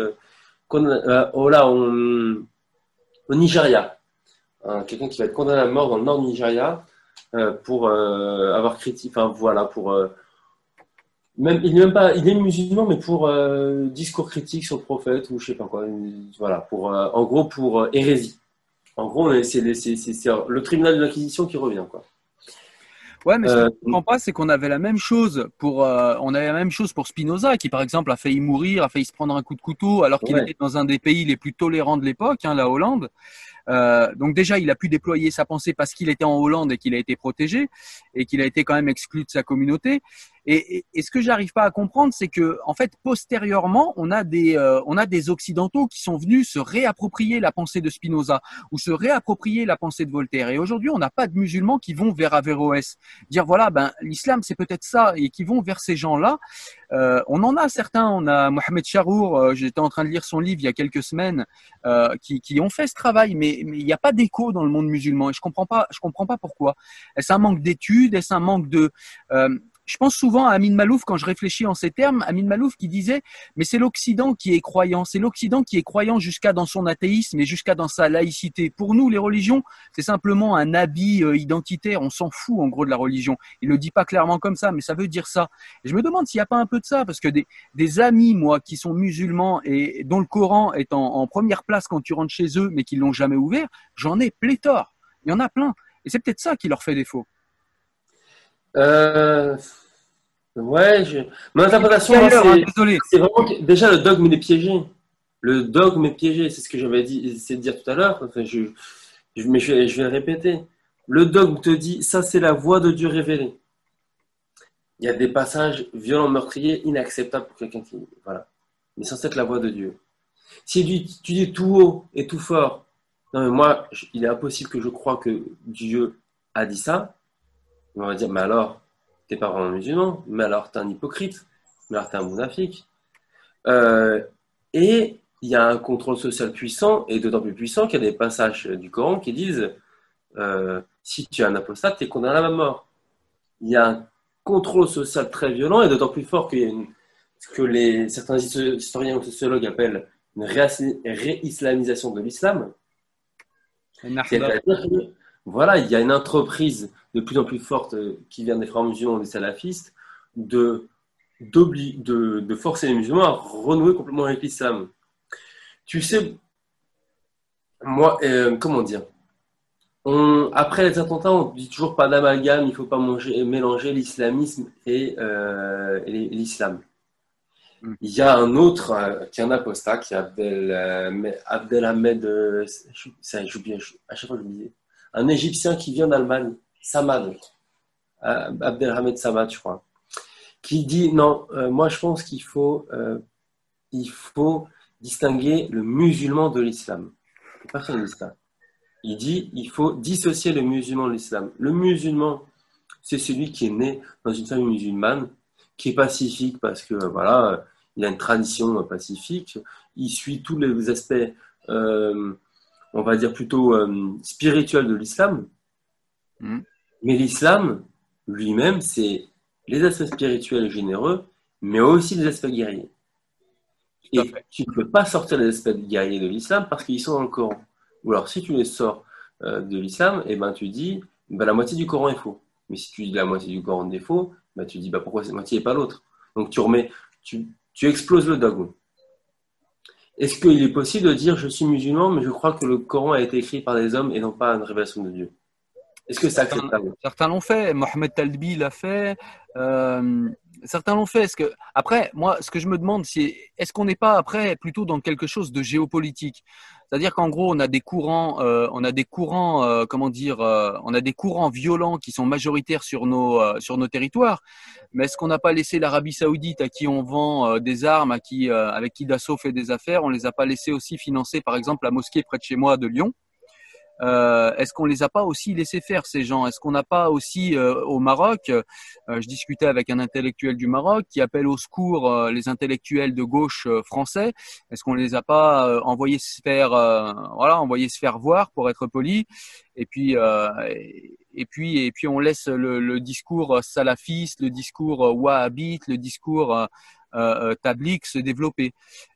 au Nigeria, quelqu'un qui va être condamné à mort dans le nord du Nigeria pour avoir critiqué, enfin voilà, même il est musulman, mais pour discours critique sur le prophète ou je sais pas quoi, voilà, en gros pour hérésie. En gros, c'est le tribunal de l'Inquisition qui revient, quoi. Ouais, mais ce que je ne comprends pas, c'est qu'on avait la même chose pour Spinoza, qui par exemple a failli mourir, a failli se prendre un coup de couteau, alors qu'il était dans un des pays les plus tolérants de l'époque, la Hollande. Donc déjà, il a pu déployer sa pensée parce qu'il était en Hollande et qu'il a été protégé et qu'il a été quand même exclu de sa communauté. Et ce que j'arrive pas à comprendre, c'est que en fait, postérieurement, on a des occidentaux qui sont venus se réapproprier la pensée de Spinoza ou se réapproprier la pensée de Voltaire. Et aujourd'hui, on n'a pas de musulmans qui vont vers Averroès, dire voilà, l'islam c'est peut-être ça, et qui vont vers ces gens-là. On en a certains. On a Mohamed Charour. J'étais en train de lire son livre il y a quelques semaines, qui ont fait ce travail, mais il n'y a pas d'écho dans le monde musulman. Et je comprends pas pourquoi. Est-ce un manque d'études? Est-ce un manque de je pense souvent à Amin Malouf quand je réfléchis en ces termes. Amin Malouf qui disait mais c'est l'Occident qui est croyant, c'est l'Occident qui est croyant jusqu'à dans son athéisme et jusqu'à dans sa laïcité. Pour nous, les religions, c'est simplement un habit identitaire. On s'en fout en gros de la religion. Il le dit pas clairement comme ça, mais ça veut dire ça. Et je me demande s'il n'y a pas un peu de ça, parce que des amis, moi, qui sont musulmans et dont le Coran est en première place quand tu rentres chez eux, mais qui l'ont jamais ouvert, j'en ai pléthore. Il y en a plein. Et c'est peut-être ça qui leur fait défaut. Ouais, mon interprétation, c'est vraiment que, déjà le dogme il est piégé. Le dogme est piégé, c'est ce que j'avais essayé de dire tout à l'heure. Enfin, mais je vais le répéter. Le dogme te dit, ça c'est la voix de Dieu révélée. Il y a des passages violents, meurtriers, inacceptables pour quelqu'un qui, voilà. Mais censé être la voix de Dieu. Si tu dis tout haut et tout fort, non mais moi, il est impossible que je croie que Dieu a dit ça. On va dire, mais alors, t'es pas vraiment musulman, mais alors t'es un hypocrite, mais alors t'es un monafique. Et il y a un contrôle social puissant, et d'autant plus puissant qu'il y a des passages du Coran qui disent si tu es un apostate, t'es condamné à la mort. Il y a un contrôle social très violent, et d'autant plus fort qu'il y a ce que certains historiens ou sociologues appellent une réislamisation de l'islam. C'est-à-dire que, voilà, il y a une entreprise de plus en plus forte qui vient des frères musulmans, des salafistes, de forcer les musulmans à renouer complètement avec l'islam. Tu sais, moi, comment dire, après les attentats, on dit toujours pas d'amalgame, il ne faut pas mélanger l'islamisme et l'islam. Il y a un autre qui est un apostat, qui est Abdelhamed, j'oublie, à chaque fois j'oublie, un Égyptien qui vient d'Allemagne, Samad, Abdelhamed Samad, je crois, qui dit non, moi je pense qu'il faut distinguer le musulman de l'islam. Personne ne dit ça. Il dit il faut dissocier le musulman de l'islam. Le musulman, c'est celui qui est né dans une famille musulmane, qui est pacifique parce que voilà, il a une tradition pacifique, il suit tous les aspects, on va dire plutôt spirituels de l'islam. Mais l'islam lui-même, c'est les aspects spirituels et généreux, mais aussi les aspects guerriers. Et tu ne peux pas sortir les aspects guerriers de l'islam parce qu'ils sont dans le Coran. Ou alors, si tu les sors de l'islam, eh ben, tu dis la moitié du Coran est faux. Mais si tu dis la moitié du Coran est faux, ben, tu dis pourquoi cette moitié et pas l'autre. Donc, tu exploses le dogme. Est-ce qu'il est possible de dire je suis musulman, mais je crois que le Coran a été écrit par des hommes et non pas une révélation de Dieu? Est-ce que c'est acceptable? Certains l'ont fait. Mohamed Talbi l'a fait. Certains l'ont fait. Après, moi, ce que je me demande, c'est est-ce qu'on n'est pas après plutôt dans quelque chose de géopolitique? C'est-à-dire qu'en gros, on a des courants, on a des courants violents qui sont majoritaires sur nos territoires. Mais est-ce qu'on n'a pas laissé l'Arabie Saoudite, à qui on vend des armes, avec qui Dassault fait des affaires, on les a pas laissés aussi financer, par exemple, la mosquée près de chez moi de Lyon? Est-ce qu'on les a pas aussi laissés faire, ces gens? Est-ce qu'on n'a pas aussi au Maroc, je discutais avec un intellectuel du Maroc qui appelle au secours les intellectuels de gauche français. Est-ce qu'on les a pas envoyés se faire voir, pour être poli? Et puis on laisse le discours salafiste, le discours wahhabite, le discours tablique se développer.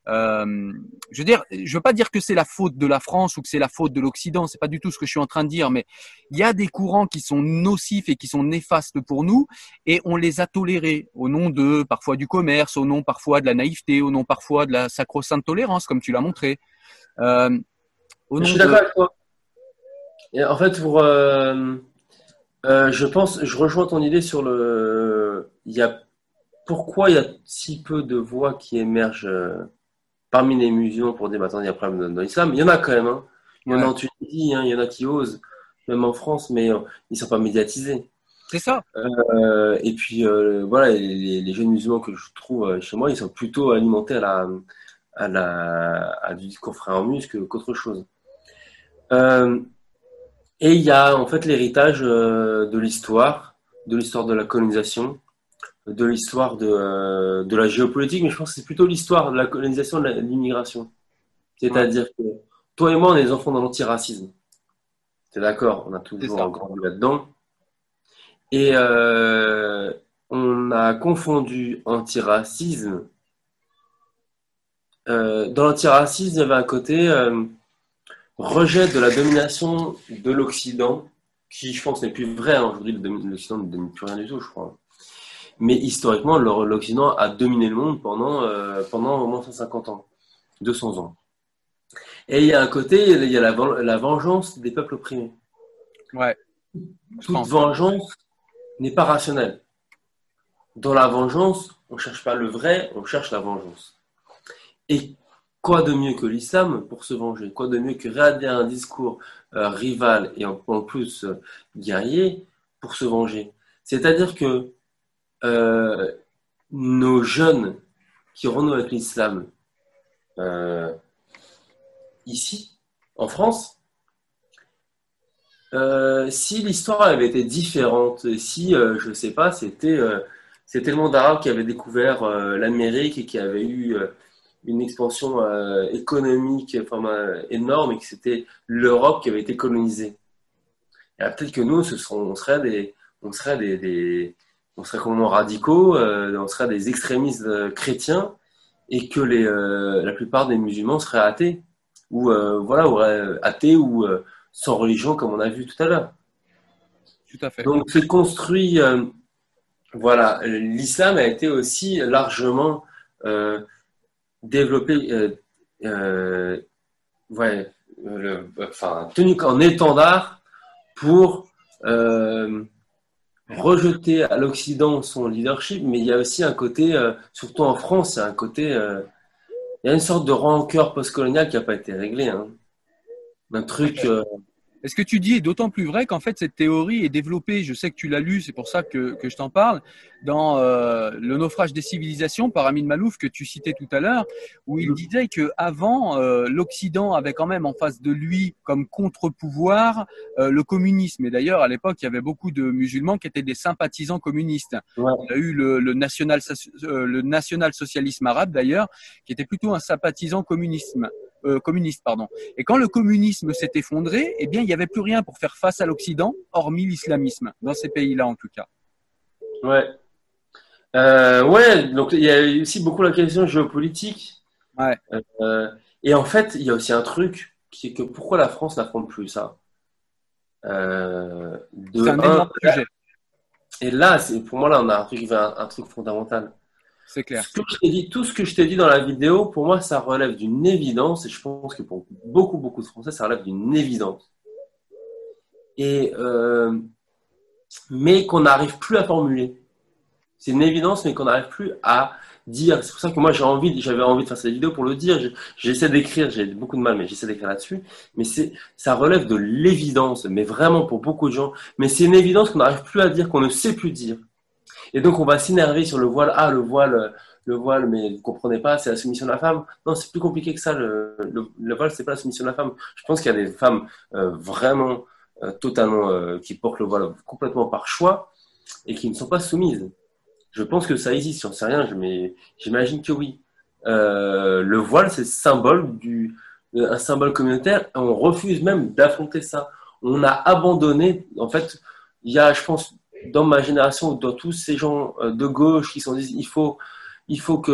Je veux pas dire que c'est la faute de la France ou que c'est la faute de l'Occident, c'est pas du tout ce que je suis en train de dire, mais il y a des courants qui sont nocifs et qui sont néfastes pour nous, et on les a tolérés au nom parfois du commerce, au nom parfois de la naïveté, au nom parfois de la sacro-sainte tolérance, comme tu l'as montré. Je suis d'accord avec toi. Et en fait, je rejoins ton idée sur pourquoi il y a si peu de voix qui émergent parmi les musulmans pour dire attendez, il y a un problème dans l'islam? Il y en a quand même. Hein. Il y en a en Tunisie, hein, il y en a qui osent, même en France, mais ils ne sont pas médiatisés. C'est ça. Et puis, voilà, les jeunes musulmans que je trouve chez moi, ils sont plutôt alimentés à du discours frère en muscle qu'autre chose. Et il y a en fait l'héritage de l'histoire de la colonisation, de l'histoire de la géopolitique, mais je pense que c'est plutôt l'histoire de la colonisation, de l'immigration. C'est-à-dire que toi et moi, on est des enfants dans l'antiracisme. T'es d'accord? On a toujours grandi là-dedans. Et on a confondu antiracisme. Dans l'antiracisme, il y avait un côté rejet de la domination de l'Occident, qui, je pense, n'est plus vrai. Hein. Aujourd'hui, l'Occident ne domine plus rien du tout, je crois. Mais historiquement, l'Occident a dominé le monde pendant au moins 150 ans, 200 ans. Et il y a un côté, il y a la vengeance des peuples opprimés. Ouais. Toute vengeance n'est pas rationnelle. Dans la vengeance, on ne cherche pas le vrai, on cherche la vengeance. Et quoi de mieux que l'islam pour se venger? Quoi de mieux que regarder un discours rival et en plus guerrier pour se venger? C'est-à-dire que nos jeunes qui renouent avec l'islam ici, en France, si l'histoire avait été différente, si, je ne sais pas, c'était le monde arabe qui avait découvert l'Amérique et qui avait eu une expansion économique énorme, et que c'était l'Europe qui avait été colonisée. Et peut-être que nous, on serait des on serait complètement radicaux, on serait des extrémistes chrétiens et que la plupart des musulmans seraient athées ou athées ou sans religion comme on a vu tout à l'heure. Tout à fait. Donc c'est construit, l'islam a été aussi largement développé, tenu en étendard pour rejeter à l'Occident son leadership, mais il y a aussi un côté, surtout en France, il y a un côté, il y a une sorte de rancœur postcolonial qui n'a pas été réglé, hein. Un truc. Et ce que tu dis est d'autant plus vrai qu'en fait, cette théorie est développée, je sais que tu l'as lu, c'est pour ça que je t'en parle, dans Le naufrage des civilisations par Amin Malouf que tu citais tout à l'heure, où il disait qu'avant, l'Occident avait quand même en face de lui comme contre-pouvoir le communisme. Et d'ailleurs, à l'époque, il y avait beaucoup de musulmans qui étaient des sympathisants communistes. Ouais. Il y a eu le national-socialisme arabe d'ailleurs, qui était plutôt un sympathisant communiste. Et quand le communisme s'est effondré, eh bien, il n'y avait plus rien pour faire face à l'Occident, hormis l'islamisme, dans ces pays-là en tout cas. Ouais. Donc il y a aussi beaucoup la question géopolitique. Ouais. Et en fait, il y a aussi un truc qui est que pourquoi la France n'affronte plus ça C'est un énorme sujet. Et là, pour moi, là, on a un truc fondamental. C'est clair. Tout ce que je t'ai dit dans la vidéo, pour moi, ça relève d'une évidence, et je pense que pour beaucoup, beaucoup de Français, ça relève d'une évidence. Mais qu'on n'arrive plus à formuler. C'est une évidence, mais qu'on n'arrive plus à dire. C'est pour ça que moi, j'avais envie de faire cette vidéo pour le dire. J'essaie d'écrire, j'ai beaucoup de mal, mais j'essaie d'écrire là-dessus. Mais ça relève de l'évidence, mais vraiment pour beaucoup de gens. Mais c'est une évidence qu'on n'arrive plus à dire, qu'on ne sait plus dire. Et donc, on va s'énerver sur le voile. Ah, le voile, mais vous ne comprenez pas, c'est la soumission de la femme. Non, c'est plus compliqué que ça. Le voile, c'est pas la soumission de la femme. Je pense qu'il y a des femmes vraiment, totalement, qui portent le voile complètement par choix et qui ne sont pas soumises. Je pense que ça existe, j'en sais rien, mais j'imagine que oui. Le voile, c'est un symbole communautaire, et on refuse même d'affronter ça. On a abandonné, en fait, il y a, je pense, dans ma génération, dans tous ces gens de gauche qui se disent il faut que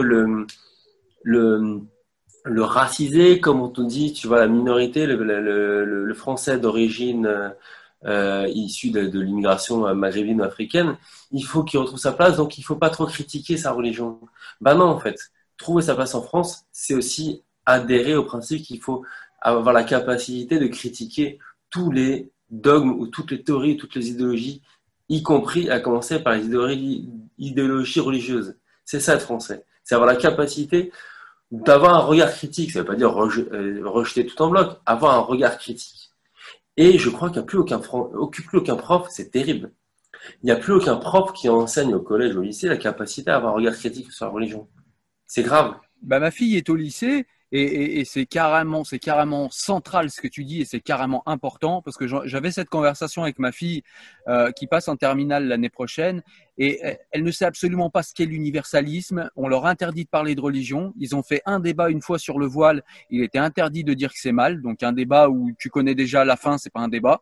le racisé, comme on te dit, tu vois, la minorité, le français d'origine issu de l'immigration maghrébine ou africaine, il faut qu'il retrouve sa place, donc il faut pas trop critiquer sa religion. Ben non, en fait, trouver sa place en France, c'est aussi adhérer au principe qu'il faut avoir la capacité de critiquer tous les dogmes ou toutes les théories, toutes les idéologies, y compris à commencer par les idéologies religieuses. C'est ça être français. C'est avoir la capacité d'avoir un regard critique. Ça ne veut pas dire rejeter tout en bloc, avoir un regard critique. Et je crois qu'il n'y a plus aucun prof, c'est terrible. Il n'y a plus aucun prof qui enseigne au collège ou au lycée la capacité à avoir un regard critique sur la religion. C'est grave. Bah, ma fille est au lycée et c'est carrément central ce que tu dis et c'est carrément important parce que j'avais cette conversation avec ma fille qui passe en terminale l'année prochaine et elle ne sait absolument pas ce qu'est l'universalisme. On leur interdit de parler de religion. Ils ont fait un débat une fois sur le voile. Il était interdit de dire que c'est mal. Donc un débat où tu connais déjà la fin, c'est pas un débat.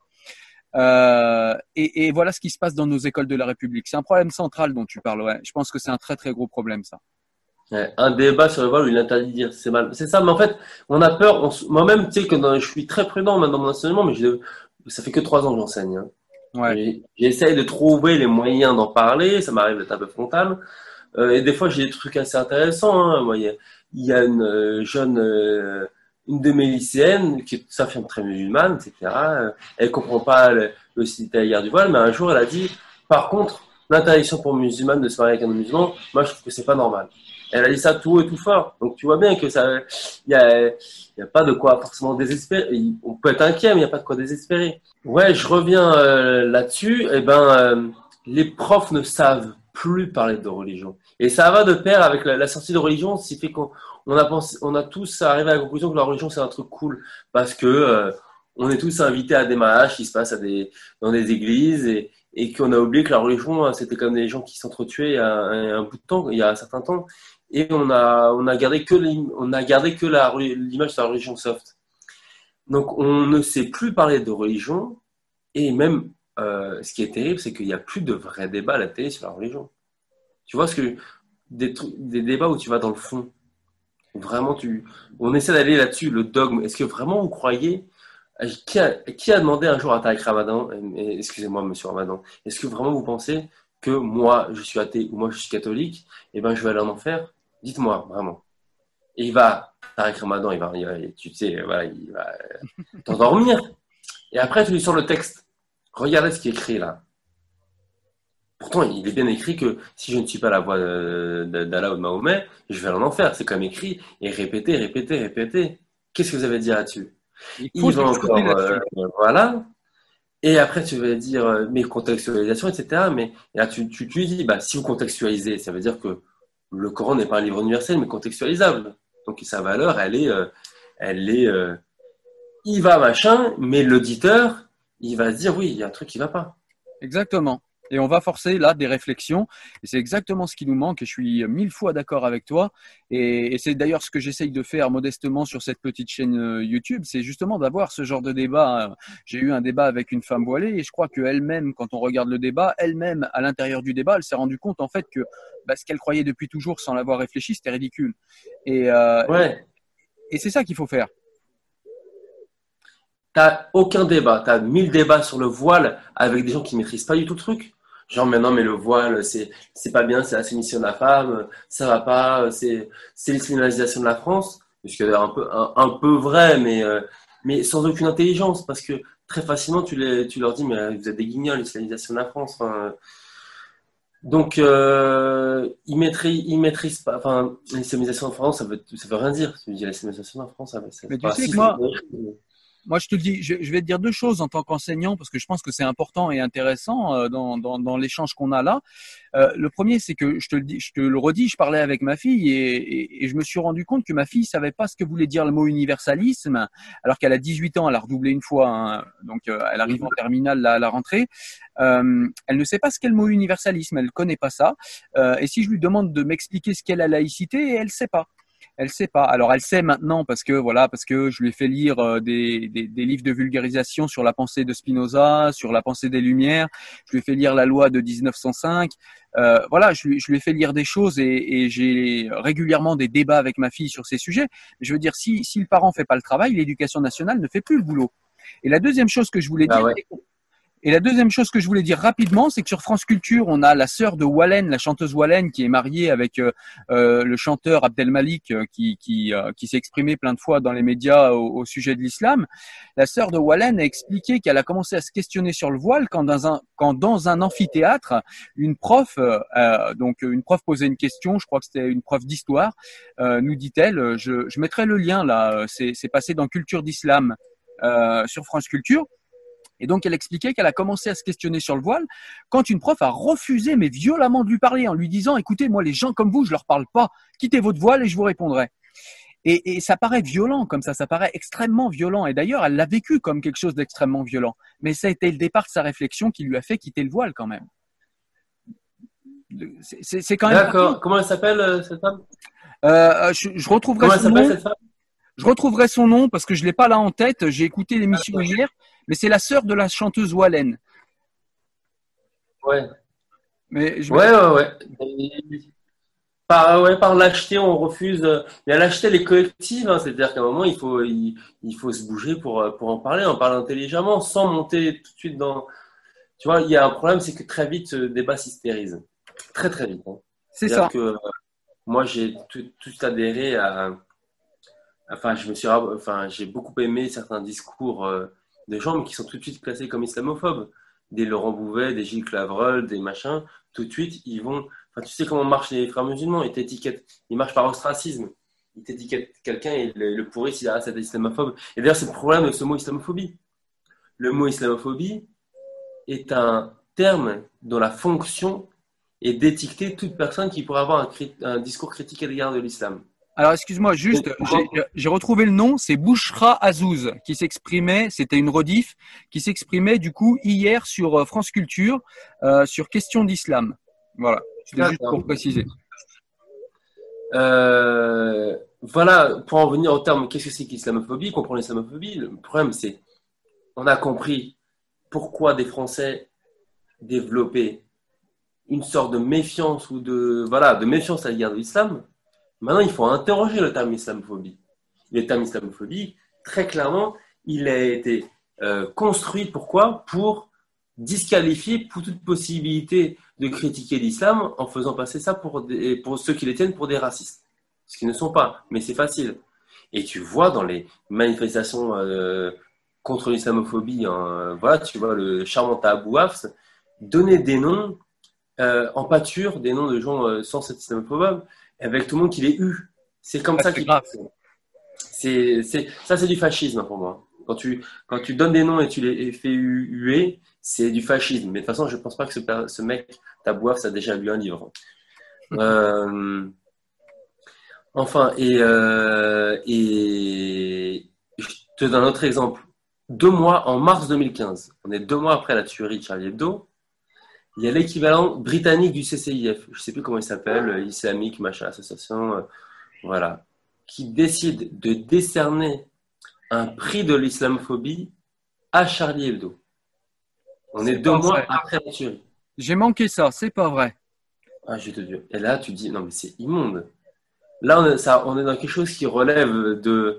Et voilà ce qui se passe dans nos écoles de la République. C'est un problème central dont tu parles. Ouais. Je pense que c'est un très très gros problème ça. Un débat sur le voile où il interdit de dire c'est mal. C'est ça, mais en fait, on a peur. Moi-même, tu sais que je suis très prudent maintenant dans mon enseignement, mais ça fait que 3 ans que j'enseigne. Hein. Ouais. J'essaye de trouver les moyens d'en parler. Ça m'arrive d'être un peu frontal. Et des fois, j'ai des trucs assez intéressants. Hein. Moi, il y a une jeune, une de mes lycéennes qui s'affirme très musulmane, etc. Elle comprend pas le site à l'égard du voile, mais un jour, elle a dit, par contre, l'interdiction pour une musulmane de se marier avec un musulman, moi, je trouve que c'est pas normal. Elle a dit ça tout haut et tout fort. Donc, tu vois bien que il y a pas de quoi forcément désespérer. On peut être inquiet, mais il n'y a pas de quoi désespérer. Ouais, je reviens là-dessus. Les profs ne savent plus parler de religion. Et ça va de pair avec la sortie de religion, ce qui fait qu'on a tous arrivé à la conclusion que la religion, c'est un truc cool. Parce que on est tous invités à des mariages qui se passent dans des églises et qu'on a oublié que la religion, c'était comme des gens qui s'entretuaient il y a un bout de temps, il y a un certain temps. Et on a gardé que l'image de la religion soft. Donc, on ne sait plus parler de religion et même ce qui est terrible, c'est qu'il n'y a plus de vrais débats à la télé sur la religion. Tu vois, des débats où tu vas dans le fond. Vraiment, on essaie d'aller là-dessus, le dogme. Est-ce que vraiment vous croyez? Qui a demandé un jour à Tariq Ramadan, excusez-moi, monsieur Ramadan, est-ce que vraiment vous pensez que moi, je suis athée ou moi, je suis catholique, et ben, je vais aller en enfer? Dites-moi, vraiment. Et Tariq Ramadan, tu sais, voilà, il va t'endormir. Et après, tu lui sors le texte. Regardez ce qui est écrit là. Pourtant, il est bien écrit que si je ne suis pas la voix d'Allah ou de Mahomet, je vais aller en enfer. C'est comme écrit et répété, répété, répété. Qu'est-ce que vous avez à dire là-dessus? Il va encore, voilà. Et après, tu vas dire, mais contextualisation, etc. Mais là, tu dis, si vous contextualisez, ça veut dire que le Coran n'est pas un livre universel, mais contextualisable. Donc, sa valeur, elle est, il va machin, mais l'auditeur, il va se dire, oui, il y a un truc qui va pas. Exactement. Et on va forcer là des réflexions. Et c'est exactement ce qui nous manque. Et je suis 1000 fois d'accord avec toi. Et c'est d'ailleurs ce que j'essaye de faire modestement sur cette petite chaîne YouTube. C'est justement d'avoir ce genre de débat. J'ai eu un débat avec une femme voilée et je crois qu'elle-même, quand on regarde le débat, elle-même, à l'intérieur du débat, elle s'est rendue compte en fait que ce qu'elle croyait depuis toujours sans l'avoir réfléchi, c'était ridicule. Ouais. Et c'est ça qu'il faut faire. T'as aucun débat. T'as 1000 débats sur le voile avec des gens qui maîtrisent pas du tout le truc. Genre, mais non, mais le voile, c'est pas bien, c'est la soumission de la femme, ça va pas, c'est l'islamisation de la France. Ce qui est un peu vrai, mais sans aucune intelligence, parce que très facilement, tu leur dis, mais vous êtes des guignols, l'islamisation de la France. Donc, ils maîtrisent pas, l'islamisation de France, ça veut rien dire. Tu dis l'islamisation de la France, mais tu sais que moi, je te le dis, je vais te dire deux choses en tant qu'enseignant parce que je pense que c'est important et intéressant dans l'échange qu'on a là. Le premier, c'est que je te le redis, je parlais avec ma fille et je me suis rendu compte que ma fille savait pas ce que voulait dire le mot universalisme, alors qu'elle a 18 ans, elle a redoublé une fois, hein, donc elle arrive en terminale là, à la rentrée. Elle ne sait pas ce qu'est le mot universalisme, elle connaît pas ça. Et si je lui demande de m'expliquer ce qu'est la laïcité, elle sait pas. Elle sait pas. Alors elle sait maintenant parce que je lui ai fait lire des livres de vulgarisation sur la pensée de Spinoza, sur la pensée des Lumières. Je lui ai fait lire la loi de 1905. Je lui ai fait lire des choses et j'ai régulièrement des débats avec ma fille sur ces sujets. Je veux dire, si le parent fait pas le travail, l'éducation nationale ne fait plus le boulot. Et la deuxième chose que je voulais dire. Ouais. Et la deuxième chose que je voulais dire rapidement, c'est que sur France Culture, on a la sœur de Wallen, la chanteuse Wallen, qui est mariée avec le chanteur Abdel Malik, qui s'est exprimé plein de fois dans les médias au sujet de l'islam. La sœur de Wallen a expliqué qu'elle a commencé à se questionner sur le voile quand dans un amphithéâtre, une prof posait une question, je crois que c'était une prof d'histoire, nous dit-elle, je mettrai le lien là, c'est passé dans Culture d'Islam sur France Culture. Et donc, elle expliquait qu'elle a commencé à se questionner sur le voile quand une prof a refusé, mais violemment, de lui parler en lui disant « Écoutez, moi, les gens comme vous, je leur parle pas. Quittez votre voile et je vous répondrai. » Et ça paraît violent comme ça paraît extrêmement violent. Et d'ailleurs, elle l'a vécu comme quelque chose d'extrêmement violent. Mais ça a été le départ de sa réflexion qui lui a fait quitter le voile quand même. C'est quand même… D'accord. Comment elle s'appelle, cette femme? Je retrouverai Comment son elle s'appelle, nom. cette femme? Je retrouverai son nom parce que je l'ai pas là en tête. J'ai écouté l'émission hier, mais c'est la sœur de la chanteuse Wallen. Ouais. Mais Ouais. Par lâcheté, on refuse. Il y a lâcheté les collectives, hein, c'est-à-dire qu'à un moment, il faut se bouger pour en parler intelligemment, sans monter tout de suite dans. Tu vois, il y a un problème, c'est que très vite, ce débat s'hystérise. Très, très vite. Hein. C'est ça. Que moi, j'ai tout adhéré à. J'ai beaucoup aimé certains discours de gens, mais qui sont tout de suite classés comme islamophobes. Des Laurent Bouvet, des Gilles Clavreul, des machins. Tout de suite, ils vont. Enfin, tu sais comment marchent les frères musulmans, ils t'étiquettent. Ils marchent par ostracisme. Ils t'étiquettent quelqu'un et le pourrissent, c'est islamophobe. Et d'ailleurs, c'est le problème de ce mot islamophobie. Le mot islamophobie est un terme dont la fonction est d'étiqueter toute personne qui pourrait avoir un discours critique à l'égard de l'islam. Alors, excuse-moi, juste, j'ai retrouvé le nom, c'est Bouchra Azouz qui s'exprimait, c'était une rediff, qui s'exprimait du coup hier sur France Culture, sur question d'islam. Voilà, c'était juste pour préciser. Voilà, pour en venir au terme, qu'est-ce que c'est que l'islamophobie? Comprendre l'islamophobie, le problème c'est, on a compris pourquoi des Français développaient une sorte de méfiance ou de méfiance à l'égard de l'islam. Maintenant, il faut interroger le terme islamophobie. Le terme islamophobie, très clairement, il a été construit pourquoi? Pour disqualifier pour toute possibilité de critiquer l'islam en faisant passer ça pour ceux qui les tiennent pour des racistes. Ce qui ne sont pas, mais c'est facile. Et tu vois dans les manifestations contre l'islamophobie, voilà, tu vois le charmant Abou Hafs donner des noms en pâture, des noms de gens sans cette islamophobie, avec tout le monde qui les eut. C'est comme ça qu'il passe. Ça, c'est du fascisme pour moi. Quand tu donnes des noms et tu les fais huer, c'est du fascisme. Mais de toute façon, je ne pense pas que ce mec, Abou Hafs, a déjà lu un livre. Enfin, et je te donne un autre exemple. En mars 2015, on est 2 mois après la tuerie de Charlie Hebdo, il y a l'équivalent britannique du CCIF, je ne sais plus comment il s'appelle, islamique, machin, association, voilà, qui décide de décerner un prix de l'islamophobie à Charlie Hebdo. On est 2 mois après la tuerie. J'ai manqué ça, c'est pas vrai. Ah, je te dis. Et là, tu dis, non, mais c'est immonde. Là, on est dans quelque chose qui relève de.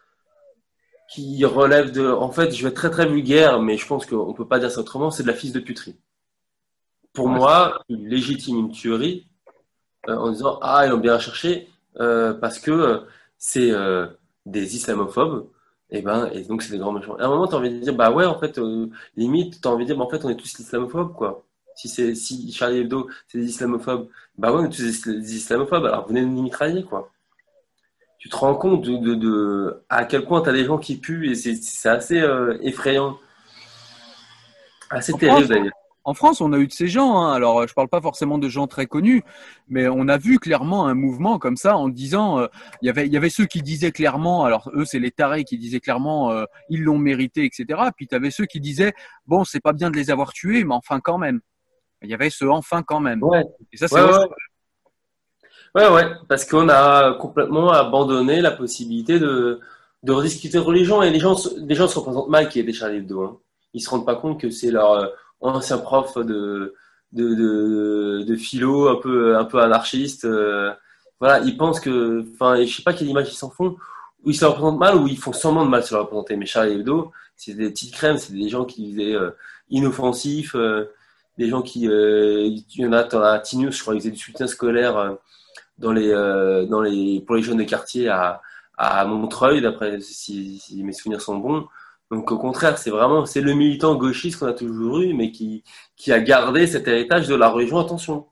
En fait, je vais être très très vulgaire, mais je pense qu'on ne peut pas dire ça autrement, c'est de la fils de puterie. Pour moi, il légitime une tuerie en disant, ah, ils l'ont bien cherché parce que c'est des islamophobes, et donc c'est des grands méchants. Et à un moment, tu as envie de dire, bah ouais, en fait, limite, tu as envie de dire, bah, en fait, on est tous islamophobes, quoi. Si Charlie Hebdo, c'est des islamophobes, bah ouais, on est tous des islamophobes, alors venez nous mitrailler, quoi. Tu te rends compte à quel point tu as des gens qui puent, et c'est assez effrayant. Assez terrible, d'ailleurs. En France, on a eu de ces gens. Hein. Alors, je parle pas forcément de gens très connus, mais on a vu clairement un mouvement comme ça en disant, il y avait ceux qui disaient clairement, alors eux, c'est les tarés qui disaient clairement, ils l'ont mérité, etc. Puis tu avais ceux qui disaient, bon, c'est pas bien de les avoir tués, mais enfin quand même. Il y avait ce enfin quand même. Ouais. Et ça, c'est ouais, parce qu'on a complètement abandonné la possibilité de rediscuter de religion, et les gens se représentent mal qui est des Charlie Hebdo. Hein. Ils se rendent pas compte que c'est leur ancien prof de philo un peu anarchiste. Voilà, ils pensent que, enfin, je sais pas quelle image ils s'en font, ou ils se représentent mal, ou ils font seulement de mal se le représenter. Mais Charlie Hebdo, c'est des petites crèmes, c'est des gens qui disaient inoffensifs, des gens qui, il y en a, t'en as Tinius, je crois, ils faisaient du soutien scolaire pour les jeunes de quartier à Montreuil, d'après si mes souvenirs sont bons. Donc au contraire, c'est le militant gauchiste qu'on a toujours eu, mais qui a gardé cet héritage de la religion, attention.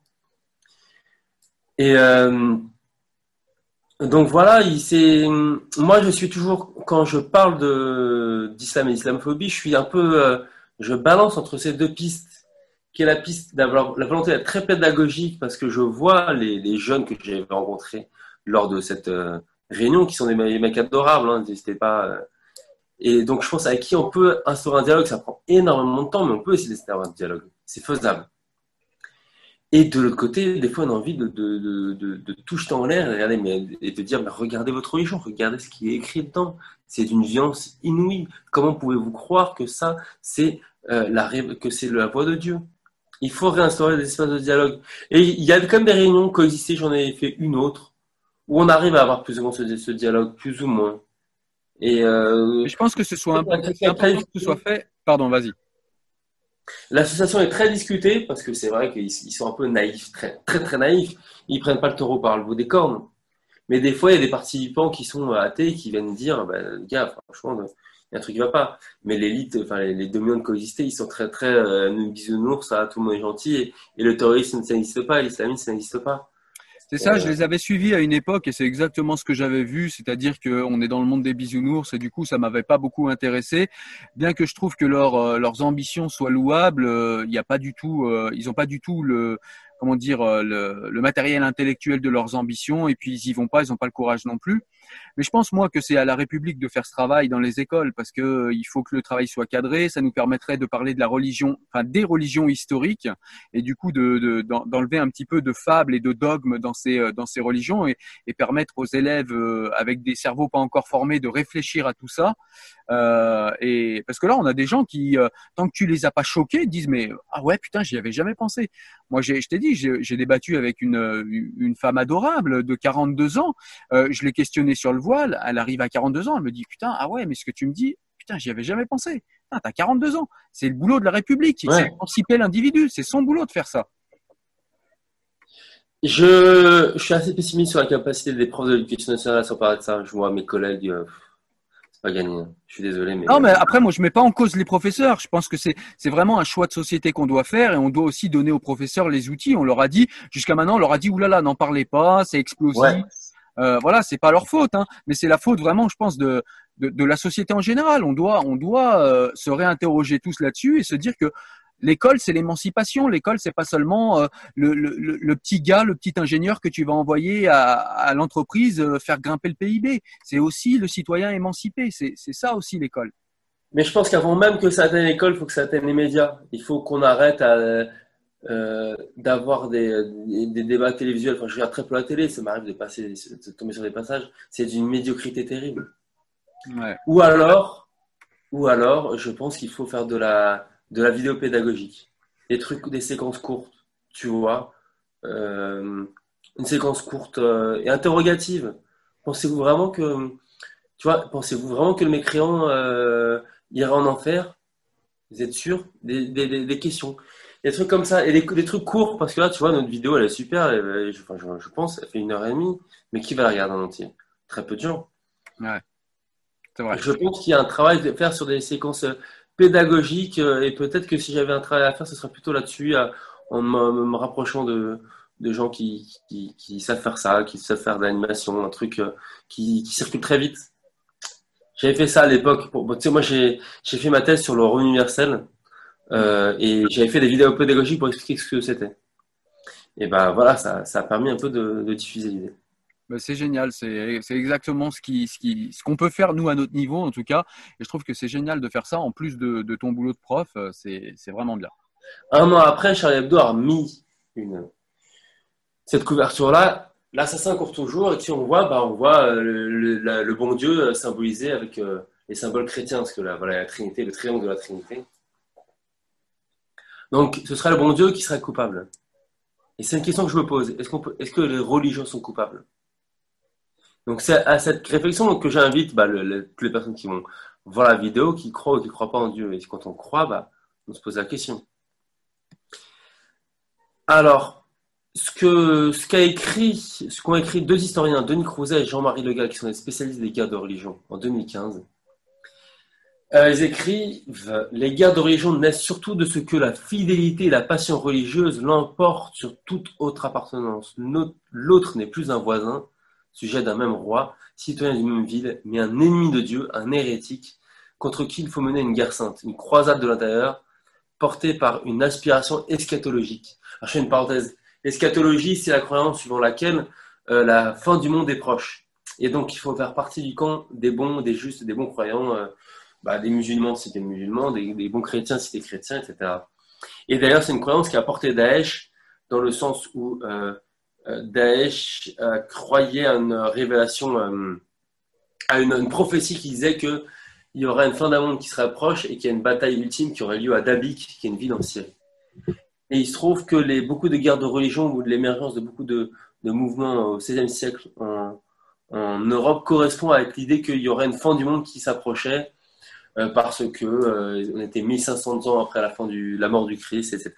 Et donc voilà, moi je suis toujours, quand je parle d'islam et d'islamophobie, je suis un peu, je balance entre ces deux pistes, qui est la piste d'avoir la volonté d'être très pédagogique, parce que je vois les jeunes que j'ai rencontrés lors de cette réunion, qui sont des mecs adorables, hein, n'hésitez pas. Et donc je pense avec qui on peut instaurer un dialogue, ça prend énormément de temps, mais on peut essayer d'instaurer un dialogue, c'est faisable. Et de l'autre côté, des fois on a envie de tout jeter en l'air et de dire, mais regardez votre religion, regardez ce qui est écrit dedans, c'est d'une violence inouïe. Comment pouvez-vous croire que ça, c'est la voix de Dieu? Il faut réinstaurer des espaces de dialogue. Et il y a quand même des réunions coexistées, j'en ai fait une autre, où on arrive à avoir plus ou moins ce dialogue, plus ou moins. Et je pense que ce soit important que ce soit fait. Pardon, vas-y. L'association est très discutée, parce que c'est vrai qu'ils sont un peu naïfs, très très très naïfs. Ils prennent pas le taureau par le bout des cornes. Mais des fois, il y a des participants qui sont athées qui viennent dire, gars, franchement, il y a un truc qui va pas. Mais l'élite, enfin les dominants de coexister, ils sont très très bisounours, ça, tout le monde est gentil, et le terrorisme, ça n'existe pas, et l'islamisme, ça n'existe pas. C'est ça, je les avais suivis à une époque et c'est exactement ce que j'avais vu, c'est-à-dire qu'on est dans le monde des bisounours et du coup ça m'avait pas beaucoup intéressé, bien que je trouve que leurs ambitions soient louables, il y a pas du tout, ils ont pas du tout comment dire, le matériel intellectuel de leurs ambitions, et puis ils y vont pas, ils n'ont pas le courage non plus. Mais je pense, moi, que c'est à la République de faire ce travail dans les écoles, parce que il faut que le travail soit cadré. Ça nous permettrait de parler de la religion, enfin des religions historiques, et du coup d'enlever un petit peu de fables et de dogmes dans ces religions, et permettre aux élèves avec des cerveaux pas encore formés de réfléchir à tout ça. Et parce que là, on a des gens qui, tant que tu les as pas choqués, disent mais ah ouais putain, j'y avais jamais pensé. Moi, je t'ai dit, j'ai débattu avec une femme adorable de 42 ans. Je l'ai questionnée sur le voile. Elle arrive à 42 ans. Elle me dit putain, ah ouais, mais ce que tu me dis, putain, j'y avais jamais pensé. Putain, t'as 42 ans. C'est le boulot de la République. Ouais. C'est émanciper l'individu. C'est son boulot de faire ça. Je suis assez pessimiste sur la capacité des profs de l'éducation nationale à s'emparer de ça. Je vois mes collègues, c'est pas gagné. Je suis désolé, mais. Non, mais après, moi, je mets pas en cause les professeurs. Je pense que c'est vraiment un choix de société qu'on doit faire, et on doit aussi donner aux professeurs les outils. On leur a dit, jusqu'à maintenant, on leur a dit, oulala, n'en parlez pas, c'est explosif. Ouais. Voilà, c'est pas leur faute, hein, mais c'est la faute vraiment, je pense, de la société en général. On doit se réinterroger tous là-dessus et se dire que l'école, c'est l'émancipation. L'école, c'est pas seulement le petit gars, le petit ingénieur que tu vas envoyer à l'entreprise faire grimper le PIB. C'est aussi le citoyen émancipé. C'est ça aussi l'école. Mais je pense qu'avant même que ça atteigne l'école, il faut que ça atteigne les médias. Il faut qu'on arrête d'avoir des débats télévisuels. Enfin, je regarde très peu la télé, ça m'arrive de tomber sur des passages. C'est d'une médiocrité terrible. Ouais. Ou alors, je pense qu'il faut faire de la vidéo pédagogique. Des séquences courtes, tu vois. Une séquence courte et interrogative. Pensez-vous vraiment que le mécréant ira en enfer? Vous êtes sûr? Des questions. Des trucs comme ça. Et des trucs courts, parce que là, tu vois, notre vidéo, elle est super. Je pense, elle fait 1h30. Mais qui va la regarder en entier? Très peu de gens. Ouais. C'est vrai. Je pense qu'il y a un travail à faire sur des séquences pédagogiques. Et peut-être que si j'avais un travail à faire, ce serait plutôt là-dessus, en me rapprochant de gens qui savent faire ça, qui savent faire de l'animation, un truc qui circule très vite. J'avais fait ça à l'époque. Tu sais, moi, j'ai fait ma thèse sur le revenu universel. Et j'avais fait des vidéos pédagogiques pour expliquer ce que c'était. Et ben voilà, ça a permis un peu de diffuser l'idée. Ben, c'est génial, c'est exactement ce qu'on peut faire nous à notre niveau en tout cas. Et je trouve que c'est génial de faire ça en plus de ton boulot de prof. C'est vraiment bien. Un an après, Charlie Hebdo a remis cette couverture-là. L'assassin court toujours, et si on voit, le bon Dieu symbolisé avec les symboles chrétiens, parce que voilà, la Trinité, le triangle de la Trinité. Donc, ce serait le bon Dieu qui serait coupable. Et c'est une question que je me pose. Est-ce que les religions sont coupables? Donc, c'est à cette réflexion que j'invite toutes les personnes qui vont voir la vidéo, qui croient ou qui ne croient pas en Dieu. Et quand on croit, on se pose la question. Alors, ce qu'ont écrit deux historiens, Denis Crouzet et Jean-Marie Le Gall, qui sont des spécialistes des guerres de religion, en 2015, ils écrivent « Les guerres de religion naissent surtout de ce que la fidélité et la passion religieuse l'emportent sur toute autre appartenance. L'autre n'est plus un voisin, sujet d'un même roi, citoyen d'une même ville, mais un ennemi de Dieu, un hérétique, contre qui il faut mener une guerre sainte, une croisade de l'intérieur, portée par une aspiration eschatologique. » Alors, je fais une parenthèse. L'eschatologie, c'est la croyance suivant laquelle la fin du monde est proche. Et donc, il faut faire partie du camp des bons, des justes, des bons croyants, des musulmans si t'es musulman, des bons chrétiens si t'es chrétien, etc. Et d'ailleurs, c'est une croyance qui a porté Daesh, dans le sens où Daesh croyait à une révélation, à une prophétie qui disait qu'il y aurait une fin d'un monde qui serait proche et qu'il y a une bataille ultime qui aurait lieu à Dabik, qui est une ville en Syrie. Et il se trouve que beaucoup de guerres de religion ou de l'émergence de beaucoup de mouvements au XVIe siècle en Europe correspond avec l'idée qu'il y aurait une fin du monde qui s'approchait parce que on était 1500 ans après la mort du Christ, etc.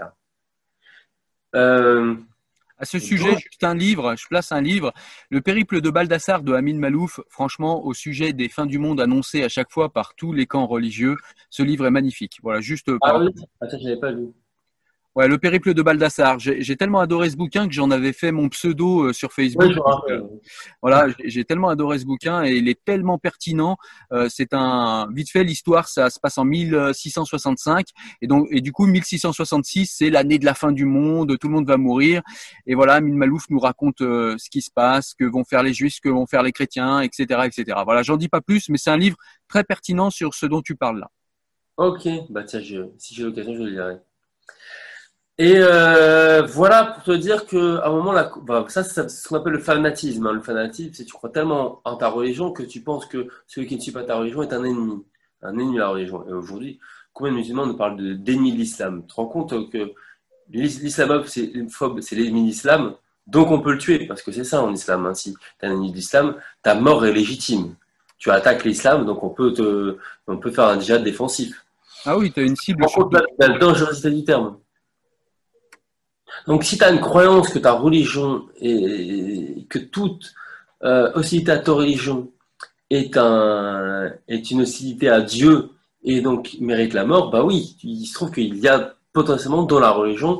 À ce sujet, je place un livre, Le périple de Baldassare de Amin Malouf. Franchement, au sujet des fins du monde annoncées à chaque fois par tous les camps religieux, ce livre est magnifique. Voilà, juste. Ah oui, attends, je l'avais pas lu. Ouais, Le Périple de Baldassare. J'ai tellement adoré ce bouquin que j'en avais fait mon pseudo sur Facebook. Oui, je me rappelle. Voilà, j'ai tellement adoré ce bouquin et il est tellement pertinent. Vite fait, l'histoire, ça se passe en 1665 et du coup 1666, c'est l'année de la fin du monde, tout le monde va mourir. Et voilà, Amin Malouf nous raconte ce qui se passe, ce que vont faire les Juifs, ce que vont faire les chrétiens, etc., etc. Voilà, j'en dis pas plus, mais c'est un livre très pertinent sur ce dont tu parles là. Ok, bah tiens, si j'ai l'occasion, je le lirai. Et voilà pour te dire que à un moment là, ça c'est ce qu'on appelle le fanatisme. Le fanatisme, c'est que tu crois tellement en ta religion que tu penses que celui qui ne suit pas ta religion est un ennemi de la religion. Et aujourd'hui, combien de musulmans nous parlent d'ennemis de l'islam? Tu te rends compte que l'islamophobe, c'est l'ennemi de l'islam, donc on peut le tuer parce que c'est ça en islam. Hein. Si tu es un ennemi de l'islam, ta mort est légitime. Tu attaques l'islam, donc on peut faire un djihad défensif. Ah oui, tu as une cible. Tu te rends compte de la dangerosité du terme. Donc, si tu as une croyance que ta religion que toute hostilité à ta religion est une hostilité à Dieu et donc mérite la mort, bah oui, il se trouve qu'il y a potentiellement dans la religion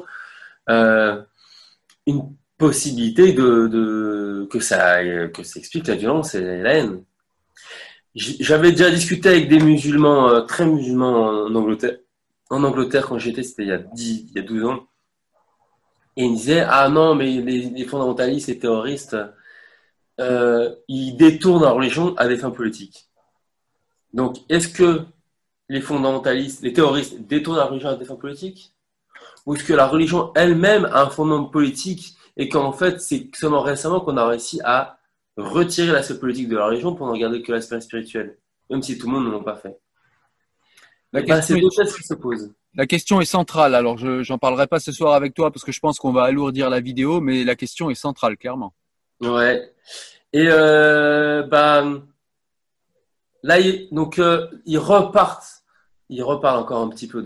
une possibilité que ça explique la violence et la haine. J'avais déjà discuté avec des musulmans, très musulmans en Angleterre. En Angleterre, quand j'étais, c'était il y a 12 ans. Et il me disait, ah non, mais les fondamentalistes, les terroristes, ils détournent la religion à des fins politiques. Donc, est-ce que les fondamentalistes, les terroristes détournent la religion à des fins politiques? Ou est-ce que la religion elle-même a un fondement politique et qu'en fait, c'est seulement récemment qu'on a réussi à retirer l'aspect politique de la religion pour n'en garder que l'aspect spirituel, même si tout le monde ne l'a pas fait. C'est deux choses qui se posent. La question est centrale. Alors, j'en parlerai pas ce soir avec toi parce que je pense qu'on va alourdir la vidéo, mais la question est centrale, clairement. Ouais. Et là, ils repartent encore un petit peu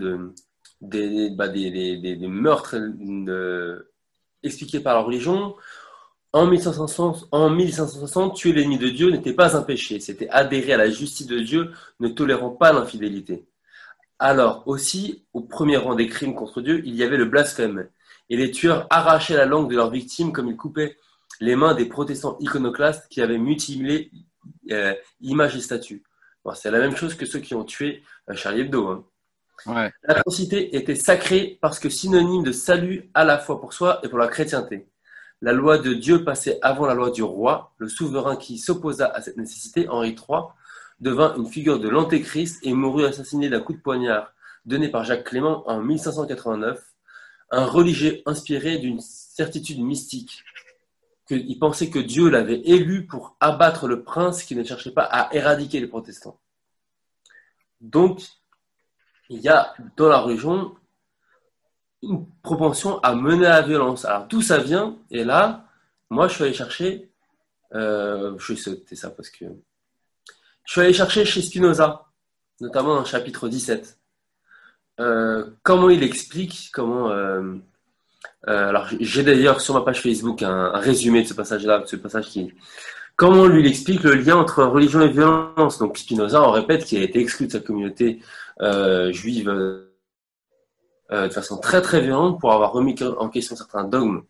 des meurtres expliqués par la religion. En 1560, tuer l'ennemi de Dieu n'était pas un péché, c'était adhérer à la justice de Dieu, ne tolérant pas l'infidélité. Alors aussi, au premier rang des crimes contre Dieu, il y avait le blasphème. Et les tueurs arrachaient la langue de leurs victimes comme ils coupaient les mains des protestants iconoclastes qui avaient mutilé images et statues. Bon, c'est la même chose que ceux qui ont tué Charlie Hebdo. Hein. Ouais. L'atrocité était sacrée parce que synonyme de salut à la fois pour soi et pour la chrétienté. La loi de Dieu passait avant la loi du roi. Le souverain qui s'opposa à cette nécessité, Henri III, devint une figure de l'antéchrist et mourut assassiné d'un coup de poignard donné par Jacques Clément en 1589, un religieux inspiré d'une certitude mystique. Il pensait que Dieu l'avait élu pour abattre le prince qui ne cherchait pas à éradiquer les protestants. Donc, il y a dans la religion une propension à mener à la violence. Alors, d'où ça vient? Et là, moi, je suis allé chercher, je vais sauter ça parce que je suis allé chercher chez Spinoza, notamment dans le chapitre 17. Comment il explique, alors j'ai d'ailleurs sur ma page Facebook un résumé de ce passage-là, comment lui il explique le lien entre religion et violence. Donc Spinoza, on répète qu'il a été exclu de sa communauté juive de façon très très violente pour avoir remis en question certains dogmes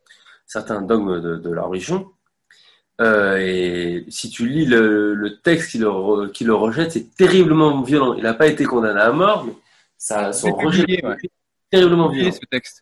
de la religion. Et si tu lis le texte qui le rejette, c'est terriblement violent. Il n'a pas été condamné à mort, mais son rejet est terriblement violent. Ce texte.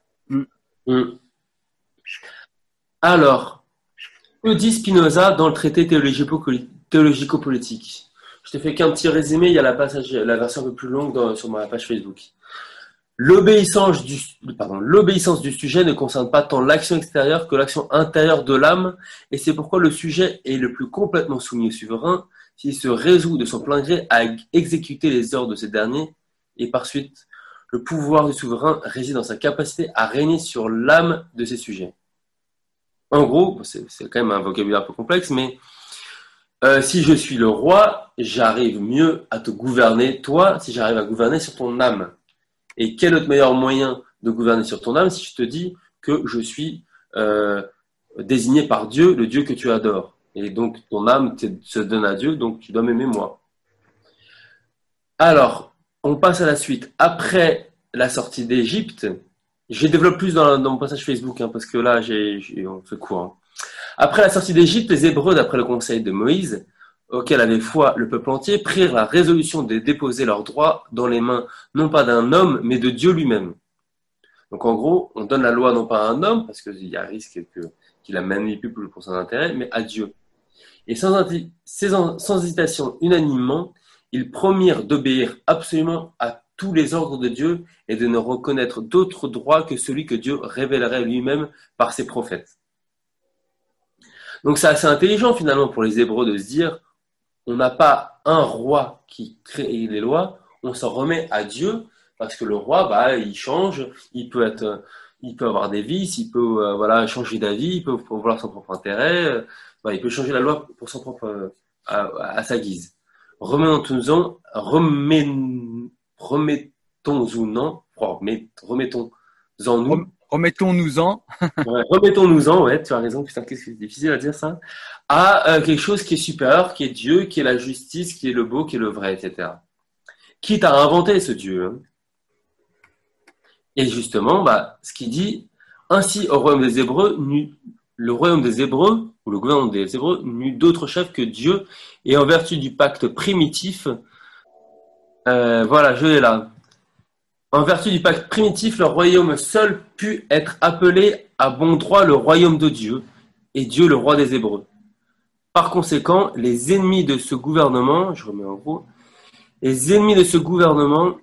Alors, que dit Spinoza dans le traité théologico-politique? Je te fais qu'un petit résumé, il y a la version un peu plus longue sur ma page Facebook. L'obéissance du sujet ne concerne pas tant l'action extérieure que l'action intérieure de l'âme, et c'est pourquoi le sujet est le plus complètement soumis au souverain s'il se résout de son plein gré à exécuter les ordres de ces derniers, et par suite, le pouvoir du souverain réside dans sa capacité à régner sur l'âme de ses sujets. En gros, c'est quand même un vocabulaire un peu complexe, mais si je suis le roi, j'arrive mieux à te gouverner, toi, si j'arrive à gouverner sur ton âme. Et quel autre meilleur moyen de gouverner sur ton âme si je te dis que je suis désigné par Dieu, le Dieu que tu adores. Et donc ton âme se donne à Dieu, donc tu dois m'aimer moi. Alors, on passe à la suite. Après la sortie d'Égypte, Je développe plus dans mon passage Facebook, hein, parce que là, on fait court. Hein. Après la sortie d'Égypte, les Hébreux, d'après le conseil de Moïse, auquel avait foi le peuple entier, prirent la résolution de déposer leurs droits dans les mains, non pas d'un homme, mais de Dieu lui-même. Donc en gros, on donne la loi non pas à un homme, parce qu'il y a un risque qu'il la manipule pour son intérêt, mais à Dieu. Et sans hésitation, unanimement, ils promirent d'obéir absolument à tous les ordres de Dieu et de ne reconnaître d'autre droit que celui que Dieu révélerait lui-même par ses prophètes. Donc c'est assez intelligent finalement pour les Hébreux de se dire, on n'a pas un roi qui crée les lois, on s'en remet à Dieu, parce que le roi, il change, il peut avoir des vices, il peut changer d'avis, il peut vouloir son propre intérêt, il peut changer la loi pour son propre à sa guise. Remettons-en nous. Remettons-nous-en. Ouais, remettons-nous-en, ouais, tu as raison, putain, qu'est-ce que c'est difficile à dire ça, à quelque chose qui est supérieur, qui est Dieu, qui est la justice, qui est le beau, qui est le vrai, etc. Quitte à inventer ce Dieu. Hein. Et justement, ce qu'il dit, ainsi au royaume des Hébreux, le royaume des Hébreux, ou le gouvernement des Hébreux, n'eut d'autre chef que Dieu, et en vertu du pacte primitif, je l'ai là. En vertu du pacte primitif, le royaume seul put être appelé à bon droit le royaume de Dieu, et Dieu le roi des Hébreux. Par conséquent, les ennemis de ce gouvernement, je remets en gros, les ennemis de ce gouvernement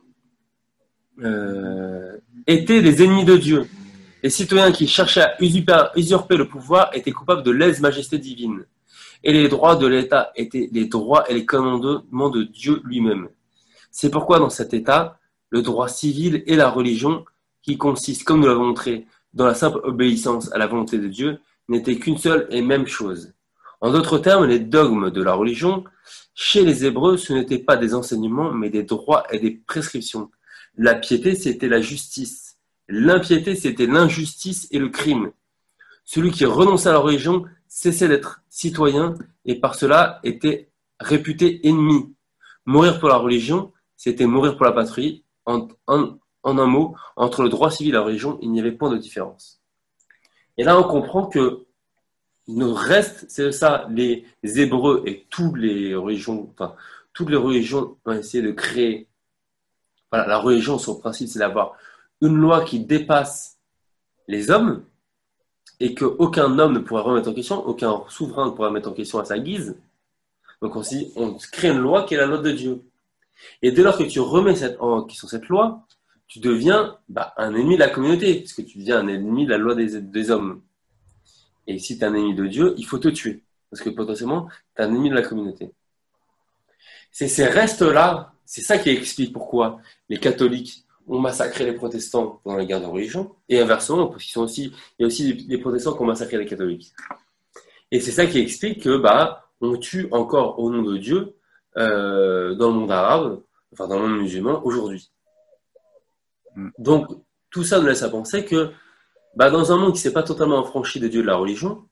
étaient des ennemis de Dieu. Les citoyens qui cherchaient à usurper le pouvoir étaient coupables de lèse-majesté divine. Et les droits de l'État étaient les droits et les commandements de Dieu lui-même. C'est pourquoi dans cet État, le droit civil et la religion, qui consiste, comme nous l'avons montré, dans la simple obéissance à la volonté de Dieu, n'étaient qu'une seule et même chose. En d'autres termes, les dogmes de la religion, chez les Hébreux, ce n'étaient pas des enseignements, mais des droits et des prescriptions. La piété, c'était la justice. L'impiété, c'était l'injustice et le crime. Celui qui renonçait à la religion cessait d'être citoyen et par cela était réputé ennemi. Mourir pour la religion, c'était mourir pour la patrie. En un mot, entre le droit civil et la religion, il n'y avait point de différence. Et là, on comprend que le reste, c'est ça, les Hébreux et toutes les religions ont essayé de créer. Voilà, la religion, son principe, c'est d'avoir une loi qui dépasse les hommes et qu'aucun homme ne pourra remettre en question, aucun souverain ne pourra mettre en question à sa guise. Donc on crée une loi qui est la loi de Dieu. Et dès lors que tu remets en question cette loi, tu deviens un ennemi de la communauté, parce que tu deviens un ennemi de la loi des hommes. Et si tu es un ennemi de Dieu, il faut te tuer, parce que potentiellement, tu es un ennemi de la communauté. C'est ces restes-là, c'est ça qui explique pourquoi les catholiques ont massacré les protestants pendant la guerre de religion, et inversement, parce qu'il y a aussi des protestants qui ont massacré les catholiques. Et c'est ça qui explique que on tue encore au nom de Dieu dans le monde arabe, enfin dans le monde musulman aujourd'hui. Donc tout ça nous laisse à penser que dans un monde qui ne s'est pas totalement affranchi de Dieu et de la religion,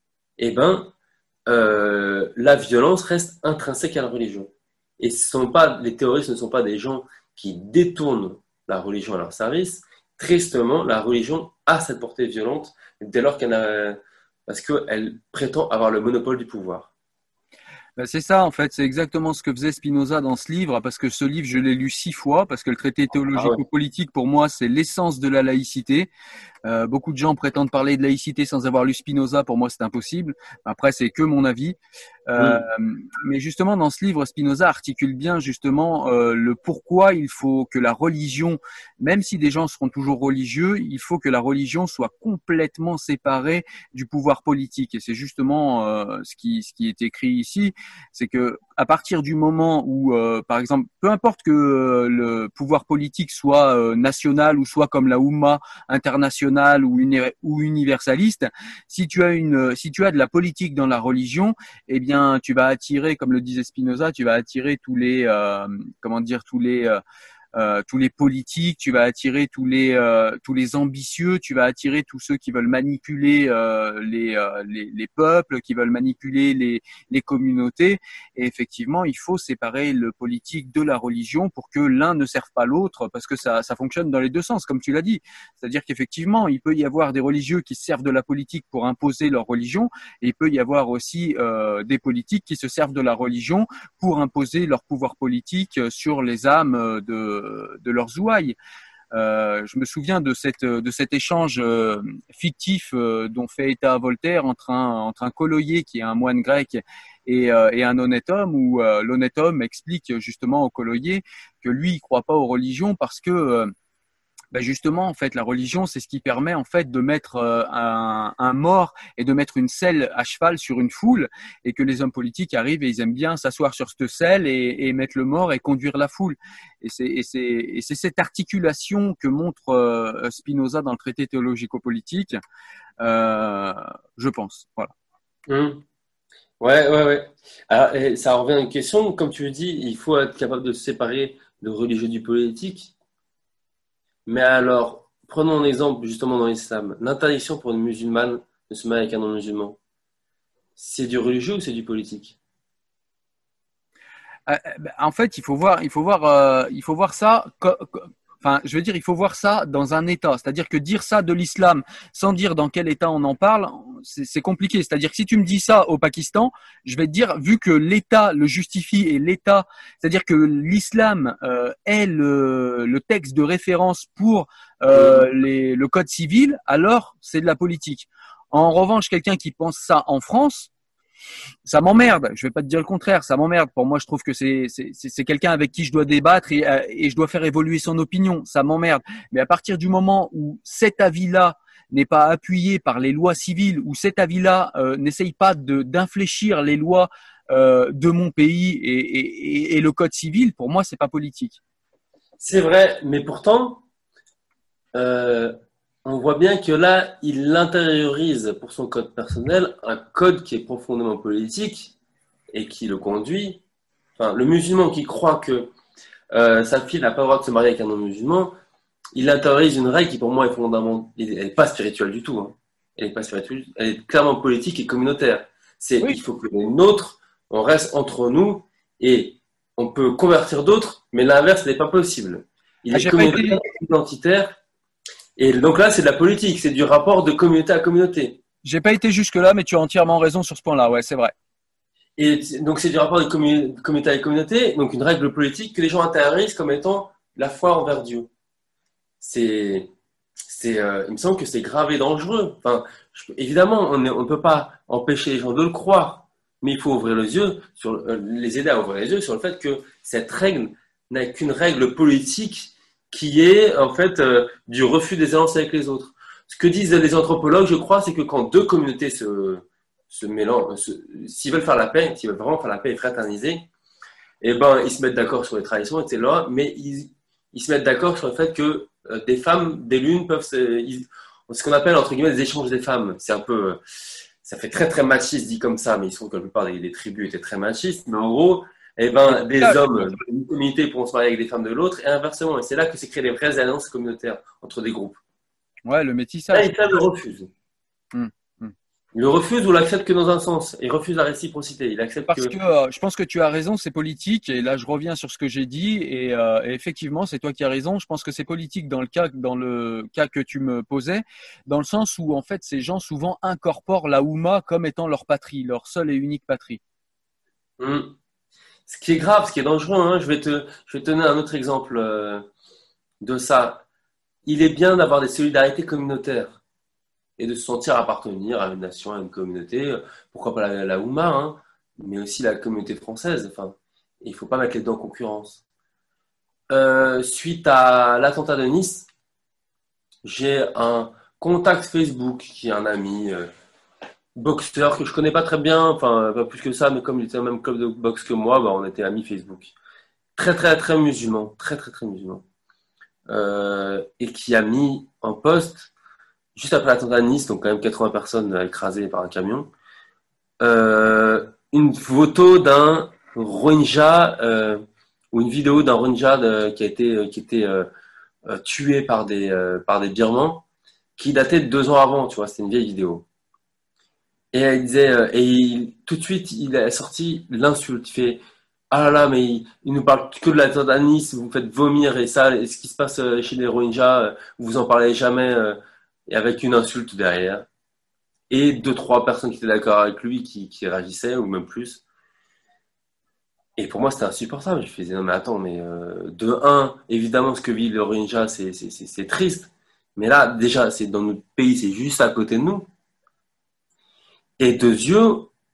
la violence reste intrinsèque à la religion. Et les terroristes ne sont pas des gens qui détournent la religion à leur service. Tristement, la religion a cette portée violente dès lors parce qu'elle prétend avoir le monopole du pouvoir. C'est ça, en fait, c'est exactement ce que faisait Spinoza dans ce livre, parce que ce livre, je l'ai lu 6 fois, parce que le traité théologico-politique, pour moi, c'est l'essence de la laïcité. Beaucoup de gens prétendent parler de laïcité sans avoir lu Spinoza. Pour moi, c'est impossible. Après, c'est que mon avis. Mais justement, dans ce livre, Spinoza articule bien justement le pourquoi il faut que la religion, même si des gens seront toujours religieux, il faut que la religion soit complètement séparée du pouvoir politique. Et c'est justement ce qui est écrit ici, c'est que à partir du moment où, par exemple, peu importe que le pouvoir politique soit national ou soit comme la Oumma internationale ou universaliste, si tu as de la politique dans la religion, eh bien, tu vas attirer, comme le disait Spinoza, tu vas attirer tous les tous les politiques, tu vas attirer tous les ambitieux, tu vas attirer tous ceux qui veulent manipuler les peuples, qui veulent manipuler les communautés. Et effectivement, il faut séparer le politique de la religion pour que l'un ne serve pas l'autre, parce que ça fonctionne dans les deux sens, comme tu l'as dit. C'est-à-dire qu'effectivement, il peut y avoir des religieux qui se servent de la politique pour imposer leur religion, et il peut y avoir aussi des politiques qui se servent de la religion pour imposer leur pouvoir politique sur les âmes de leurs ouailles. Je me souviens de cet échange fictif dont fait état Voltaire entre un coloyer qui est un moine grec et un honnête homme, où l'honnête homme explique justement au coloyer que lui il croit pas aux religions parce que justement, en fait, la religion, c'est ce qui permet, en fait, de mettre un mort et de mettre une selle à cheval sur une foule, et que les hommes politiques arrivent et ils aiment bien s'asseoir sur cette selle et mettre le mort et conduire la foule. Et c'est cette articulation que montre Spinoza dans le traité théologico-politique, je pense. Voilà. Ouais. Alors, et ça revient à une question, comme tu le dis, il faut être capable de se séparer le religieux du politique. Mais alors, prenons un exemple justement dans l'islam. L'interdiction pour une musulmane de se marier avec un non-musulman, c'est du religieux ou c'est du politique? En fait, il faut voir ça. Enfin, je veux dire, il faut voir ça dans un état. C'est-à-dire que dire ça de l'islam sans dire dans quel état on en parle, c'est compliqué. C'est-à-dire que si tu me dis ça au Pakistan, je vais te dire, vu que l'État le justifie et l'État, c'est-à-dire que l'islam est le texte de référence pour le code civil, alors c'est de la politique. En revanche, quelqu'un qui pense ça en France, ça m'emmerde. Je vais pas te dire le contraire, ça m'emmerde. Pour moi, je trouve que c'est quelqu'un avec qui je dois débattre et je dois faire évoluer son opinion. Ça m'emmerde. Mais à partir du moment où cet avis-là n'est pas appuyé par les lois civiles, où cet avis-là n'essaye pas d'infléchir les lois de mon pays et le code civil, pour moi, c'est pas politique. C'est vrai, mais pourtant, on voit bien que là, il intériorise pour son code personnel un code qui est profondément politique et qui le conduit. Enfin, le musulman qui croit que sa fille n'a pas le droit de se marier avec un non-musulman, il intériorise une règle qui pour moi est fondamentale. Elle n'est pas spirituelle du tout. Hein. Elle n'est pas spirituelle, elle est clairement politique et communautaire. Oui. Il faut que les nôtres, on reste entre nous et on peut convertir d'autres, mais l'inverse n'est pas possible. Il est communautaire, identitaire. Et donc là, c'est de la politique, c'est du rapport de communauté à communauté. J'ai pas été jusque-là, mais tu as entièrement raison sur ce point-là, ouais, c'est vrai. Et donc, c'est du rapport de communauté à communauté, donc une règle politique que les gens intériorisent comme étant la foi envers Dieu. Il me semble que c'est grave et dangereux. Enfin, évidemment, on ne peut pas empêcher les gens de le croire, mais il faut ouvrir les yeux, les aider à ouvrir les yeux sur le fait que cette règle n'est qu'une règle politique qui est en fait du refus des alliances avec les autres. Ce que disent les anthropologues, je crois, c'est que quand deux communautés se mélangent, s'ils veulent faire la paix, s'ils veulent vraiment faire la paix et fraterniser, eh ben, ils se mettent d'accord sur les traditions, etc. Mais ils se mettent d'accord sur le fait que des femmes, des lunes peuvent ce qu'on appelle entre guillemets des échanges des femmes. C'est un peu, ça fait très très machiste dit comme ça, mais il se trouve que la plupart des tribus étaient très machistes. Mais en gros, eh ben, des hommes d'une communauté pourront se marier avec des femmes de l'autre et inversement. Et c'est là que s'est créé les vraies alliances communautaires entre des groupes. Ouais, le métissage. Là, Islam le refuse. Il le refuse ou l'accepte que dans un sens. Il refuse la réciprocité. Il accepte Parce que je pense que tu as raison, c'est politique. Et là, je reviens sur ce que j'ai dit. Et effectivement, c'est toi qui as raison. Je pense que c'est politique dans le cas que tu me posais, dans le sens où en fait, ces gens souvent incorporent la Oumma comme étant leur patrie, leur seule et unique patrie. Ce qui est grave, ce qui est dangereux, hein, je vais te donner un autre exemple de ça. Il est bien d'avoir des solidarités communautaires et de se sentir appartenir à une nation, à une communauté. Pourquoi pas la Oumma, hein, mais aussi la communauté française. Enfin, il ne faut pas mettre les deux en concurrence. Suite à l'attentat de Nice, j'ai un contact Facebook qui est un ami boxeur que je connais pas très bien, enfin pas plus que ça, mais comme il était au même club de boxe que moi, on était amis Facebook. Très très très musulman, très très très musulman, et qui a mis en post juste après l'attentat de Nice, donc quand même 80 personnes écrasées par un camion, une photo d'un Rohingya ou une vidéo d'un Rohingya qui était tué par des Birmans, qui datait de 2 ans avant, tu vois, c'était une vieille vidéo. Et elle disait, tout de suite, il a sorti l'insulte. Il fait, ah là là, mais il nous parle que de la Tanzanie, vous me faites vomir et ça, et ce qui se passe chez les Rohingyas, vous en parlez jamais, et avec une insulte derrière. Et 2, 3 personnes qui étaient d'accord avec lui, qui réagissaient, ou même plus. Et pour moi, c'était insupportable. Je faisais, non mais attends, mais de un, évidemment, ce que vit le Rohingya, c'est triste. Mais là, déjà, c'est dans notre pays, c'est juste à côté de nous. Et de yeux,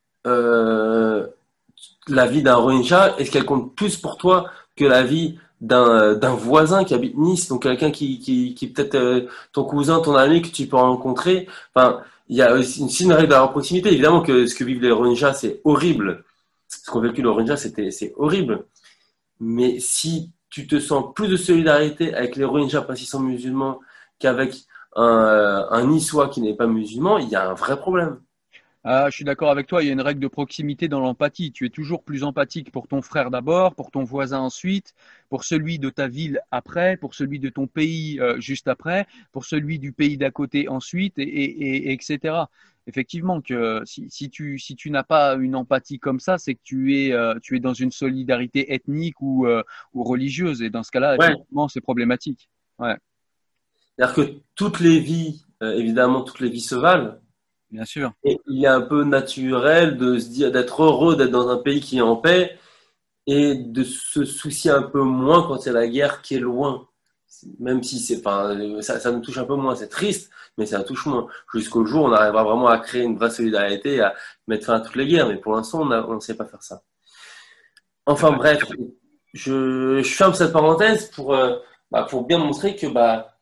la vie d'un Rohingya, est-ce qu'elle compte plus pour toi que la vie d'un voisin qui habite Nice, donc quelqu'un qui peut-être ton cousin, ton ami que tu peux rencontrer. Enfin, il y a aussi une règle de la proximité. Évidemment que ce que vivent les Rohingyas, c'est horrible. Ce qu'ont vécu les Rohingyas, c'est horrible. Mais si tu te sens plus de solidarité avec les Rohingyas parce qu'ils sont musulmans qu'avec un Niçois qui n'est pas musulman, il y a un vrai problème. Ah, je suis d'accord avec toi, il y a une règle de proximité dans l'empathie. Tu es toujours plus empathique pour ton frère d'abord, pour ton voisin ensuite, pour celui de ta ville après, pour celui de ton pays juste après, pour celui du pays d'à côté ensuite, etc. Effectivement, que si tu n'as pas une empathie comme ça, c'est que tu es dans une solidarité ethnique ou religieuse. Et dans ce cas-là, Ouais. effectivement, c'est problématique. Ouais, C'est-à-dire que toutes les vies, évidemment, toutes les vies se valent. bien sûr. Et il est un peu naturel de se dire, d'être heureux d'être dans un pays qui est en paix et de se soucier un peu moins quand c'est la guerre qui est loin. Même si ça nous touche un peu moins, c'est triste, mais ça nous touche moins. Jusqu'au jour où on arrivera vraiment à créer une vraie solidarité, à mettre fin à toutes les guerres. Mais pour l'instant, on ne sait pas faire ça. Enfin bref, je ferme cette parenthèse pour bien montrer que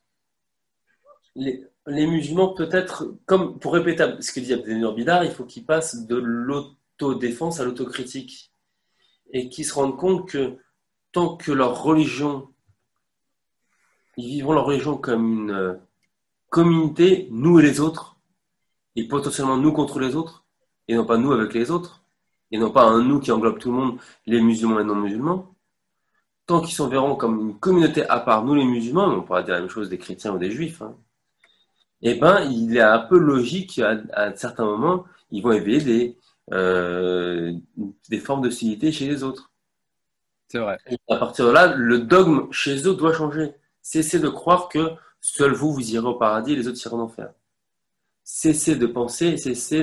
les musulmans, peut-être, comme pour répéter ce que dit Abdelnour Bidar, il faut qu'ils passent de l'autodéfense à l'autocritique et qu'ils se rendent compte que tant que leur religion, ils vivront leur religion comme une communauté, nous et les autres, et potentiellement nous contre les autres, et non pas nous avec les autres, et non pas un nous qui englobe tout le monde, les musulmans et non-musulmans, tant qu'ils s'en verront comme une communauté à part, nous les musulmans, mais on pourra dire la même chose des chrétiens ou des juifs, hein, eh ben, il est un peu logique à certains moments, ils vont éveiller des formes de civilité chez les autres. C'est vrai. Et à partir de là, le dogme chez eux doit changer. Cessez de croire que seul vous, vous irez au paradis et les autres iront en enfer. Cessez de penser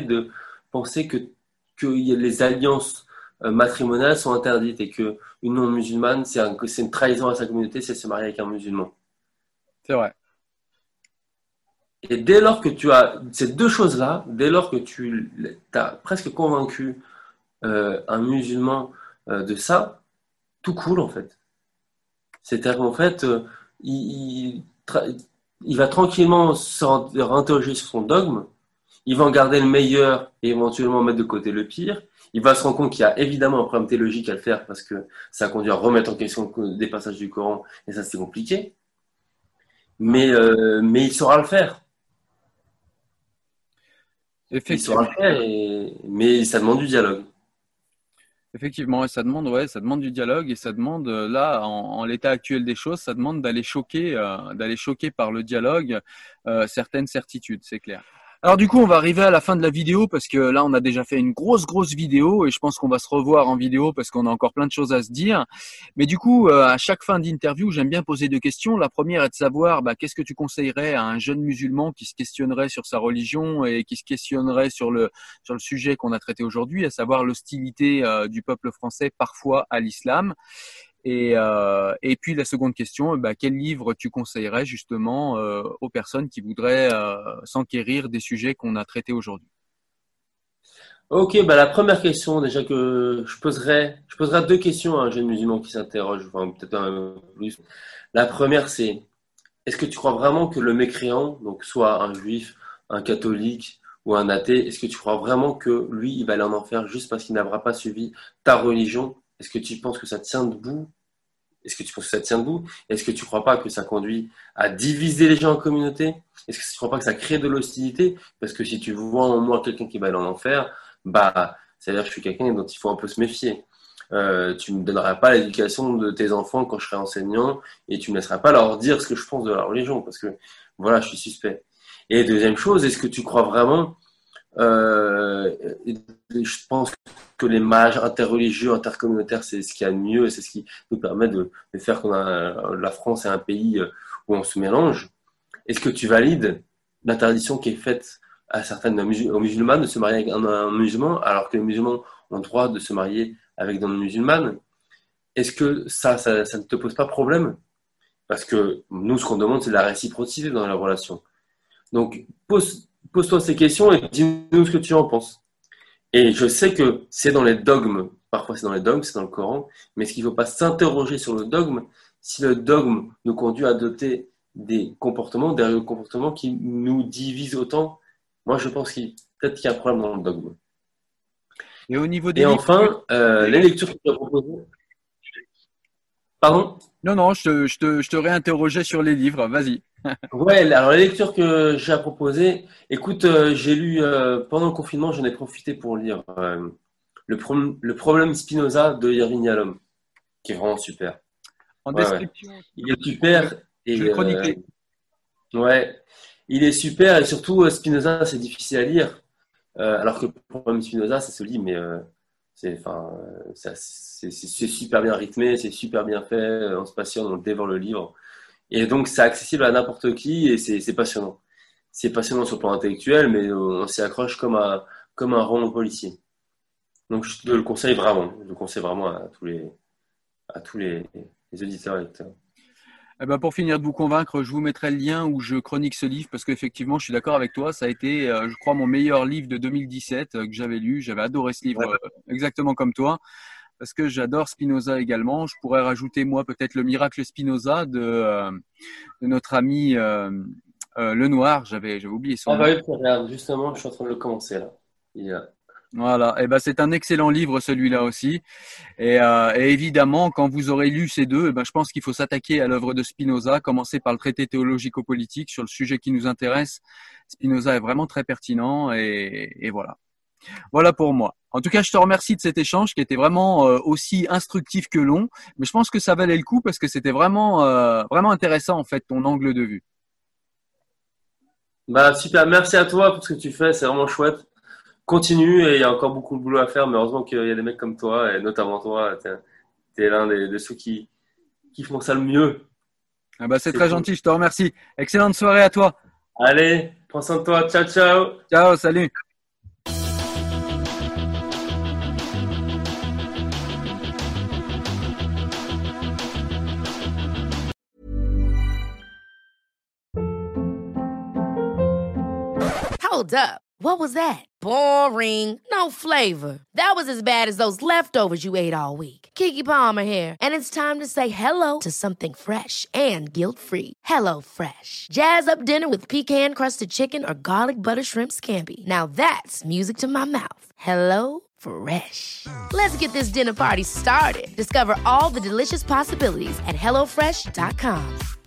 que les alliances matrimoniales sont interdites et que une non-musulmane, c'est une trahison à sa communauté, c'est se marier avec un musulman. C'est vrai. Et dès lors que tu as ces deux choses-là, dès lors que tu as presque convaincu un musulman de ça, tout coule en fait. C'est-à-dire qu'en fait, il va tranquillement se réinterroger sur son dogme, il va en garder le meilleur et éventuellement mettre de côté le pire. Il va se rendre compte qu'il y a évidemment un problème théologique à le faire parce que ça conduit à remettre en question des passages du Coran et ça c'est compliqué. Mais il saura le faire. Il saura le faire, mais ça demande du dialogue. Effectivement, et ça demande du dialogue et ça demande, là, en l'état actuel des choses, ça demande d'aller choquer par le dialogue certaines certitudes, c'est clair. Alors du coup, on va arriver à la fin de la vidéo parce que là, on a déjà fait une grosse vidéo et je pense qu'on va se revoir en vidéo parce qu'on a encore plein de choses à se dire. Mais du coup, à chaque fin d'interview, j'aime bien poser deux questions. La première est de savoir qu'est-ce que tu conseillerais à un jeune musulman qui se questionnerait sur sa religion et qui se questionnerait sur le sujet qu'on a traité aujourd'hui, à savoir l'hostilité du peuple français parfois à l'islam. Et puis la seconde question, quel livre tu conseillerais justement aux personnes qui voudraient s'enquérir des sujets qu'on a traités aujourd'hui? Ok, la première question déjà que je poserais deux questions à un jeune musulman qui s'interroge, enfin peut-être un peu plus. La première c'est, est-ce que tu crois vraiment que le mécréant, donc soit un juif, un catholique ou un athée, est-ce que tu crois vraiment que lui, il va aller en enfer juste parce qu'il n'aura pas suivi ta religion? Est-ce que tu penses que ça tient debout? Est-ce que tu penses que ça tient debout? Est-ce que tu ne crois pas que ça conduit à diviser les gens en communauté? Est-ce que tu ne crois pas que ça crée de l'hostilité? Parce que si tu vois en moi quelqu'un qui va aller en enfer, ça veut dire que je suis quelqu'un dont il faut un peu se méfier. Tu me donneras pas l'éducation de tes enfants quand je serai enseignant et tu me laisseras pas leur dire ce que je pense de la religion parce que voilà, je suis suspect. Et deuxième chose, est-ce que tu crois vraiment je pense que les mariages interreligieux, intercommunautaires, c'est ce qu'il y a de mieux et c'est ce qui nous permet de faire qu'on a la France est un pays où on se mélange. Est-ce que tu valides l'interdiction qui est faite à certaines aux musulmanes de se marier avec un musulman alors que les musulmans ont le droit de se marier avec des non-musulmanes? Est-ce que ça ne te pose pas problème? Parce que nous, ce qu'on demande, c'est de la réciprocité dans la relation. Donc, pose-toi ces questions et dis-nous ce que tu en penses. Et je sais que c'est dans les dogmes, parfois c'est dans les dogmes, c'est dans le Coran, mais est-ce qu'il ne faut pas s'interroger sur le dogme si le dogme nous conduit à adopter des comportements qui nous divisent autant? Moi, je pense peut-être qu'il y a un problème dans le dogme. Et au niveau des Et enfin, les lectures que tu as proposées. Pardon? Non, je te réinterrogeais sur les livres, vas-y. Ouais, alors les lectures que j'ai à proposer, écoute, j'ai lu pendant le confinement, j'en ai profité pour lire le problème Spinoza de Irving Yalom, qui est vraiment super. En description. Ouais. Il est super et je vais chroniquer. Ouais, il est super et surtout Spinoza, c'est difficile à lire, alors que le problème Spinoza, ça se lit, mais c'est super bien rythmé, c'est super bien fait, on se passionne, on dévore le livre. Et donc, c'est accessible à n'importe qui et c'est passionnant. C'est passionnant sur le plan intellectuel, mais on s'y accroche comme un roman policier. Donc, je te le conseille vraiment. Je le conseille vraiment à tous les auditeurs et lecteurs. Eh ben pour finir de vous convaincre, je vous mettrai le lien où je chronique ce livre parce qu'effectivement, je suis d'accord avec toi. Ça a été, je crois, mon meilleur livre de 2017 que j'avais lu. J'avais adoré ce livre, exactement comme toi. Parce que j'adore Spinoza également. Je pourrais rajouter, moi, peut-être le miracle Spinoza de notre ami Lenoir. J'avais oublié son nom. Ah bah oui, regarde, justement, je suis en train de le commencer là. Voilà. Et ben c'est un excellent livre celui-là aussi. Et évidemment, quand vous aurez lu ces deux, je pense qu'il faut s'attaquer à l'œuvre de Spinoza, commencer par le traité théologico-politique sur le sujet qui nous intéresse. Spinoza est vraiment très pertinent et voilà. Voilà pour moi. En tout cas, je te remercie de cet échange qui était vraiment aussi instructif que long, mais je pense que ça valait le coup parce que c'était vraiment intéressant en fait ton angle de vue. Bah super, merci à toi pour ce que tu fais, c'est vraiment chouette. Continue et il y a encore beaucoup de boulot à faire, mais heureusement qu'il y a des mecs comme toi et notamment toi, t'es l'un de ceux qui font ça le mieux. Ah bah c'est très gentil, je te remercie. Excellente soirée à toi. Allez, prends soin de toi, ciao ciao. Ciao, salut. Hold up. What was that? Boring. No flavor. That was as bad as those leftovers you ate all week. Keke Palmer here, and it's time to say hello to something fresh and guilt-free. Hello Fresh. Jazz up dinner with pecan-crusted chicken or garlic butter shrimp scampi. Now that's music to my mouth. Hello Fresh. Let's get this dinner party started. Discover all the delicious possibilities at HelloFresh.com.